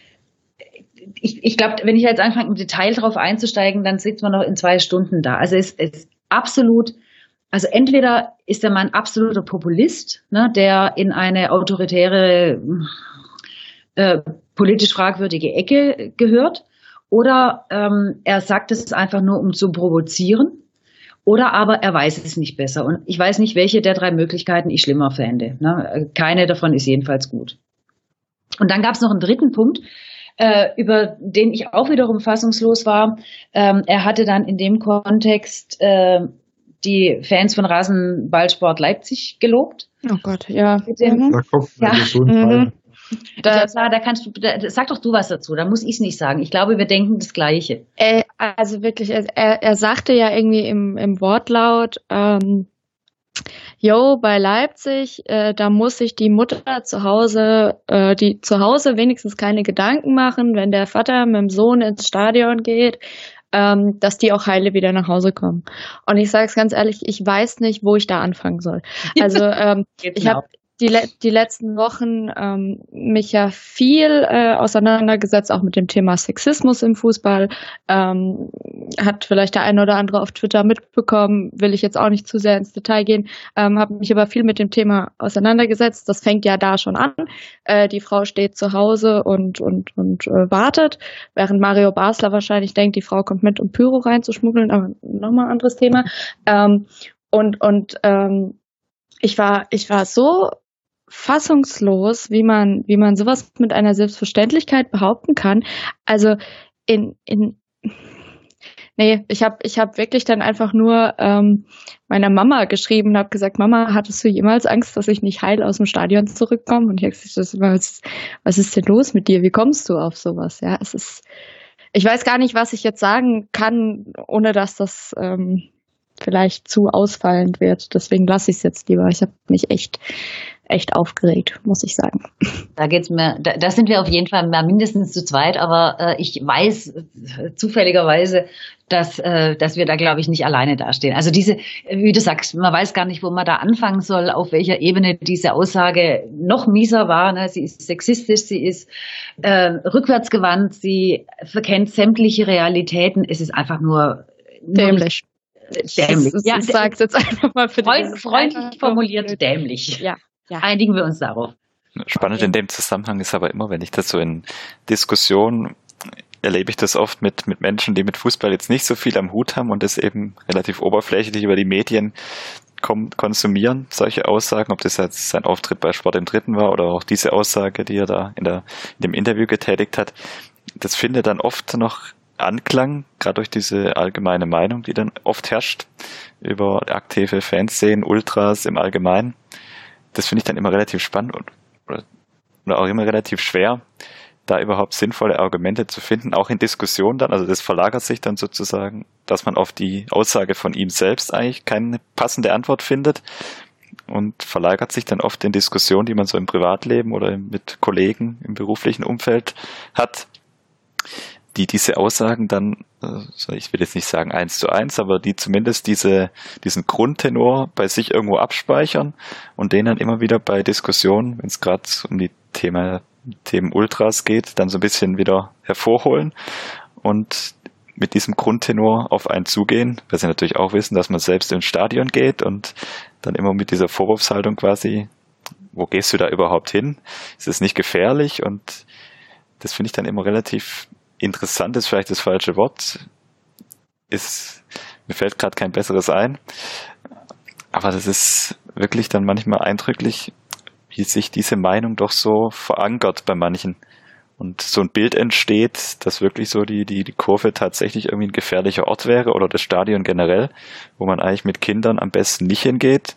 D: Ich, ich glaube, wenn ich jetzt anfange, im Detail drauf einzusteigen, dann sitzt man noch in zwei Stunden da. Also es ist absolut, also entweder ist der Mann absoluter Populist, ne, der in eine autoritäre, äh, politisch fragwürdige Ecke gehört, oder ähm, er sagt es einfach nur, um zu provozieren, oder aber er weiß es nicht besser. Und ich weiß nicht, welche der drei Möglichkeiten ich schlimmer fände. Ne? Keine davon ist jedenfalls gut. Und dann gab es noch einen dritten Punkt, äh, über den ich auch wiederum fassungslos war. Ähm, er hatte dann in dem Kontext äh, die Fans von Rasenballsport Leipzig gelobt.
B: Oh Gott, ja.
A: Mhm. Da kommt
D: ja.
A: so ein Fall.
D: Da, da, da kannst du, da, sag doch du was dazu, da muss ich es nicht sagen. Ich glaube, wir denken das Gleiche.
B: Äh, also wirklich, er, er sagte ja irgendwie im, im Wortlaut, ähm, Jo, bei Leipzig, äh, da muss sich die Mutter zu Hause, äh, die zu Hause wenigstens keine Gedanken machen, wenn der Vater mit dem Sohn ins Stadion geht, ähm, dass die auch heile wieder nach Hause kommen. Und ich sage es ganz ehrlich, ich weiß nicht, wo ich da anfangen soll. Also ähm, ich habe die, le- die letzten Wochen ähm, mich ja viel äh, auseinandergesetzt, auch mit dem Thema Sexismus im Fußball. Ähm, hat vielleicht der eine oder andere auf Twitter mitbekommen, will ich jetzt auch nicht zu sehr ins Detail gehen, ähm, habe mich aber viel mit dem Thema auseinandergesetzt. Das fängt ja da schon an. Äh, die Frau steht zu Hause und und und äh, wartet, während Mario Basler wahrscheinlich denkt, die Frau kommt mit, um Pyro reinzuschmuggeln, aber nochmal ein anderes Thema. Ähm, und und ähm, ich war ich war so fassungslos, wie man wie man sowas mit einer Selbstverständlichkeit behaupten kann. Also in in Nee, ich habe ich hab wirklich dann einfach nur ähm, meiner Mama geschrieben und habe gesagt, Mama, hattest du jemals Angst, dass ich nicht heil aus dem Stadion zurückkomme? Und ich habe gesagt, was, was ist denn los mit dir? Wie kommst du auf sowas? Ja, es ist, ich weiß gar nicht, was ich jetzt sagen kann, ohne dass das ähm, vielleicht zu ausfallend wird. Deswegen lasse ich es jetzt lieber. Ich habe mich echt echt aufgeregt, muss ich sagen.
D: Da geht's mir, da, da sind wir auf jeden Fall mal mindestens zu zweit, aber äh, ich weiß äh, zufälligerweise, dass, äh, dass wir da, glaube ich, nicht alleine dastehen. Also diese, wie du sagst, man weiß gar nicht, wo man da anfangen soll, auf welcher Ebene diese Aussage noch mieser war. Ne? Sie ist sexistisch, sie ist äh, rückwärtsgewandt, sie verkennt sämtliche Realitäten. Es ist einfach nur
B: dämlich.
D: Dämlich.
B: Ja, ich sag's jetzt einfach mal für
D: Freund, freundlich formuliert dämlich.
B: Ja, ja.
D: Einigen wir uns darauf.
C: Spannend in dem Zusammenhang ist aber immer, wenn ich das so in Diskussionen erlebe ich das oft mit, mit Menschen, die mit Fußball jetzt nicht so viel am Hut haben und das eben relativ oberflächlich über die Medien kom- konsumieren, solche Aussagen, ob das jetzt sein Auftritt bei Sport im Dritten war oder auch diese Aussage, die er da in, der, in dem Interview getätigt hat. Das findet dann oft noch Anklang, gerade durch diese allgemeine Meinung, die dann oft herrscht über aktive Fanszenen, Ultras im Allgemeinen. Das finde ich dann immer relativ spannend und oder, oder auch immer relativ schwer, da überhaupt sinnvolle Argumente zu finden, auch in Diskussionen dann. Also das verlagert sich dann sozusagen, dass man auf die Aussage von ihm selbst eigentlich keine passende Antwort findet und verlagert sich dann oft in Diskussionen, die man so im Privatleben oder mit Kollegen im beruflichen Umfeld hat, die diese Aussagen dann, ich will jetzt nicht sagen eins zu eins, aber die zumindest diese, diesen Grundtenor bei sich irgendwo abspeichern und den dann immer wieder bei Diskussionen, wenn es gerade um die Thema, Themen Ultras geht, dann so ein bisschen wieder hervorholen und mit diesem Grundtenor auf einen zugehen, weil sie natürlich auch wissen, dass man selbst ins Stadion geht und dann immer mit dieser Vorwurfshaltung quasi, wo gehst du da überhaupt hin? Ist es nicht gefährlich? Und das finde ich dann immer relativ interessant, ist vielleicht das falsche Wort, ist, mir fällt gerade kein besseres ein, aber das ist wirklich dann manchmal eindrücklich, wie sich diese Meinung doch so verankert bei manchen und so ein Bild entsteht, dass wirklich so die, die, die Kurve tatsächlich irgendwie ein gefährlicher Ort wäre oder das Stadion generell, wo man eigentlich mit Kindern am besten nicht hingeht.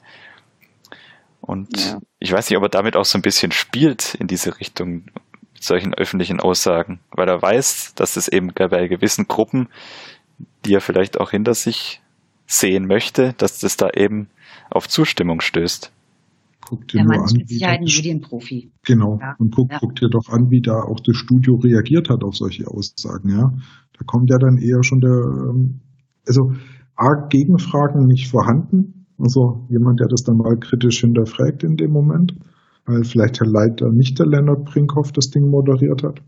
C: Und ja. Ich weiß nicht, ob er damit auch so ein bisschen spielt in diese Richtung, solchen öffentlichen Aussagen, weil er weiß, dass es eben bei gewissen Gruppen, die er vielleicht auch hinter sich sehen möchte, dass das da eben auf Zustimmung stößt.
A: Guck dir
D: Der
A: nur
D: Mann ist
A: an,
D: mit Sicherheit ein Medienprofi.
A: Genau.
D: Ja.
A: Und guck,
D: ja.
A: guck dir doch an, wie da auch das Studio reagiert hat auf solche Aussagen, ja. Da kommt ja dann eher schon der, also A, Gegenfragen nicht vorhanden. Also jemand, der das dann mal kritisch hinterfragt in dem Moment, weil vielleicht der Leiter nicht der Lennart Brinkhoff das Ding moderiert hat.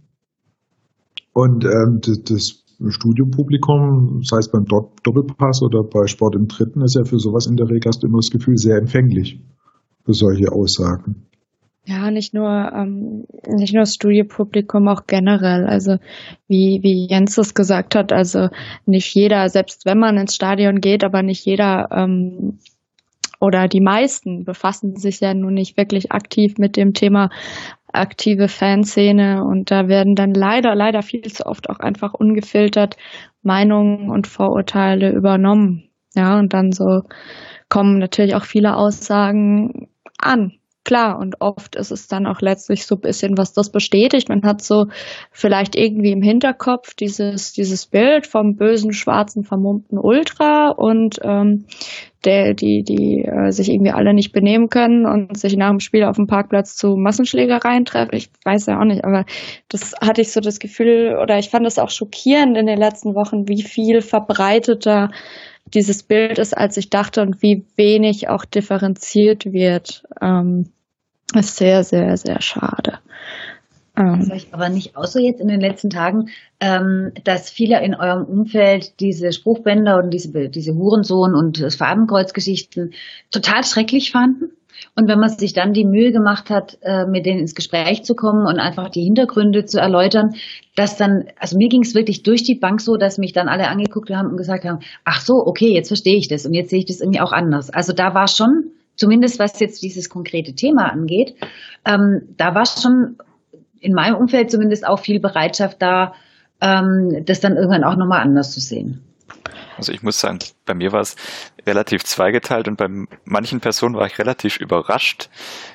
A: Und ähm, das, das Studiopublikum, sei es beim Doppelpass oder bei Sport im Dritten, ist ja für sowas in der Regel, hast du immer das Gefühl, sehr empfänglich für solche Aussagen.
B: Ja, nicht nur ähm, nicht nur das Studiopublikum, auch generell. Also wie wie Jens das gesagt hat, also nicht jeder, selbst wenn man ins Stadion geht, aber nicht jeder ähm, oder die meisten befassen sich ja nun nicht wirklich aktiv mit dem Thema aktive Fanszene und da werden dann leider, leider viel zu oft auch einfach ungefiltert Meinungen und Vorurteile übernommen. Ja, und dann so kommen natürlich auch viele Aussagen an. Klar, und oft ist es dann auch letztlich so ein bisschen, was das bestätigt. Man hat so vielleicht irgendwie im Hinterkopf dieses dieses Bild vom bösen, schwarzen, vermummten Ultra und ähm, der, die die äh, sich irgendwie alle nicht benehmen können und sich nach dem Spiel auf dem Parkplatz zu Massenschlägereien treffen. Ich weiß ja auch nicht, aber das hatte ich so das Gefühl, oder ich fand es auch schockierend in den letzten Wochen, wie viel verbreiteter dieses Bild ist, als ich dachte und wie wenig auch differenziert wird. Ähm, ist sehr, sehr, sehr schade. Ähm.
D: Ist euch aber nicht auch so jetzt in den letzten Tagen, ähm, dass viele in eurem Umfeld diese Spruchbänder und diese, diese Hurensohn- und Fadenkreuzgeschichten total schrecklich fanden? Und wenn man sich dann die Mühe gemacht hat, äh, mit denen ins Gespräch zu kommen und einfach die Hintergründe zu erläutern, dass dann, also mir ging es wirklich durch die Bank so, dass mich dann alle angeguckt haben und gesagt haben, ach so, okay, jetzt verstehe ich das und jetzt sehe ich das irgendwie auch anders. Also da war schon, zumindest was jetzt dieses konkrete Thema angeht, ähm, da war schon in meinem Umfeld zumindest auch viel Bereitschaft da, ähm, das dann irgendwann auch nochmal anders zu sehen.
C: Also ich muss sagen, bei mir war es relativ zweigeteilt und bei manchen Personen war ich relativ überrascht,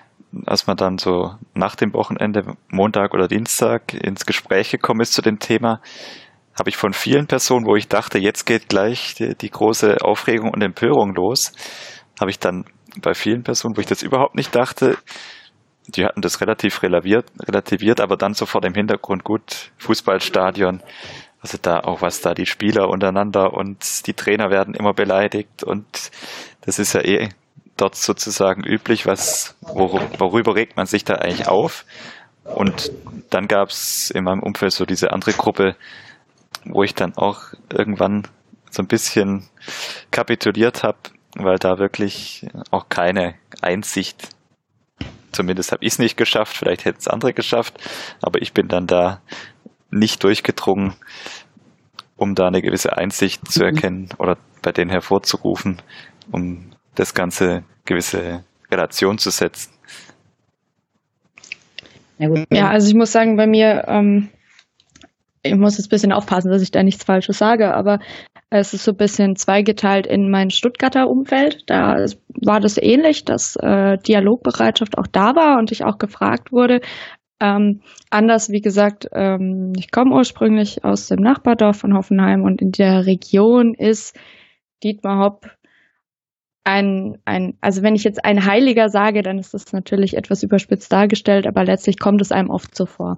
C: als man dann so nach dem Wochenende, Montag oder Dienstag, ins Gespräch gekommen ist zu dem Thema, habe ich von vielen Personen, wo ich dachte, jetzt geht gleich die, die große Aufregung und Empörung los, habe ich dann bei vielen Personen, wo ich das überhaupt nicht dachte, die hatten das relativ relativiert, relativiert, aber dann so vor dem Hintergrund, gut, Fußballstadion, also da auch was da die Spieler untereinander und die Trainer werden immer beleidigt und das ist ja eh dort sozusagen üblich, was wor- worüber regt man sich da eigentlich auf? Und dann gab es in meinem Umfeld so diese andere Gruppe, wo ich dann auch irgendwann so ein bisschen kapituliert habe, weil da wirklich auch keine Einsicht, zumindest habe ich es nicht geschafft, vielleicht hätten es andere geschafft, aber ich bin dann da nicht durchgedrungen, um da eine gewisse Einsicht zu erkennen oder bei denen hervorzurufen, um das Ganze gewisse Relation zu setzen.
B: Ja, gut. Ja, also ich muss sagen, bei mir, ähm, ich muss jetzt ein bisschen aufpassen, dass ich da nichts Falsches sage, aber es ist so ein bisschen zweigeteilt in mein Stuttgarter Umfeld. Da war das ähnlich, dass äh, Dialogbereitschaft auch da war und ich auch gefragt wurde. Ähm, anders, wie gesagt, ähm, ich komme ursprünglich aus dem Nachbardorf von Hoffenheim und in der Region ist Dietmar Hopp ein, ein, also wenn ich jetzt ein Heiliger sage, dann ist das natürlich etwas überspitzt dargestellt, aber letztlich kommt es einem oft so vor.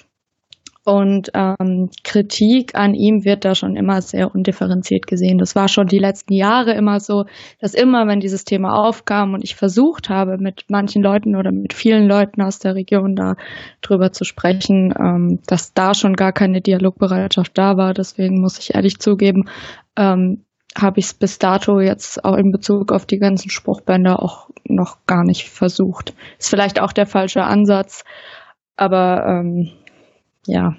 B: Und ähm, Kritik an ihm wird da schon immer sehr undifferenziert gesehen. Das war schon die letzten Jahre immer so, dass immer, wenn dieses Thema aufkam und ich versucht habe, mit manchen Leuten oder mit vielen Leuten aus der Region da drüber zu sprechen, ähm, dass da schon gar keine Dialogbereitschaft da war. Deswegen muss ich ehrlich zugeben, ähm, habe ich es bis dato jetzt auch in Bezug auf die ganzen Spruchbänder auch noch gar nicht versucht. Ist vielleicht auch der falsche Ansatz, aber ähm, ja.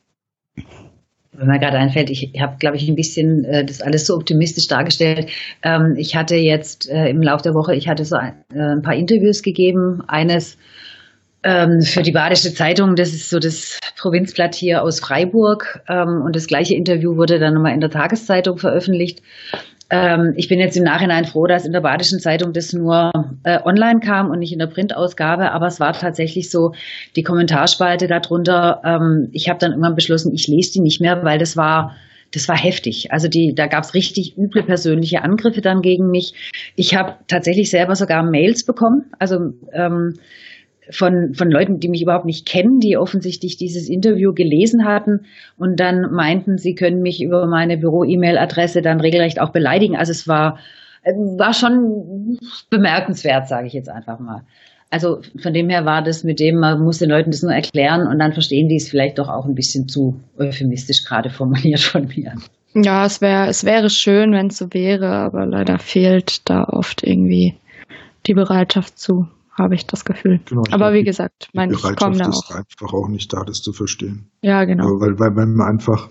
D: Wenn mir gerade einfällt, ich habe, glaube ich, ein bisschen äh, das alles so optimistisch dargestellt. Ähm, ich hatte jetzt äh, im Laufe der Woche, ich hatte so ein, äh, ein paar Interviews gegeben. Eines ähm, für die Badische Zeitung, das ist so das Provinzblatt hier aus Freiburg. Ähm, und das gleiche Interview wurde dann nochmal in der Tageszeitung veröffentlicht. Ähm, ich bin jetzt im Nachhinein froh, dass in der Badischen Zeitung das nur äh, online kam und nicht in der Printausgabe. Aber es war tatsächlich so, die Kommentarspalte darunter, ähm, ich habe dann irgendwann beschlossen, ich lese die nicht mehr, weil das war das war heftig. Also die, da gab es richtig üble persönliche Angriffe dann gegen mich. Ich habe tatsächlich selber sogar Mails bekommen, also ähm, von, von Leuten, die mich überhaupt nicht kennen, die offensichtlich dieses Interview gelesen hatten und dann meinten, sie können mich über meine Büro-E-Mail-Adresse dann regelrecht auch beleidigen. Also es war, war schon bemerkenswert, sage ich jetzt einfach mal. Also von dem her war das mit dem, man muss den Leuten das nur erklären und dann verstehen die es vielleicht doch auch ein bisschen zu euphemistisch gerade formuliert von mir.
B: Ja, es wäre es wäre schön, wenn es so wäre, aber leider fehlt da oft irgendwie die Bereitschaft zu, habe ich das Gefühl. Genau, aber glaube, wie gesagt, mein, ich komme da auch.
A: Die Bereitschaft ist einfach auch nicht da, das zu verstehen.
B: Ja, genau.
A: Weil, weil, weil man einfach,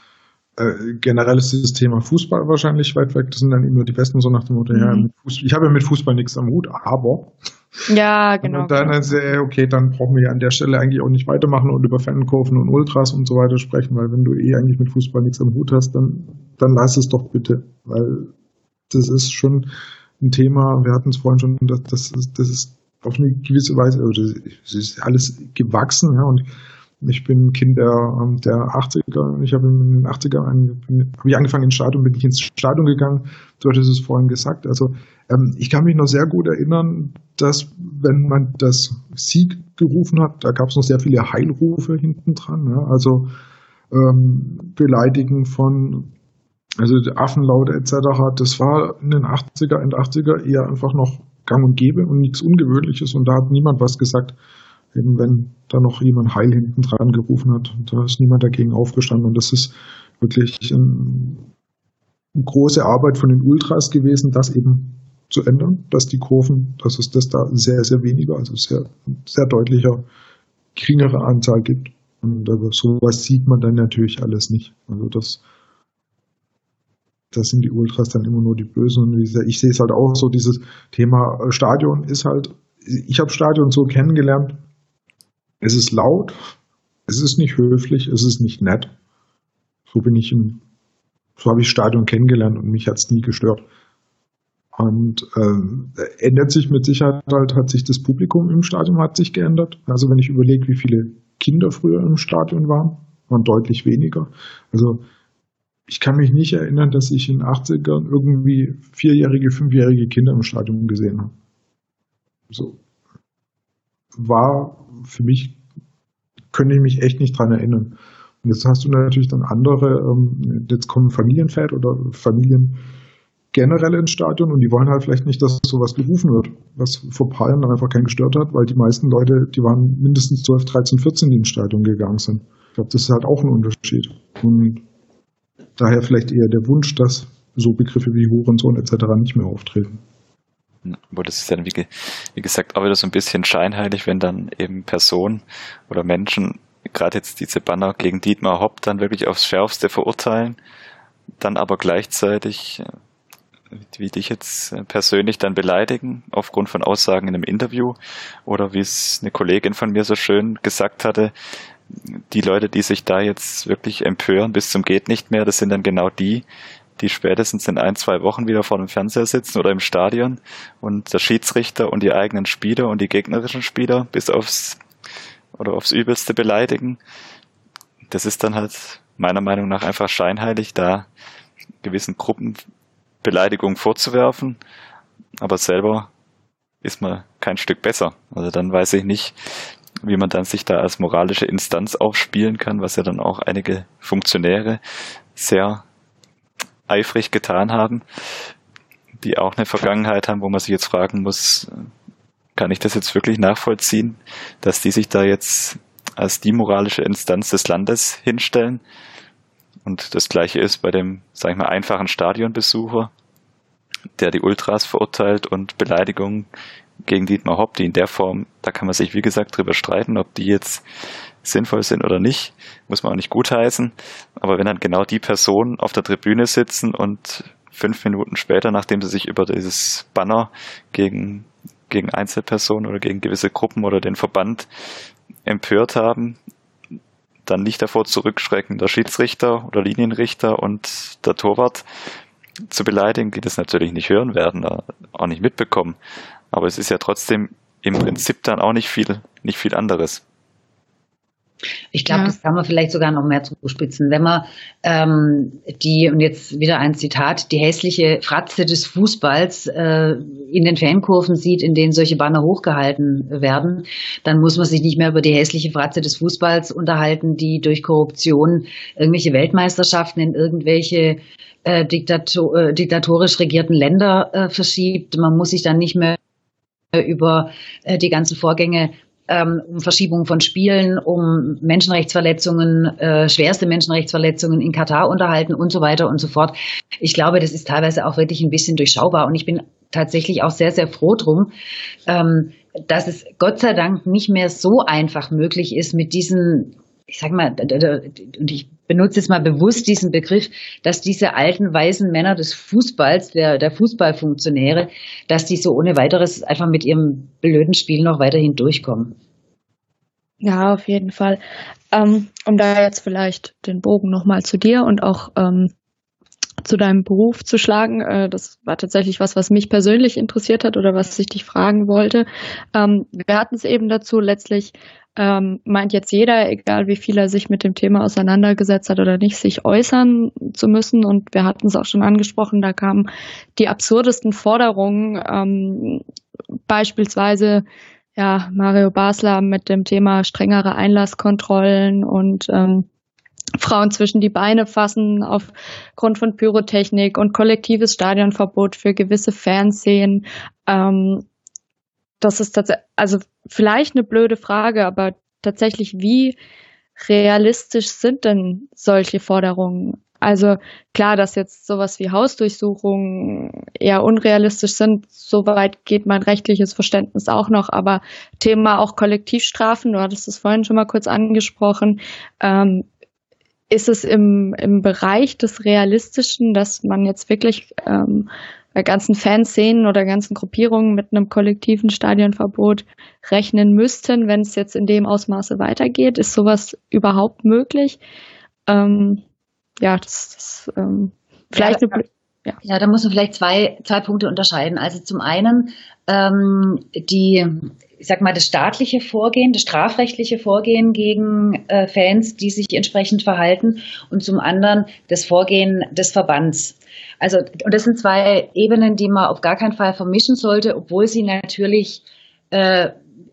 A: äh, generell ist dieses Thema Fußball wahrscheinlich weit weg. Das sind dann immer die Besten, so nach dem Motto, mhm. ja, mit Fußball, ich habe ja mit Fußball nichts am Hut, aber...
B: Ja, genau.
A: Und dann ist äh, okay, dann brauchen wir ja an der Stelle eigentlich auch nicht weitermachen und über Fankurven und Ultras und so weiter sprechen, weil wenn du eh eigentlich mit Fußball nichts am Hut hast, dann, dann lass es doch bitte, weil das ist schon ein Thema, wir hatten es vorhin schon, das, das, ist, das ist auf eine gewisse Weise, also das ist alles gewachsen, ja, und ich bin ein Kind der, der achtziger, ich habe in den achtziger habe ich angefangen ins Stadion, bin ich ins Stadion gegangen, du hattest es vorhin gesagt, also ähm, ich kann mich noch sehr gut erinnern, dass wenn man das Sieg gerufen hat, da gab es noch sehr viele Heilrufe hinten dran, ja, also ähm, Beleidigen von also Affenlaute et cetera, das war in den achtziger, Ende achtziger eher einfach noch gang und gäbe und nichts Ungewöhnliches und da hat niemand was gesagt. Eben wenn da noch jemand Heil hinten dran gerufen hat, da ist niemand dagegen aufgestanden und das ist wirklich ein, eine große Arbeit von den Ultras gewesen, das eben zu ändern, dass die Kurven, dass es das da sehr, sehr weniger, also sehr, sehr deutlicher, geringere Anzahl gibt. Und aber sowas sieht man dann natürlich alles nicht. Also das, das sind die Ultras dann immer nur die Bösen. Und ich sehe es halt auch so, dieses Thema Stadion ist halt, ich habe Stadion so kennengelernt, es ist laut, es ist nicht höflich, es ist nicht nett. So bin ich im, so habe ich Stadion kennengelernt und mich hat es nie gestört. Und ähm, ändert sich mit Sicherheit halt, hat sich das Publikum im Stadion hat sich geändert. Also wenn ich überlege, wie viele Kinder früher im Stadion waren, waren deutlich weniger. Also ich kann mich nicht erinnern, dass ich in den achtzigern irgendwie vierjährige, fünfjährige Kinder im Stadion gesehen habe. So. war für mich, könnte ich mich echt nicht dran erinnern. Und jetzt hast du natürlich dann andere, ähm, jetzt kommen Familienväter oder Familien generell ins Stadion und die wollen halt vielleicht nicht, dass sowas gerufen wird, was vor ein paar Jahren einfach keinen gestört hat, weil die meisten Leute, die waren mindestens zwölf, dreizehn, vierzehn, die ins Stadion gegangen sind. Ich glaube, das ist halt auch ein Unterschied. Und daher vielleicht eher der Wunsch, dass so Begriffe wie Hurensohn et cetera nicht mehr auftreten.
C: Aber das ist ja, wie, wie gesagt, auch wieder so ein bisschen scheinheilig, wenn dann eben Personen oder Menschen, gerade jetzt diese Banner gegen Dietmar Hopp, dann wirklich aufs Schärfste verurteilen, dann aber gleichzeitig, wie dich jetzt persönlich dann beleidigen, aufgrund von Aussagen in einem Interview, oder wie es eine Kollegin von mir so schön gesagt hatte, die Leute, die sich da jetzt wirklich empören bis zum geht nicht mehr, das sind dann genau die, die spätestens in ein, zwei Wochen wieder vor dem Fernseher sitzen oder im Stadion und der Schiedsrichter und die eigenen Spieler und die gegnerischen Spieler bis aufs oder aufs Übelste beleidigen. Das ist dann halt meiner Meinung nach einfach scheinheilig, da gewissen Gruppen Beleidigung vorzuwerfen, aber selber ist man kein Stück besser. Also dann weiß ich nicht, wie man dann sich da als moralische Instanz aufspielen kann, was ja dann auch einige Funktionäre sehr eifrig getan haben, die auch eine Vergangenheit haben, wo man sich jetzt fragen muss, kann ich das jetzt wirklich nachvollziehen, dass die sich da jetzt als die moralische Instanz des Landes hinstellen? Und das Gleiche ist bei dem, sag ich mal, einfachen Stadionbesucher, der die Ultras verurteilt und Beleidigungen gegen Dietmar Hopp, die in der Form, da kann man sich wie gesagt drüber streiten, ob die jetzt sinnvoll sind oder nicht, muss man auch nicht gutheißen. Aber wenn dann genau die Personen auf der Tribüne sitzen und fünf Minuten später, nachdem sie sich über dieses Banner gegen, gegen Einzelpersonen oder gegen gewisse Gruppen oder den Verband empört haben, dann nicht davor zurückschrecken, der Schiedsrichter oder Linienrichter und der Torwart zu beleidigen, die das natürlich nicht hören werden, auch nicht mitbekommen. Aber es ist ja trotzdem im Prinzip dann auch nicht viel, nicht viel anderes.
D: Ich glaube,
B: Ja.
D: das kann man vielleicht sogar noch mehr zuspitzen. Wenn man ähm, die, und jetzt wieder ein Zitat, die hässliche Fratze des Fußballs äh, in den Fankurven sieht, in denen solche Banner hochgehalten werden, dann muss man sich nicht mehr über die hässliche Fratze des Fußballs unterhalten, die durch Korruption irgendwelche Weltmeisterschaften in irgendwelche äh, diktator, äh, diktatorisch regierten Länder äh, verschiebt. Man muss sich dann nicht mehr über äh, die ganzen Vorgänge Ähm, um Verschiebung von Spielen, um Menschenrechtsverletzungen, äh, schwerste Menschenrechtsverletzungen in Katar unterhalten und so weiter und so fort. Ich glaube, das ist teilweise auch wirklich ein bisschen durchschaubar und ich bin tatsächlich auch sehr, sehr froh drum, ähm, dass es Gott sei Dank nicht mehr so einfach möglich ist mit diesen, ich sag mal, und ich benutze jetzt mal bewusst diesen Begriff, dass diese alten weißen Männer des Fußballs, der, der Fußballfunktionäre, dass die so ohne weiteres einfach mit ihrem blöden Spiel noch weiterhin durchkommen.
B: Ja, auf jeden Fall. Ähm, um da jetzt vielleicht den Bogen nochmal zu dir und auch ähm, zu deinem Beruf zu schlagen, äh, das war tatsächlich was, was mich persönlich interessiert hat oder was ich dich fragen wollte. Ähm, wir hatten es eben dazu, letztlich ähm, meint jetzt jeder, egal wie viel er sich mit dem Thema auseinandergesetzt hat oder nicht, sich äußern zu müssen. Und wir hatten es auch schon angesprochen, da kamen die absurdesten Forderungen, ähm, beispielsweise ja Mario Basler mit dem Thema strengere Einlasskontrollen und ähm, Frauen zwischen die Beine fassen aufgrund von Pyrotechnik und kollektives Stadionverbot für gewisse Fanszenen. Ähm, das ist tatsächlich, also vielleicht eine blöde Frage, aber tatsächlich, wie realistisch sind denn solche Forderungen? Also klar, dass jetzt sowas wie Hausdurchsuchungen eher unrealistisch sind, soweit geht mein rechtliches Verständnis auch noch, aber Thema auch Kollektivstrafen, du hattest es vorhin schon mal kurz angesprochen, ähm, ist es im, im Bereich des Realistischen, dass man jetzt wirklich ähm, bei ganzen Fanszenen oder ganzen Gruppierungen mit einem kollektiven Stadionverbot rechnen müssten, wenn es jetzt in dem Ausmaße weitergeht? Ist sowas überhaupt möglich? Ähm, ja, das ist ähm, vielleicht
D: ja,
B: eine...
D: Ja. ja, da muss man vielleicht zwei, zwei Punkte unterscheiden. Also zum einen ähm, die, ich sag mal, das staatliche Vorgehen, das strafrechtliche Vorgehen gegen äh, Fans, die sich entsprechend verhalten, und zum anderen das Vorgehen des Verbands. Also, und das sind zwei Ebenen, die man auf gar keinen Fall vermischen sollte, obwohl sie natürlich äh,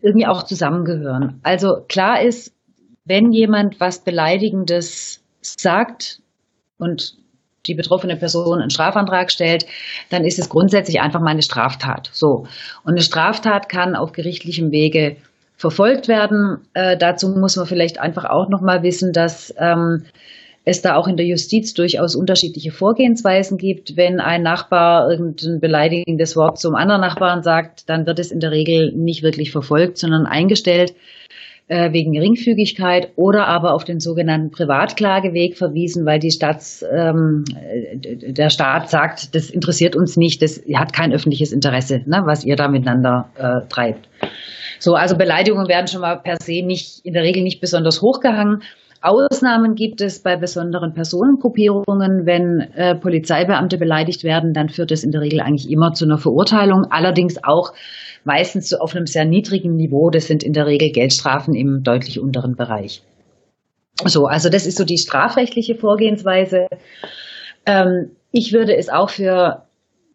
D: irgendwie auch zusammengehören. Also klar ist, wenn jemand was Beleidigendes sagt und die betroffene Person einen Strafantrag stellt, dann ist es grundsätzlich einfach mal eine Straftat. So. Und eine Straftat kann auf gerichtlichem Wege verfolgt werden. Äh, dazu muss man vielleicht einfach auch nochmal wissen, dass ähm, es da auch in der Justiz durchaus unterschiedliche Vorgehensweisen gibt. Wenn ein Nachbar irgendein beleidigendes Wort zum anderen Nachbarn sagt, dann wird es in der Regel nicht wirklich verfolgt, sondern eingestellt äh, wegen Geringfügigkeit oder aber auf den sogenannten Privatklageweg verwiesen, weil die Stadt, ähm, der Staat sagt, das interessiert uns nicht, das hat kein öffentliches Interesse, ne, was ihr da miteinander äh, treibt. So, also Beleidigungen werden schon mal per se nicht, in der Regel nicht besonders hochgehangen. Ausnahmen gibt es bei besonderen Personengruppierungen. Wenn äh, Polizeibeamte beleidigt werden, dann führt das in der Regel eigentlich immer zu einer Verurteilung. Allerdings auch meistens so auf einem sehr niedrigen Niveau. Das sind in der Regel Geldstrafen im deutlich unteren Bereich. So, also das ist so die strafrechtliche Vorgehensweise. Ähm, ich würde es auch für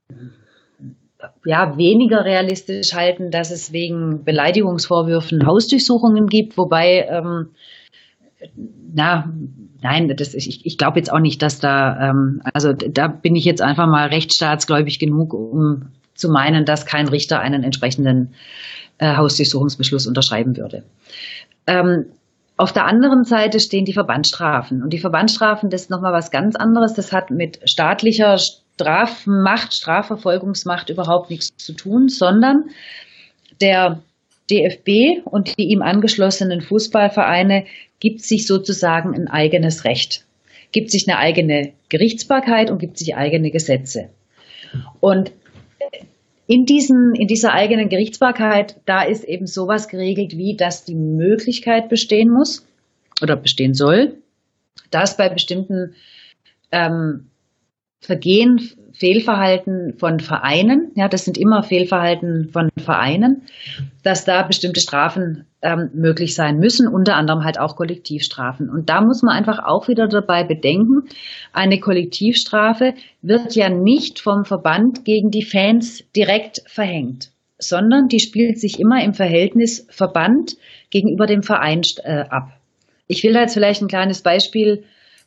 D: ja, weniger realistisch halten, dass es wegen Beleidigungsvorwürfen Hausdurchsuchungen gibt, wobei ähm, Na, nein, das, ich, ich glaube jetzt auch nicht, dass da, ähm, also da bin ich jetzt einfach mal rechtsstaatsgläubig genug, um zu meinen, dass kein Richter einen entsprechenden äh, Hausdurchsuchungsbeschluss unterschreiben würde. Ähm, auf der anderen Seite stehen die Verbandsstrafen. Und die Verbandsstrafen, das ist nochmal was ganz anderes. Das hat mit staatlicher Strafmacht, Strafverfolgungsmacht überhaupt nichts zu tun, sondern der D F B und die ihm angeschlossenen Fußballvereine gibt sich sozusagen ein eigenes Recht, gibt sich eine eigene Gerichtsbarkeit und gibt sich eigene Gesetze. Und in diesen, in dieser eigenen Gerichtsbarkeit, da ist eben sowas geregelt, wie dass die Möglichkeit bestehen muss oder bestehen soll, dass bei bestimmten ähm, Vergehen, Fehlverhalten von Vereinen, ja, das sind immer Fehlverhalten von Vereinen, dass da bestimmte Strafen ähm, möglich sein müssen, unter anderem halt auch Kollektivstrafen. Und da muss man einfach auch wieder dabei bedenken, eine Kollektivstrafe wird ja nicht vom Verband gegen die Fans direkt verhängt, sondern die spielt sich immer im Verhältnis Verband gegenüber dem Verein äh, ab. Ich will da jetzt vielleicht ein kleines Beispiel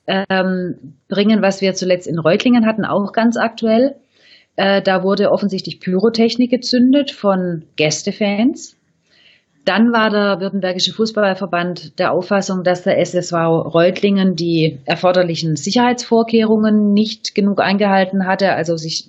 D: Ähm, bringen, was wir zuletzt in Reutlingen hatten, auch ganz aktuell. Äh, da wurde offensichtlich Pyrotechnik gezündet von Gästefans. Dann war der Württembergische Fußballverband der Auffassung, dass der S S V Reutlingen die erforderlichen Sicherheitsvorkehrungen nicht genug eingehalten hatte, also sich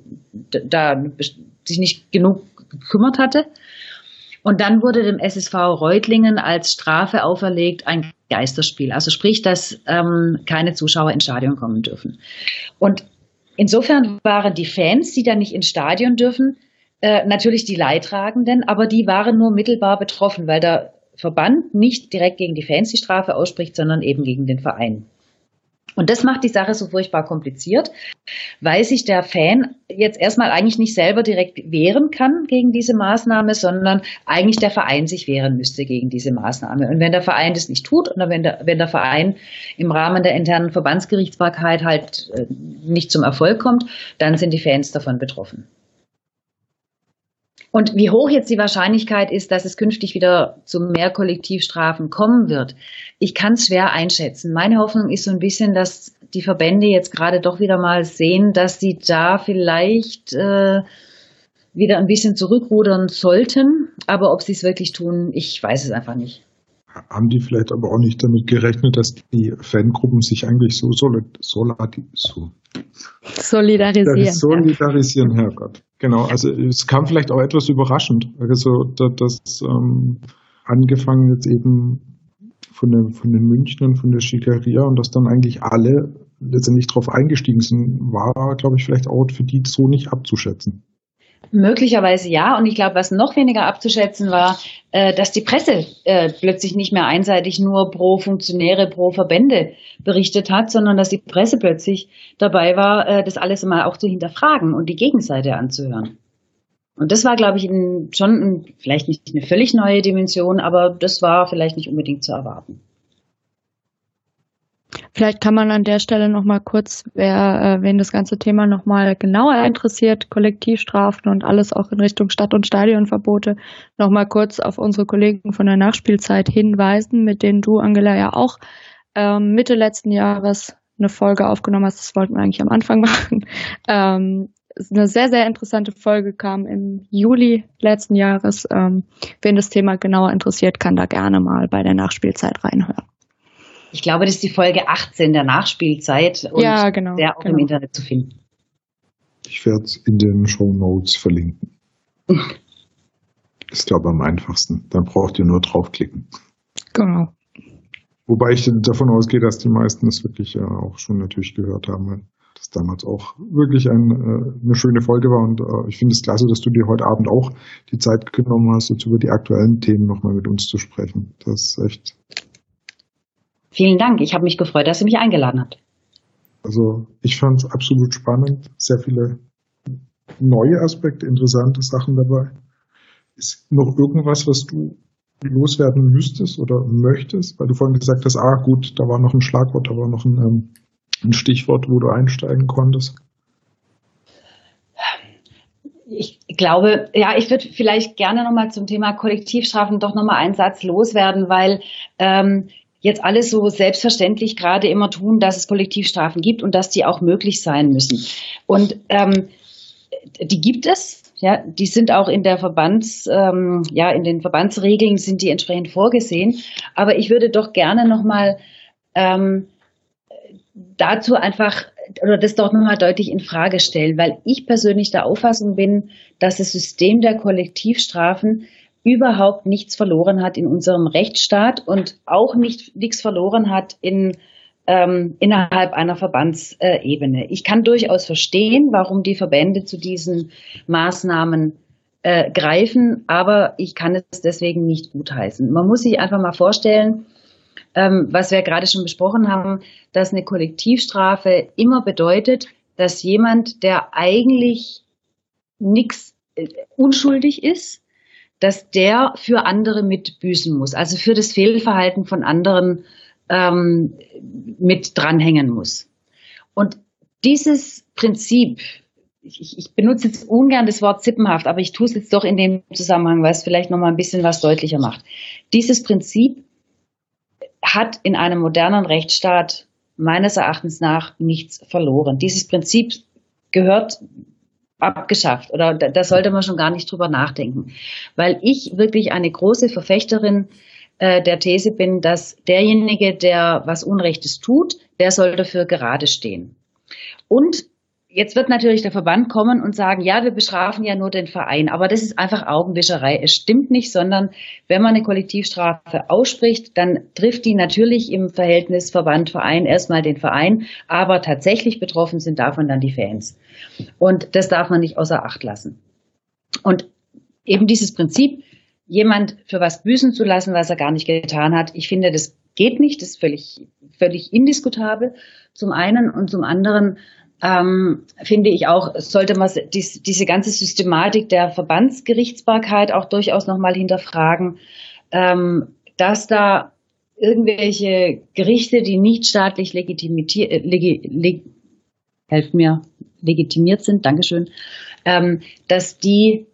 D: da sich nicht genug gekümmert hatte. Und dann wurde dem S S V Reutlingen als Strafe auferlegt ein Geisterspiel. Also sprich, dass ähm, keine Zuschauer ins Stadion kommen dürfen. Und insofern waren die Fans, die da nicht ins Stadion dürfen, äh, natürlich die Leidtragenden, aber die waren nur mittelbar betroffen, weil der Verband nicht direkt gegen die Fans die Strafe ausspricht, sondern eben gegen den Verein. Und das macht die Sache so furchtbar kompliziert, weil sich der Fan jetzt erstmal eigentlich nicht selber direkt wehren kann gegen diese Maßnahme, sondern eigentlich der Verein sich wehren müsste gegen diese Maßnahme. Und wenn der Verein das nicht tut oder wenn der, wenn der Verein im Rahmen der internen Verbandsgerichtsbarkeit halt nicht zum Erfolg kommt, dann sind die Fans davon betroffen. Und wie hoch jetzt die Wahrscheinlichkeit ist, dass es künftig wieder zu mehr Kollektivstrafen kommen wird, ich kann es schwer einschätzen. Meine Hoffnung ist so ein bisschen, dass die Verbände jetzt gerade doch wieder mal sehen, dass sie da vielleicht äh, wieder ein bisschen zurückrudern sollten. Aber ob sie es wirklich tun, ich weiß es einfach nicht.
A: Haben die vielleicht aber auch nicht damit gerechnet, dass die Fangruppen sich eigentlich so, solid, solid, so
B: solidarisieren.
A: Solidarisieren, Herrgott. Genau, also es kam vielleicht auch etwas überraschend. Also das ähm, angefangen jetzt eben von den, von den Münchnern, von der Schickeria und dass dann eigentlich alle letztendlich drauf eingestiegen sind, war, glaube ich, vielleicht auch für die so nicht abzuschätzen.
D: Möglicherweise ja. Und ich glaube, was noch weniger abzuschätzen war, äh, dass die Presse äh, plötzlich nicht mehr einseitig nur pro Funktionäre, pro Verbände berichtet hat, sondern dass die Presse plötzlich dabei war, äh, das alles mal auch zu hinterfragen und die Gegenseite anzuhören. Und das war, glaube ich, in, schon ein, vielleicht nicht eine völlig neue Dimension, aber das war vielleicht nicht unbedingt zu erwarten.
B: Vielleicht kann man an der Stelle noch mal kurz, wer, äh, wen das ganze Thema noch mal genauer interessiert, Kollektivstrafen und alles auch in Richtung Stadt- und Stadionverbote, noch mal kurz auf unsere Kollegen von der Nachspielzeit hinweisen, mit denen du, Angela, ja auch ähm, Mitte letzten Jahres eine Folge aufgenommen hast. Das wollten wir eigentlich am Anfang machen. Ähm, eine sehr, sehr interessante Folge kam im Juli letzten Jahres. Ähm, wen das Thema genauer interessiert, kann da gerne mal bei der Nachspielzeit reinhören.
D: Ich glaube, das ist die Folge achtzehn der Nachspielzeit und
B: ja, genau,
D: der auch
B: genau.
D: im Internet zu finden.
A: Ich werde es in den Shownotes verlinken. Ist, glaube ich, am einfachsten. Dann braucht ihr nur draufklicken.
B: Genau.
A: Wobei ich davon ausgehe, dass die meisten es wirklich ja auch schon natürlich gehört haben, weil das damals auch wirklich ein, eine schöne Folge war. Und ich finde es klasse, dass du dir heute Abend auch die Zeit genommen hast, jetzt über die aktuellen Themen nochmal mit uns zu sprechen. Das ist echt...
D: Vielen Dank. Ich habe mich gefreut, dass ihr mich eingeladen habt.
A: Also ich fand es absolut spannend. Sehr viele neue Aspekte, interessante Sachen dabei. Ist noch irgendwas, was du loswerden müsstest oder möchtest? Weil du vorhin gesagt hast, ah gut, da war noch ein Schlagwort, da war noch ein, ein Stichwort, wo du einsteigen konntest.
D: Ich glaube, ja, ich würde vielleicht gerne nochmal zum Thema Kollektivstrafen doch nochmal einen Satz loswerden, weil ähm, jetzt alles so selbstverständlich gerade immer tun, dass es Kollektivstrafen gibt und dass die auch möglich sein müssen. Und ähm, die gibt es, ja, die sind auch in der Verbands, ähm, ja, in den Verbandsregeln sind die entsprechend vorgesehen. Aber ich würde doch gerne nochmal ähm, dazu einfach oder das doch nochmal deutlich in Frage stellen, weil ich persönlich der Auffassung bin, dass das System der Kollektivstrafen überhaupt nichts verloren hat in unserem Rechtsstaat und auch nicht nichts verloren hat in, ähm, innerhalb einer Verbandsebene. Ich kann durchaus verstehen, warum die Verbände zu diesen Maßnahmen äh, greifen, aber ich kann es deswegen nicht gutheißen. Man muss sich einfach mal vorstellen, ähm, was wir gerade schon besprochen haben, dass eine Kollektivstrafe immer bedeutet, dass jemand, der eigentlich nichts äh, unschuldig ist, dass der für andere mitbüßen muss, also für das Fehlverhalten von anderen ähm, mit dranhängen muss. Und dieses Prinzip, ich, ich benutze jetzt ungern das Wort sippenhaft, aber ich tue es jetzt doch in dem Zusammenhang, weil es vielleicht noch mal ein bisschen was deutlicher macht. Dieses Prinzip hat in einem modernen Rechtsstaat meines Erachtens nach nichts verloren. Dieses Prinzip gehört abgeschafft oder da, da sollte man schon gar nicht drüber nachdenken, weil ich wirklich eine große Verfechterin äh, der These bin, dass derjenige, der was Unrechtes tut, der soll dafür gerade stehen. Und jetzt wird natürlich der Verband kommen und sagen, ja, wir bestrafen ja nur den Verein, aber das ist einfach Augenwischerei. Es stimmt nicht, sondern wenn man eine Kollektivstrafe ausspricht, dann trifft die natürlich im Verhältnis Verband-Verein erstmal den Verein, aber tatsächlich betroffen sind davon dann die Fans. Und das darf man nicht außer Acht lassen. Und eben dieses Prinzip, jemand für was büßen zu lassen, was er gar nicht getan hat, ich finde, das geht nicht, das ist völlig, völlig indiskutabel zum einen und zum anderen Ähm, finde ich auch, sollte man dies, diese ganze Systematik der Verbandsgerichtsbarkeit auch durchaus nochmal hinterfragen, ähm, dass da irgendwelche Gerichte, die nicht staatlich legitimiert, äh, legi, leg, helft mir, legitimiert sind, Dankeschön, ähm, dass die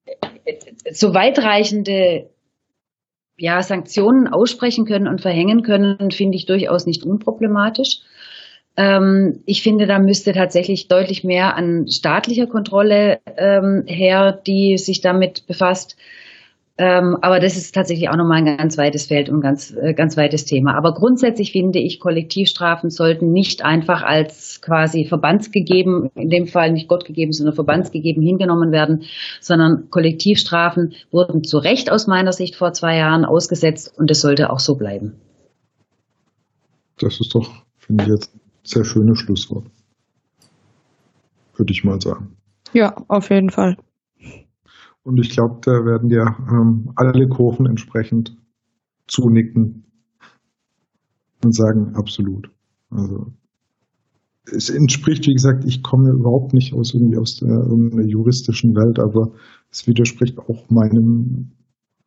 D: so weitreichende ja, Sanktionen aussprechen können und verhängen können, finde ich durchaus nicht unproblematisch. Ähm, ich finde, da müsste tatsächlich deutlich mehr an staatlicher Kontrolle ähm, her, die sich damit befasst. Ähm, aber das ist tatsächlich auch nochmal ein ganz weites Feld und ein ganz, äh, ganz weites Thema. Aber grundsätzlich finde ich, Kollektivstrafen sollten nicht einfach als quasi verbandsgegeben, in dem Fall nicht gottgegeben, sondern verbandsgegeben hingenommen werden, sondern Kollektivstrafen wurden zu Recht aus meiner Sicht vor zwei Jahren ausgesetzt und es sollte auch so bleiben.
A: Das ist doch, finde ich, jetzt ein sehr schönes Schlusswort. Würde ich mal sagen.
B: Ja, auf jeden Fall.
A: Und ich glaube, da werden dir ähm, alle Kurven entsprechend zunicken und sagen, absolut. Also es entspricht, wie gesagt, ich komme überhaupt nicht aus irgendwie aus der, irgendeiner juristischen Welt, aber es widerspricht auch meinem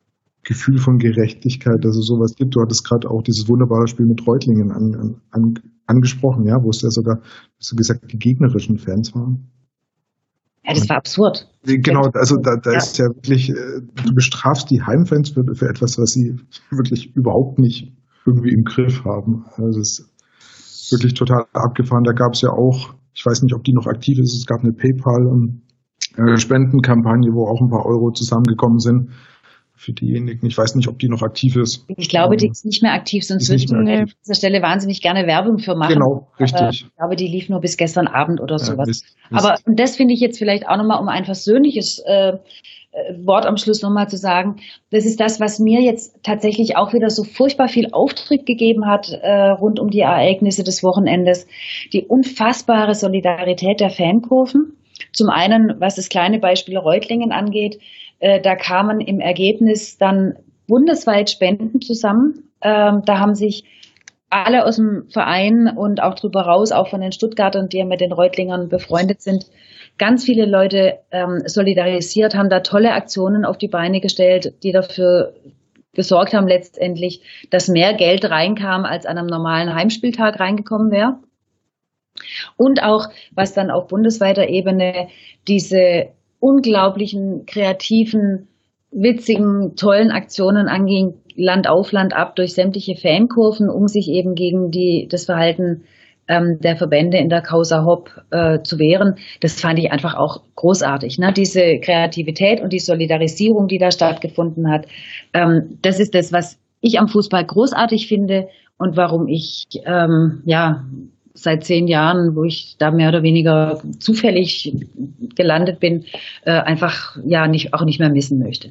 A: Gefühl von Gerechtigkeit, dass es sowas gibt. Du hattest gerade auch dieses wunderbare Spiel mit Reutlingen an, an, angesprochen, ja, wo es ja sogar, hast du gesagt, die gegnerischen Fans waren.
D: Ja, das war absurd.
A: Genau, also da, da
D: ja.
A: ist ja wirklich, du bestrafst die Heimfans für, für etwas, was sie wirklich überhaupt nicht irgendwie im Griff haben. Also es ist wirklich total abgefahren. Da gab es ja auch, ich weiß nicht, ob die noch aktiv ist, es gab eine PayPal-Spendenkampagne, wo auch ein paar Euro zusammengekommen sind für diejenigen. Ich weiß nicht, ob die noch aktiv ist.
D: Ich glaube, die ist nicht mehr aktiv, sonst würde ich an dieser Stelle wahnsinnig gerne Werbung für machen.
A: Genau, richtig.
D: Aber ich glaube, die lief nur bis gestern Abend oder
A: ja,
D: sowas.
A: Mist, Mist.
D: Aber und das finde ich jetzt vielleicht auch nochmal, um ein versöhnliches äh, Wort am Schluss nochmal zu sagen. Das ist das, was mir jetzt tatsächlich auch wieder so furchtbar viel Auftrieb gegeben hat äh, rund um die Ereignisse des Wochenendes. Die unfassbare Solidarität der Fankurven. Zum einen, was das kleine Beispiel Reutlingen angeht, äh, da kamen im Ergebnis dann bundesweit Spenden zusammen. Ähm, da haben sich alle aus dem Verein und auch drüber raus, auch von den Stuttgartern, die ja mit den Reutlingern befreundet sind, ganz viele Leute ähm, solidarisiert, haben da tolle Aktionen auf die Beine gestellt, die dafür gesorgt haben letztendlich, dass mehr Geld reinkam, als an einem normalen Heimspieltag reingekommen wäre. Und auch, was dann auf bundesweiter Ebene diese unglaublichen, kreativen, witzigen, tollen Aktionen anging, Land auf, Land ab durch sämtliche Fankurven, um sich eben gegen die, das Verhalten ähm, der Verbände in der Causa Hopp äh, zu wehren. Das fand ich einfach auch großartig. Ne? Diese Kreativität und die Solidarisierung, die da stattgefunden hat, ähm, das ist das, was ich am Fußball großartig finde und warum ich ähm, ja seit zehn Jahren, wo ich da mehr oder weniger zufällig gelandet bin, äh, einfach ja nicht auch nicht mehr missen möchte.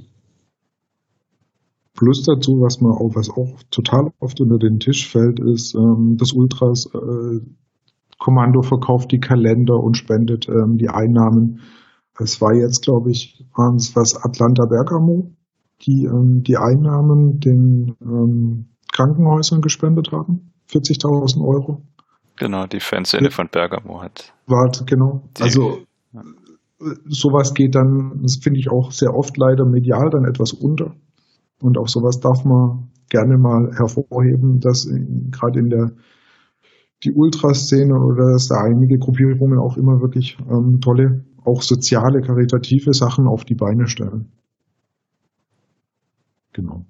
A: Plus dazu, was man auch, was auch total oft unter den Tisch fällt, ist, ähm, das Ultras äh, Kommando verkauft die Kalender und spendet ähm, die Einnahmen. Es war jetzt, glaube ich, waren es was Atlanta Bergamo, die ähm, die Einnahmen den ähm, Krankenhäusern gespendet haben, vierzigtausend Euro.
C: Genau, die Fanszene ja. von Bergamo hat.
A: Warte, genau. Die, also ja. sowas geht dann, das finde ich auch sehr oft leider medial dann etwas unter. Und auch sowas darf man gerne mal hervorheben, dass gerade in der die Ultraszene oder dass da einige Gruppierungen auch immer wirklich ähm, tolle, auch soziale, karitative Sachen auf die Beine stellen. Genau.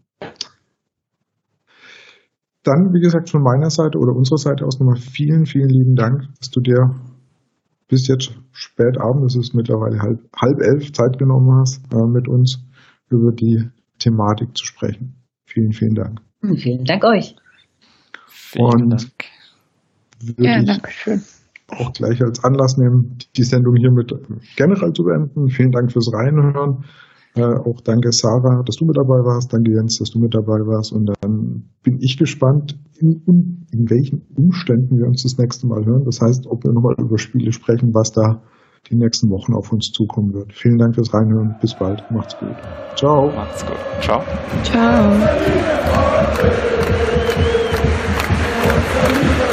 A: Dann, wie gesagt, von meiner Seite oder unserer Seite aus nochmal vielen, vielen lieben Dank, dass du dir bis jetzt spät Abend, es ist mittlerweile halb, halb elf, Zeit genommen hast, äh, mit uns über die Thematik zu sprechen. Vielen, vielen Dank.
D: Vielen Dank euch.
C: Vielen
A: Und
C: Dank.
B: Ja, danke schön.
A: Auch gleich als Anlass nehmen, die Sendung hiermit generell zu beenden. Vielen Dank fürs Reinhören. Äh, auch danke Sarah, dass du mit dabei warst. Danke Jens, dass du mit dabei warst. Und dann bin ich gespannt, in, in welchen Umständen wir uns das nächste Mal hören. Das heißt, ob wir nochmal über Spiele sprechen, was da die nächsten Wochen auf uns zukommen wird. Vielen Dank fürs Reinhören. Bis bald. Macht's gut. Ciao.
C: Macht's gut. Ciao.
B: Ciao.